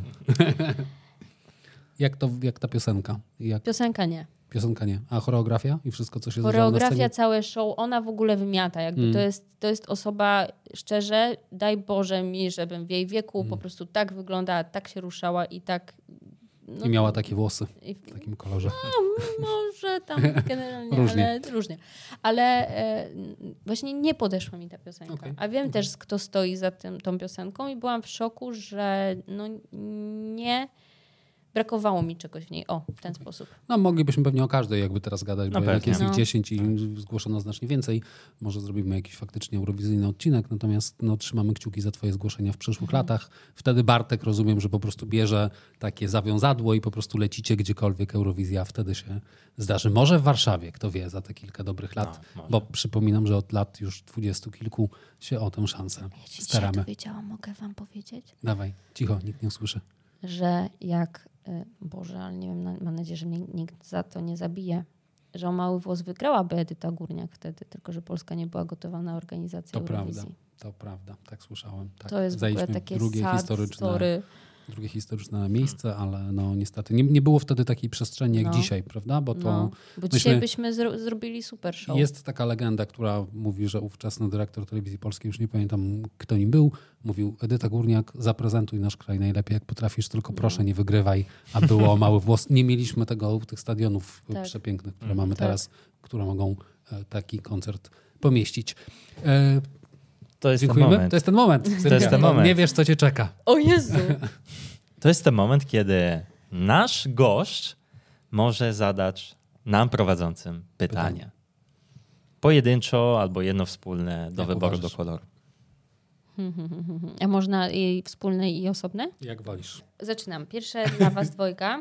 jak, to, jak ta piosenka? Jak, Piosenka nie. piosenka nie. A choreografia i wszystko, co się zadziało na Choreografia, scenie? całe show, ona w ogóle wymiata. Jakby Mm. to, jest, to jest osoba, szczerze, daj Boże mi, żebym w jej wieku Mm. po prostu tak wyglądała, tak się ruszała i tak... No, I miała takie włosy i- w takim kolorze. może tam generalnie, Różnie. ale różnie. Ale e, właśnie nie podeszła mi ta piosenka. Okej. A wiem też, kto stoi za tym, tą piosenką i byłam w szoku, że no nie brakowało mi czegoś w niej. O, w ten sposób. No moglibyśmy pewnie o każdej jakby teraz gadać, No bo jednak pewnie. jest ich No. dziesięć i zgłoszono znacznie więcej. Może zrobimy jakiś faktycznie eurowizyjny odcinek, natomiast no, trzymamy kciuki za twoje zgłoszenia w przyszłych Mhm. latach. Wtedy Bartek, rozumiem, że po prostu bierze takie zawiązadło i po prostu lecicie gdziekolwiek Eurowizja wtedy się zdarzy. Może w Warszawie, kto wie, za te kilka dobrych lat, No, może. bo przypominam, że od lat już dwudziestu kilku się o tę szansę Ja się staramy. dzisiaj dowiedziałam, mogę wam powiedzieć, Dawaj, cicho, nikt nie usłyszy. że jak, y, Boże, ale nie wiem, na- mam nadzieję, że mnie nikt za to nie zabije, że o Mały Włos wygrałaby Edyta Górniak wtedy, tylko że Polska nie była gotowa na organizację To Eurowizji. prawda, to prawda, tak słyszałem. Tak. To jest w ogóle Zajęliśmy takie drugie sad historyczne story. drugie historyczne miejsce, ale no niestety nie, nie było wtedy takiej przestrzeni jak No. dzisiaj, prawda? Bo to No, bo myśmy- dzisiaj byśmy zro- zrobili super show. jest taka legenda, która mówi, że ówczesny dyrektor telewizji polskiej, już nie pamiętam kto nim był, mówił: Edyta Górniak, zaprezentuj nasz kraj najlepiej jak potrafisz, tylko No. proszę nie wygrywaj, a było Mały Włos. Nie mieliśmy tego, tych stadionów Tak. przepięknych, które Mhm. mamy Tak. teraz, które mogą e, taki koncert pomieścić. E, To jest ten dziękujemy. moment. To jest ten moment. jest ten moment. Nie wiesz, co cię czeka. O Jezu! To jest ten moment, kiedy nasz gość może zadać nam prowadzącym pytanie. Pytanie. Pojedynczo albo jedno wspólne do Jak wyboru, uważasz? do koloru. A można i wspólne i osobne? Jak wolisz. Zaczynam. Pierwsze dla was dwojga.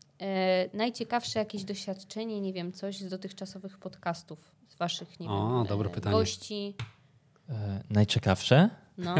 E, najciekawsze jakieś doświadczenie, nie wiem, coś z dotychczasowych podcastów, z waszych, nie O, wiem, dobre e, pytanie. gości. E, najciekawsze? No.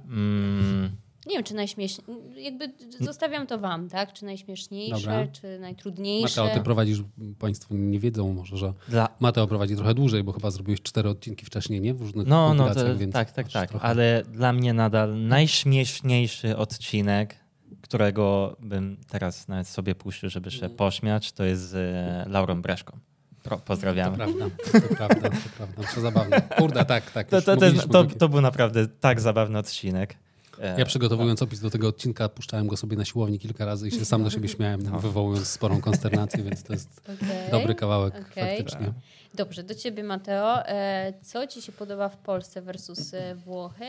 Mm, Nie wiem, czy najśmieszniejsze. Jakby zostawiam to wam, tak? Czy najśmieszniejsze, Dobra. czy najtrudniejsze. Mateo, ty prowadzisz, państwo nie wiedzą może, że dla, Mateo prowadzi trochę dłużej, bo chyba zrobiłeś cztery odcinki wcześniej, nie? W różnych no, no, kompilacjach, to, więc tak, tak, masz tak. trochę- Ale dla mnie nadal najśmieszniejszy odcinek, którego bym teraz nawet sobie puścił, żeby się pośmiać, to jest z e, Laurą Breszką. Pro, To pozdrawiamy. prawda, to prawda, to prawda. To zabawne. Kurde, tak, tak. To, już to, to, mówiliśmy jest, to, takie- to był naprawdę tak zabawny odcinek. E, Ja przygotowując opis do tego odcinka, puszczałem go sobie na siłowni kilka razy i się sam do siebie śmiałem, No. wywołując sporą konsternację, więc to jest Okej. dobry kawałek Okej. faktycznie. Dobrze, do ciebie, Mateo. E, co ci się podoba w Polsce versus e, Włochy,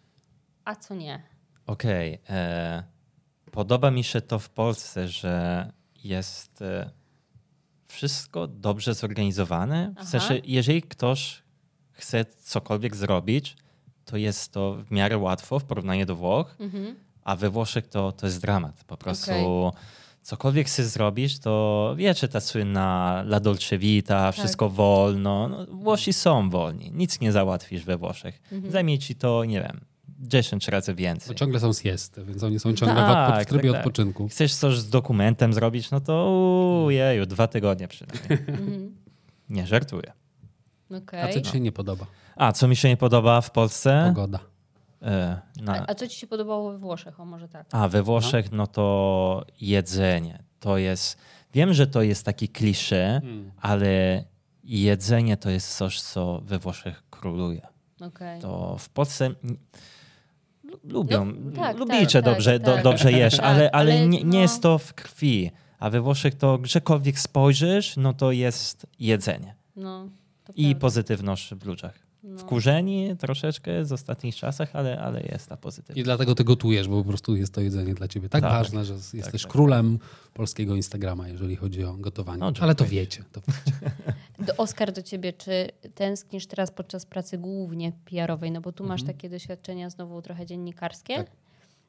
a co nie? Okej. e, Podoba mi się to w Polsce, że jest e, wszystko dobrze zorganizowane. Aha. W sensie, jeżeli ktoś chce cokolwiek zrobić, to jest to w miarę łatwo w porównaniu do Włoch, Mhm. a we Włoszech to, to jest dramat. Po prostu Okej. cokolwiek chcesz zrobić, to wiecie, ta słynna La Dolce Vita, wszystko wolno. No, Włosi są wolni. Nic nie załatwisz we Włoszech. Mhm. Zajmie ci to, nie wiem, dziesięć razy Bo więcej. ciągle są siesty, więc oni są ciągle Tak, w, w trybie tak, tak. odpoczynku. Chcesz coś z dokumentem zrobić, no to ujeju, dwa tygodnie przynajmniej. Mhm. Nie, żartuję. Okej. A co ci się nie podoba? A, co mi się nie podoba w Polsce? Pogoda. E, na, A, a co ci się podobało we Włoszech? O, może tak. A, we Włoszech, no to jedzenie. To jest, wiem, że to jest taki klisze, Hmm. ale jedzenie to jest coś, co we Włoszech króluje. Okej. To w Polsce mm, lu- lubią, No, tak, lubicie tak, dobrze, tak, do, tak. dobrze jesz, Tak, ale, ale ale nie, nie no- jest to w krwi. A we Włoszech to gdziekolwiek spojrzysz, no to jest jedzenie. No, to I prawda. pozytywność w ludziach. No. Wkurzeni troszeczkę z ostatnich czasach, ale, ale jest ta I pozytywność. dlatego ty gotujesz, bo po prostu jest to jedzenie dla ciebie tak, Tak. ważne, że jesteś tak, królem polskiego Instagrama, jeżeli chodzi o gotowanie. No, Ale to dziękuję. wiecie. To wiecie. Do, Oskar, do ciebie, czy tęsknisz teraz podczas pracy głównie P R owej? No bo tu masz takie doświadczenia znowu trochę dziennikarskie. Tak.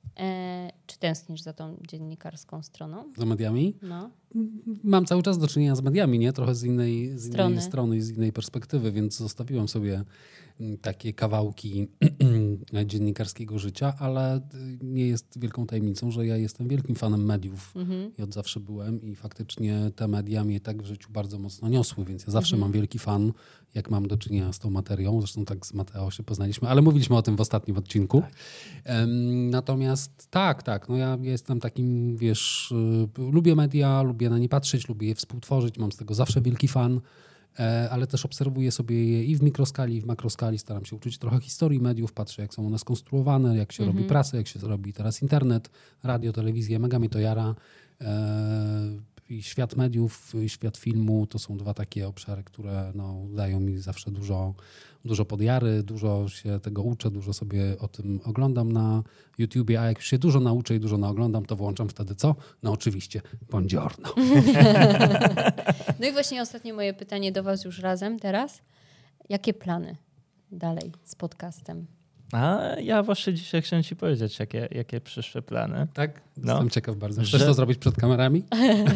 E, czy tęsknisz za tą dziennikarską stroną? Za mediami? No. Mam cały czas do czynienia z mediami, nie? Trochę z innej, z Strony. innej strony i z innej perspektywy, więc zostawiłem sobie takie kawałki dziennikarskiego życia, ale nie jest wielką tajemnicą, że ja jestem wielkim fanem mediów Mhm. i od zawsze byłem i faktycznie te media mnie tak w życiu bardzo mocno niosły, więc ja zawsze Mhm. mam wielki fan, jak mam do czynienia z tą materią. Zresztą tak z Mateo się poznaliśmy, ale mówiliśmy o tym w ostatnim odcinku. Tak. Em, natomiast tak, tak, no ja jestem takim, wiesz, y, lubię media, lubię na nie patrzeć, lubię je współtworzyć, mam z tego zawsze wielki fan. E, ale też obserwuję sobie je i w mikroskali, i w makroskali. Staram się uczyć trochę historii mediów, patrzę jak są one skonstruowane, jak się Mhm. robi prasę, jak się robi teraz internet, radio, telewizję, mega mnie to jara. E, I świat mediów, i świat filmu to są dwa takie obszary, które no, dają mi zawsze dużo, dużo podjary, dużo się tego uczę, dużo sobie o tym oglądam na YouTubie, a jak już się dużo nauczę i dużo naoglądam, to włączam wtedy co? No oczywiście, buongiorno. No i właśnie ostatnie moje pytanie do was już razem teraz. Jakie plany dalej z podcastem? A ja właśnie dzisiaj chciałem ci powiedzieć, jakie, jakie przyszłe plany. Tak? No. Jestem ciekaw bardzo. Chcesz Że- to zrobić przed kamerami?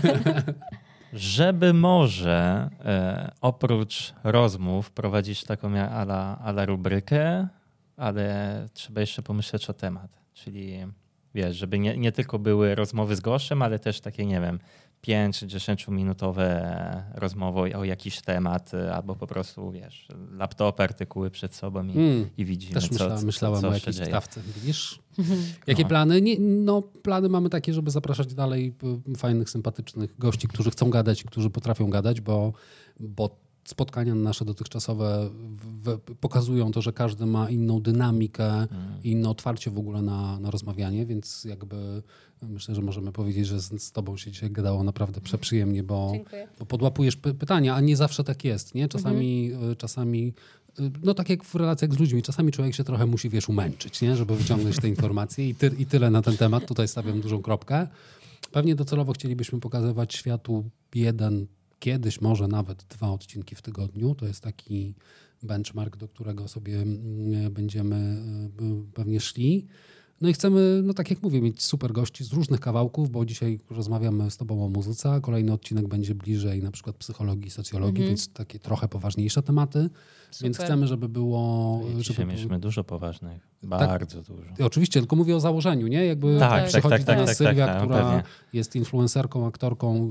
Żeby może e, oprócz rozmów prowadzić taką ja- ala, ala rubrykę, ale trzeba jeszcze pomyśleć o temat. Czyli wiesz, żeby nie, nie tylko były rozmowy z gościem, ale też takie, nie wiem, pięć czy dziesięciominutowe rozmowy o jakiś temat, e, albo po prostu, wiesz, laptop, artykuły przed sobą i, Mm. i widzimy, Też co, myśla, co, myślałem co o się jakiejś dzieje. stawce. Widzisz? Jakie No. plany? Nie, no, plany mamy takie, żeby zapraszać dalej y, fajnych, sympatycznych gości, którzy chcą gadać, którzy potrafią gadać, bo, bo spotkania nasze dotychczasowe w, w, pokazują to, że każdy ma inną dynamikę, Mm. inne otwarcie w ogóle na, na rozmawianie, więc jakby myślę, że możemy powiedzieć, że z, z tobą się dzisiaj gadało naprawdę przeprzyjemnie, bo, Dziękuję. bo podłapujesz py- pytania, a nie zawsze tak jest, nie? Czasami, y, czasami y, no tak jak w relacjach z ludźmi, czasami człowiek się trochę musi, wiesz, umęczyć, nie? Żeby wyciągnąć te informacje i, ty, i tyle na ten temat. Tutaj stawiam dużą kropkę. Pewnie docelowo chcielibyśmy pokazywać światu jeden, kiedyś może nawet dwa odcinki w tygodniu. To jest taki benchmark, do którego sobie mm, będziemy y, pewnie szli. No i chcemy, no tak jak mówię, mieć super gości z różnych kawałków, bo dzisiaj rozmawiamy z tobą o muzyce, a kolejny odcinek będzie bliżej na przykład psychologii, socjologii, Mhm. więc takie trochę poważniejsze tematy. Więc Super. chcemy, żeby było... I dzisiaj Żeby mieliśmy dużo poważnych, bardzo dużo. I oczywiście, tylko mówię o założeniu, nie? Jakby No Tak, tak, przychodzi tak, do tak, nas tak, Sylwia, tak, tak, która pewnie. jest influencerką, aktorką, ym,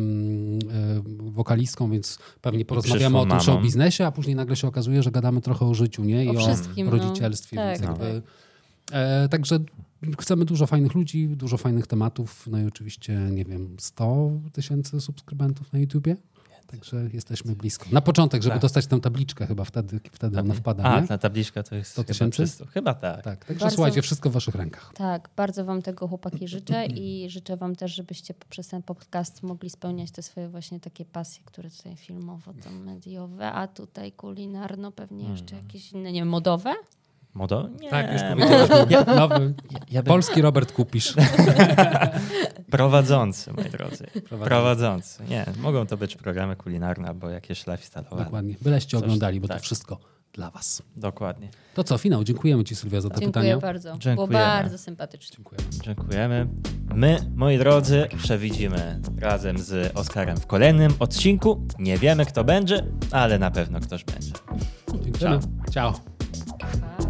ym, wokalistką, więc pewnie porozmawiamy o tym przyszłą show mamą. biznesie, a później nagle się okazuje, że gadamy trochę o życiu, nie? I O o, wszystkim, no. rodzicielstwie, Tak. więc No. jakby... E, także chcemy dużo fajnych ludzi, dużo fajnych tematów, no i oczywiście, nie wiem, sto tysięcy subskrybentów na YouTubie. Także jesteśmy blisko. Na początek, żeby Tak. dostać tę tabliczkę chyba wtedy, wtedy ona wpada, A, nie? ta tabliczka to jest sto chyba tysięcy? przez sto. Chyba tak. Tak, także Bardzo- słuchajcie, wszystko w waszych rękach. Tak, bardzo wam tego chłopaki życzę i życzę wam też, żebyście poprzez ten podcast mogli spełniać te swoje właśnie takie pasje, które tutaj filmowo, to mediowe, a tutaj kulinarno, pewnie jeszcze jakieś inne, nie wiem, modowe? Modo? Nie. Tak, już mo- powiedziałeś. Ja, Nowy ja bym polski Robert Kupisz. prowadzący, moi drodzy. Prowadzący. Nie, mogą to być programy kulinarne albo jakieś lifestyle'owe. Dokładnie. Byleście Coś- oglądali, bo tak. to wszystko dla was. Dokładnie. To co, finał. Dziękujemy ci, Sylwia, za te Dziękuję pytania. bardzo. Było Dziękujemy. bardzo sympatycznie. Dziękujemy. Dziękujemy. My, moi drodzy, przewidzimy razem z Oskarem w kolejnym odcinku. Nie wiemy, kto będzie, ale na pewno ktoś będzie. Dziękujemy. Ciao. Pa.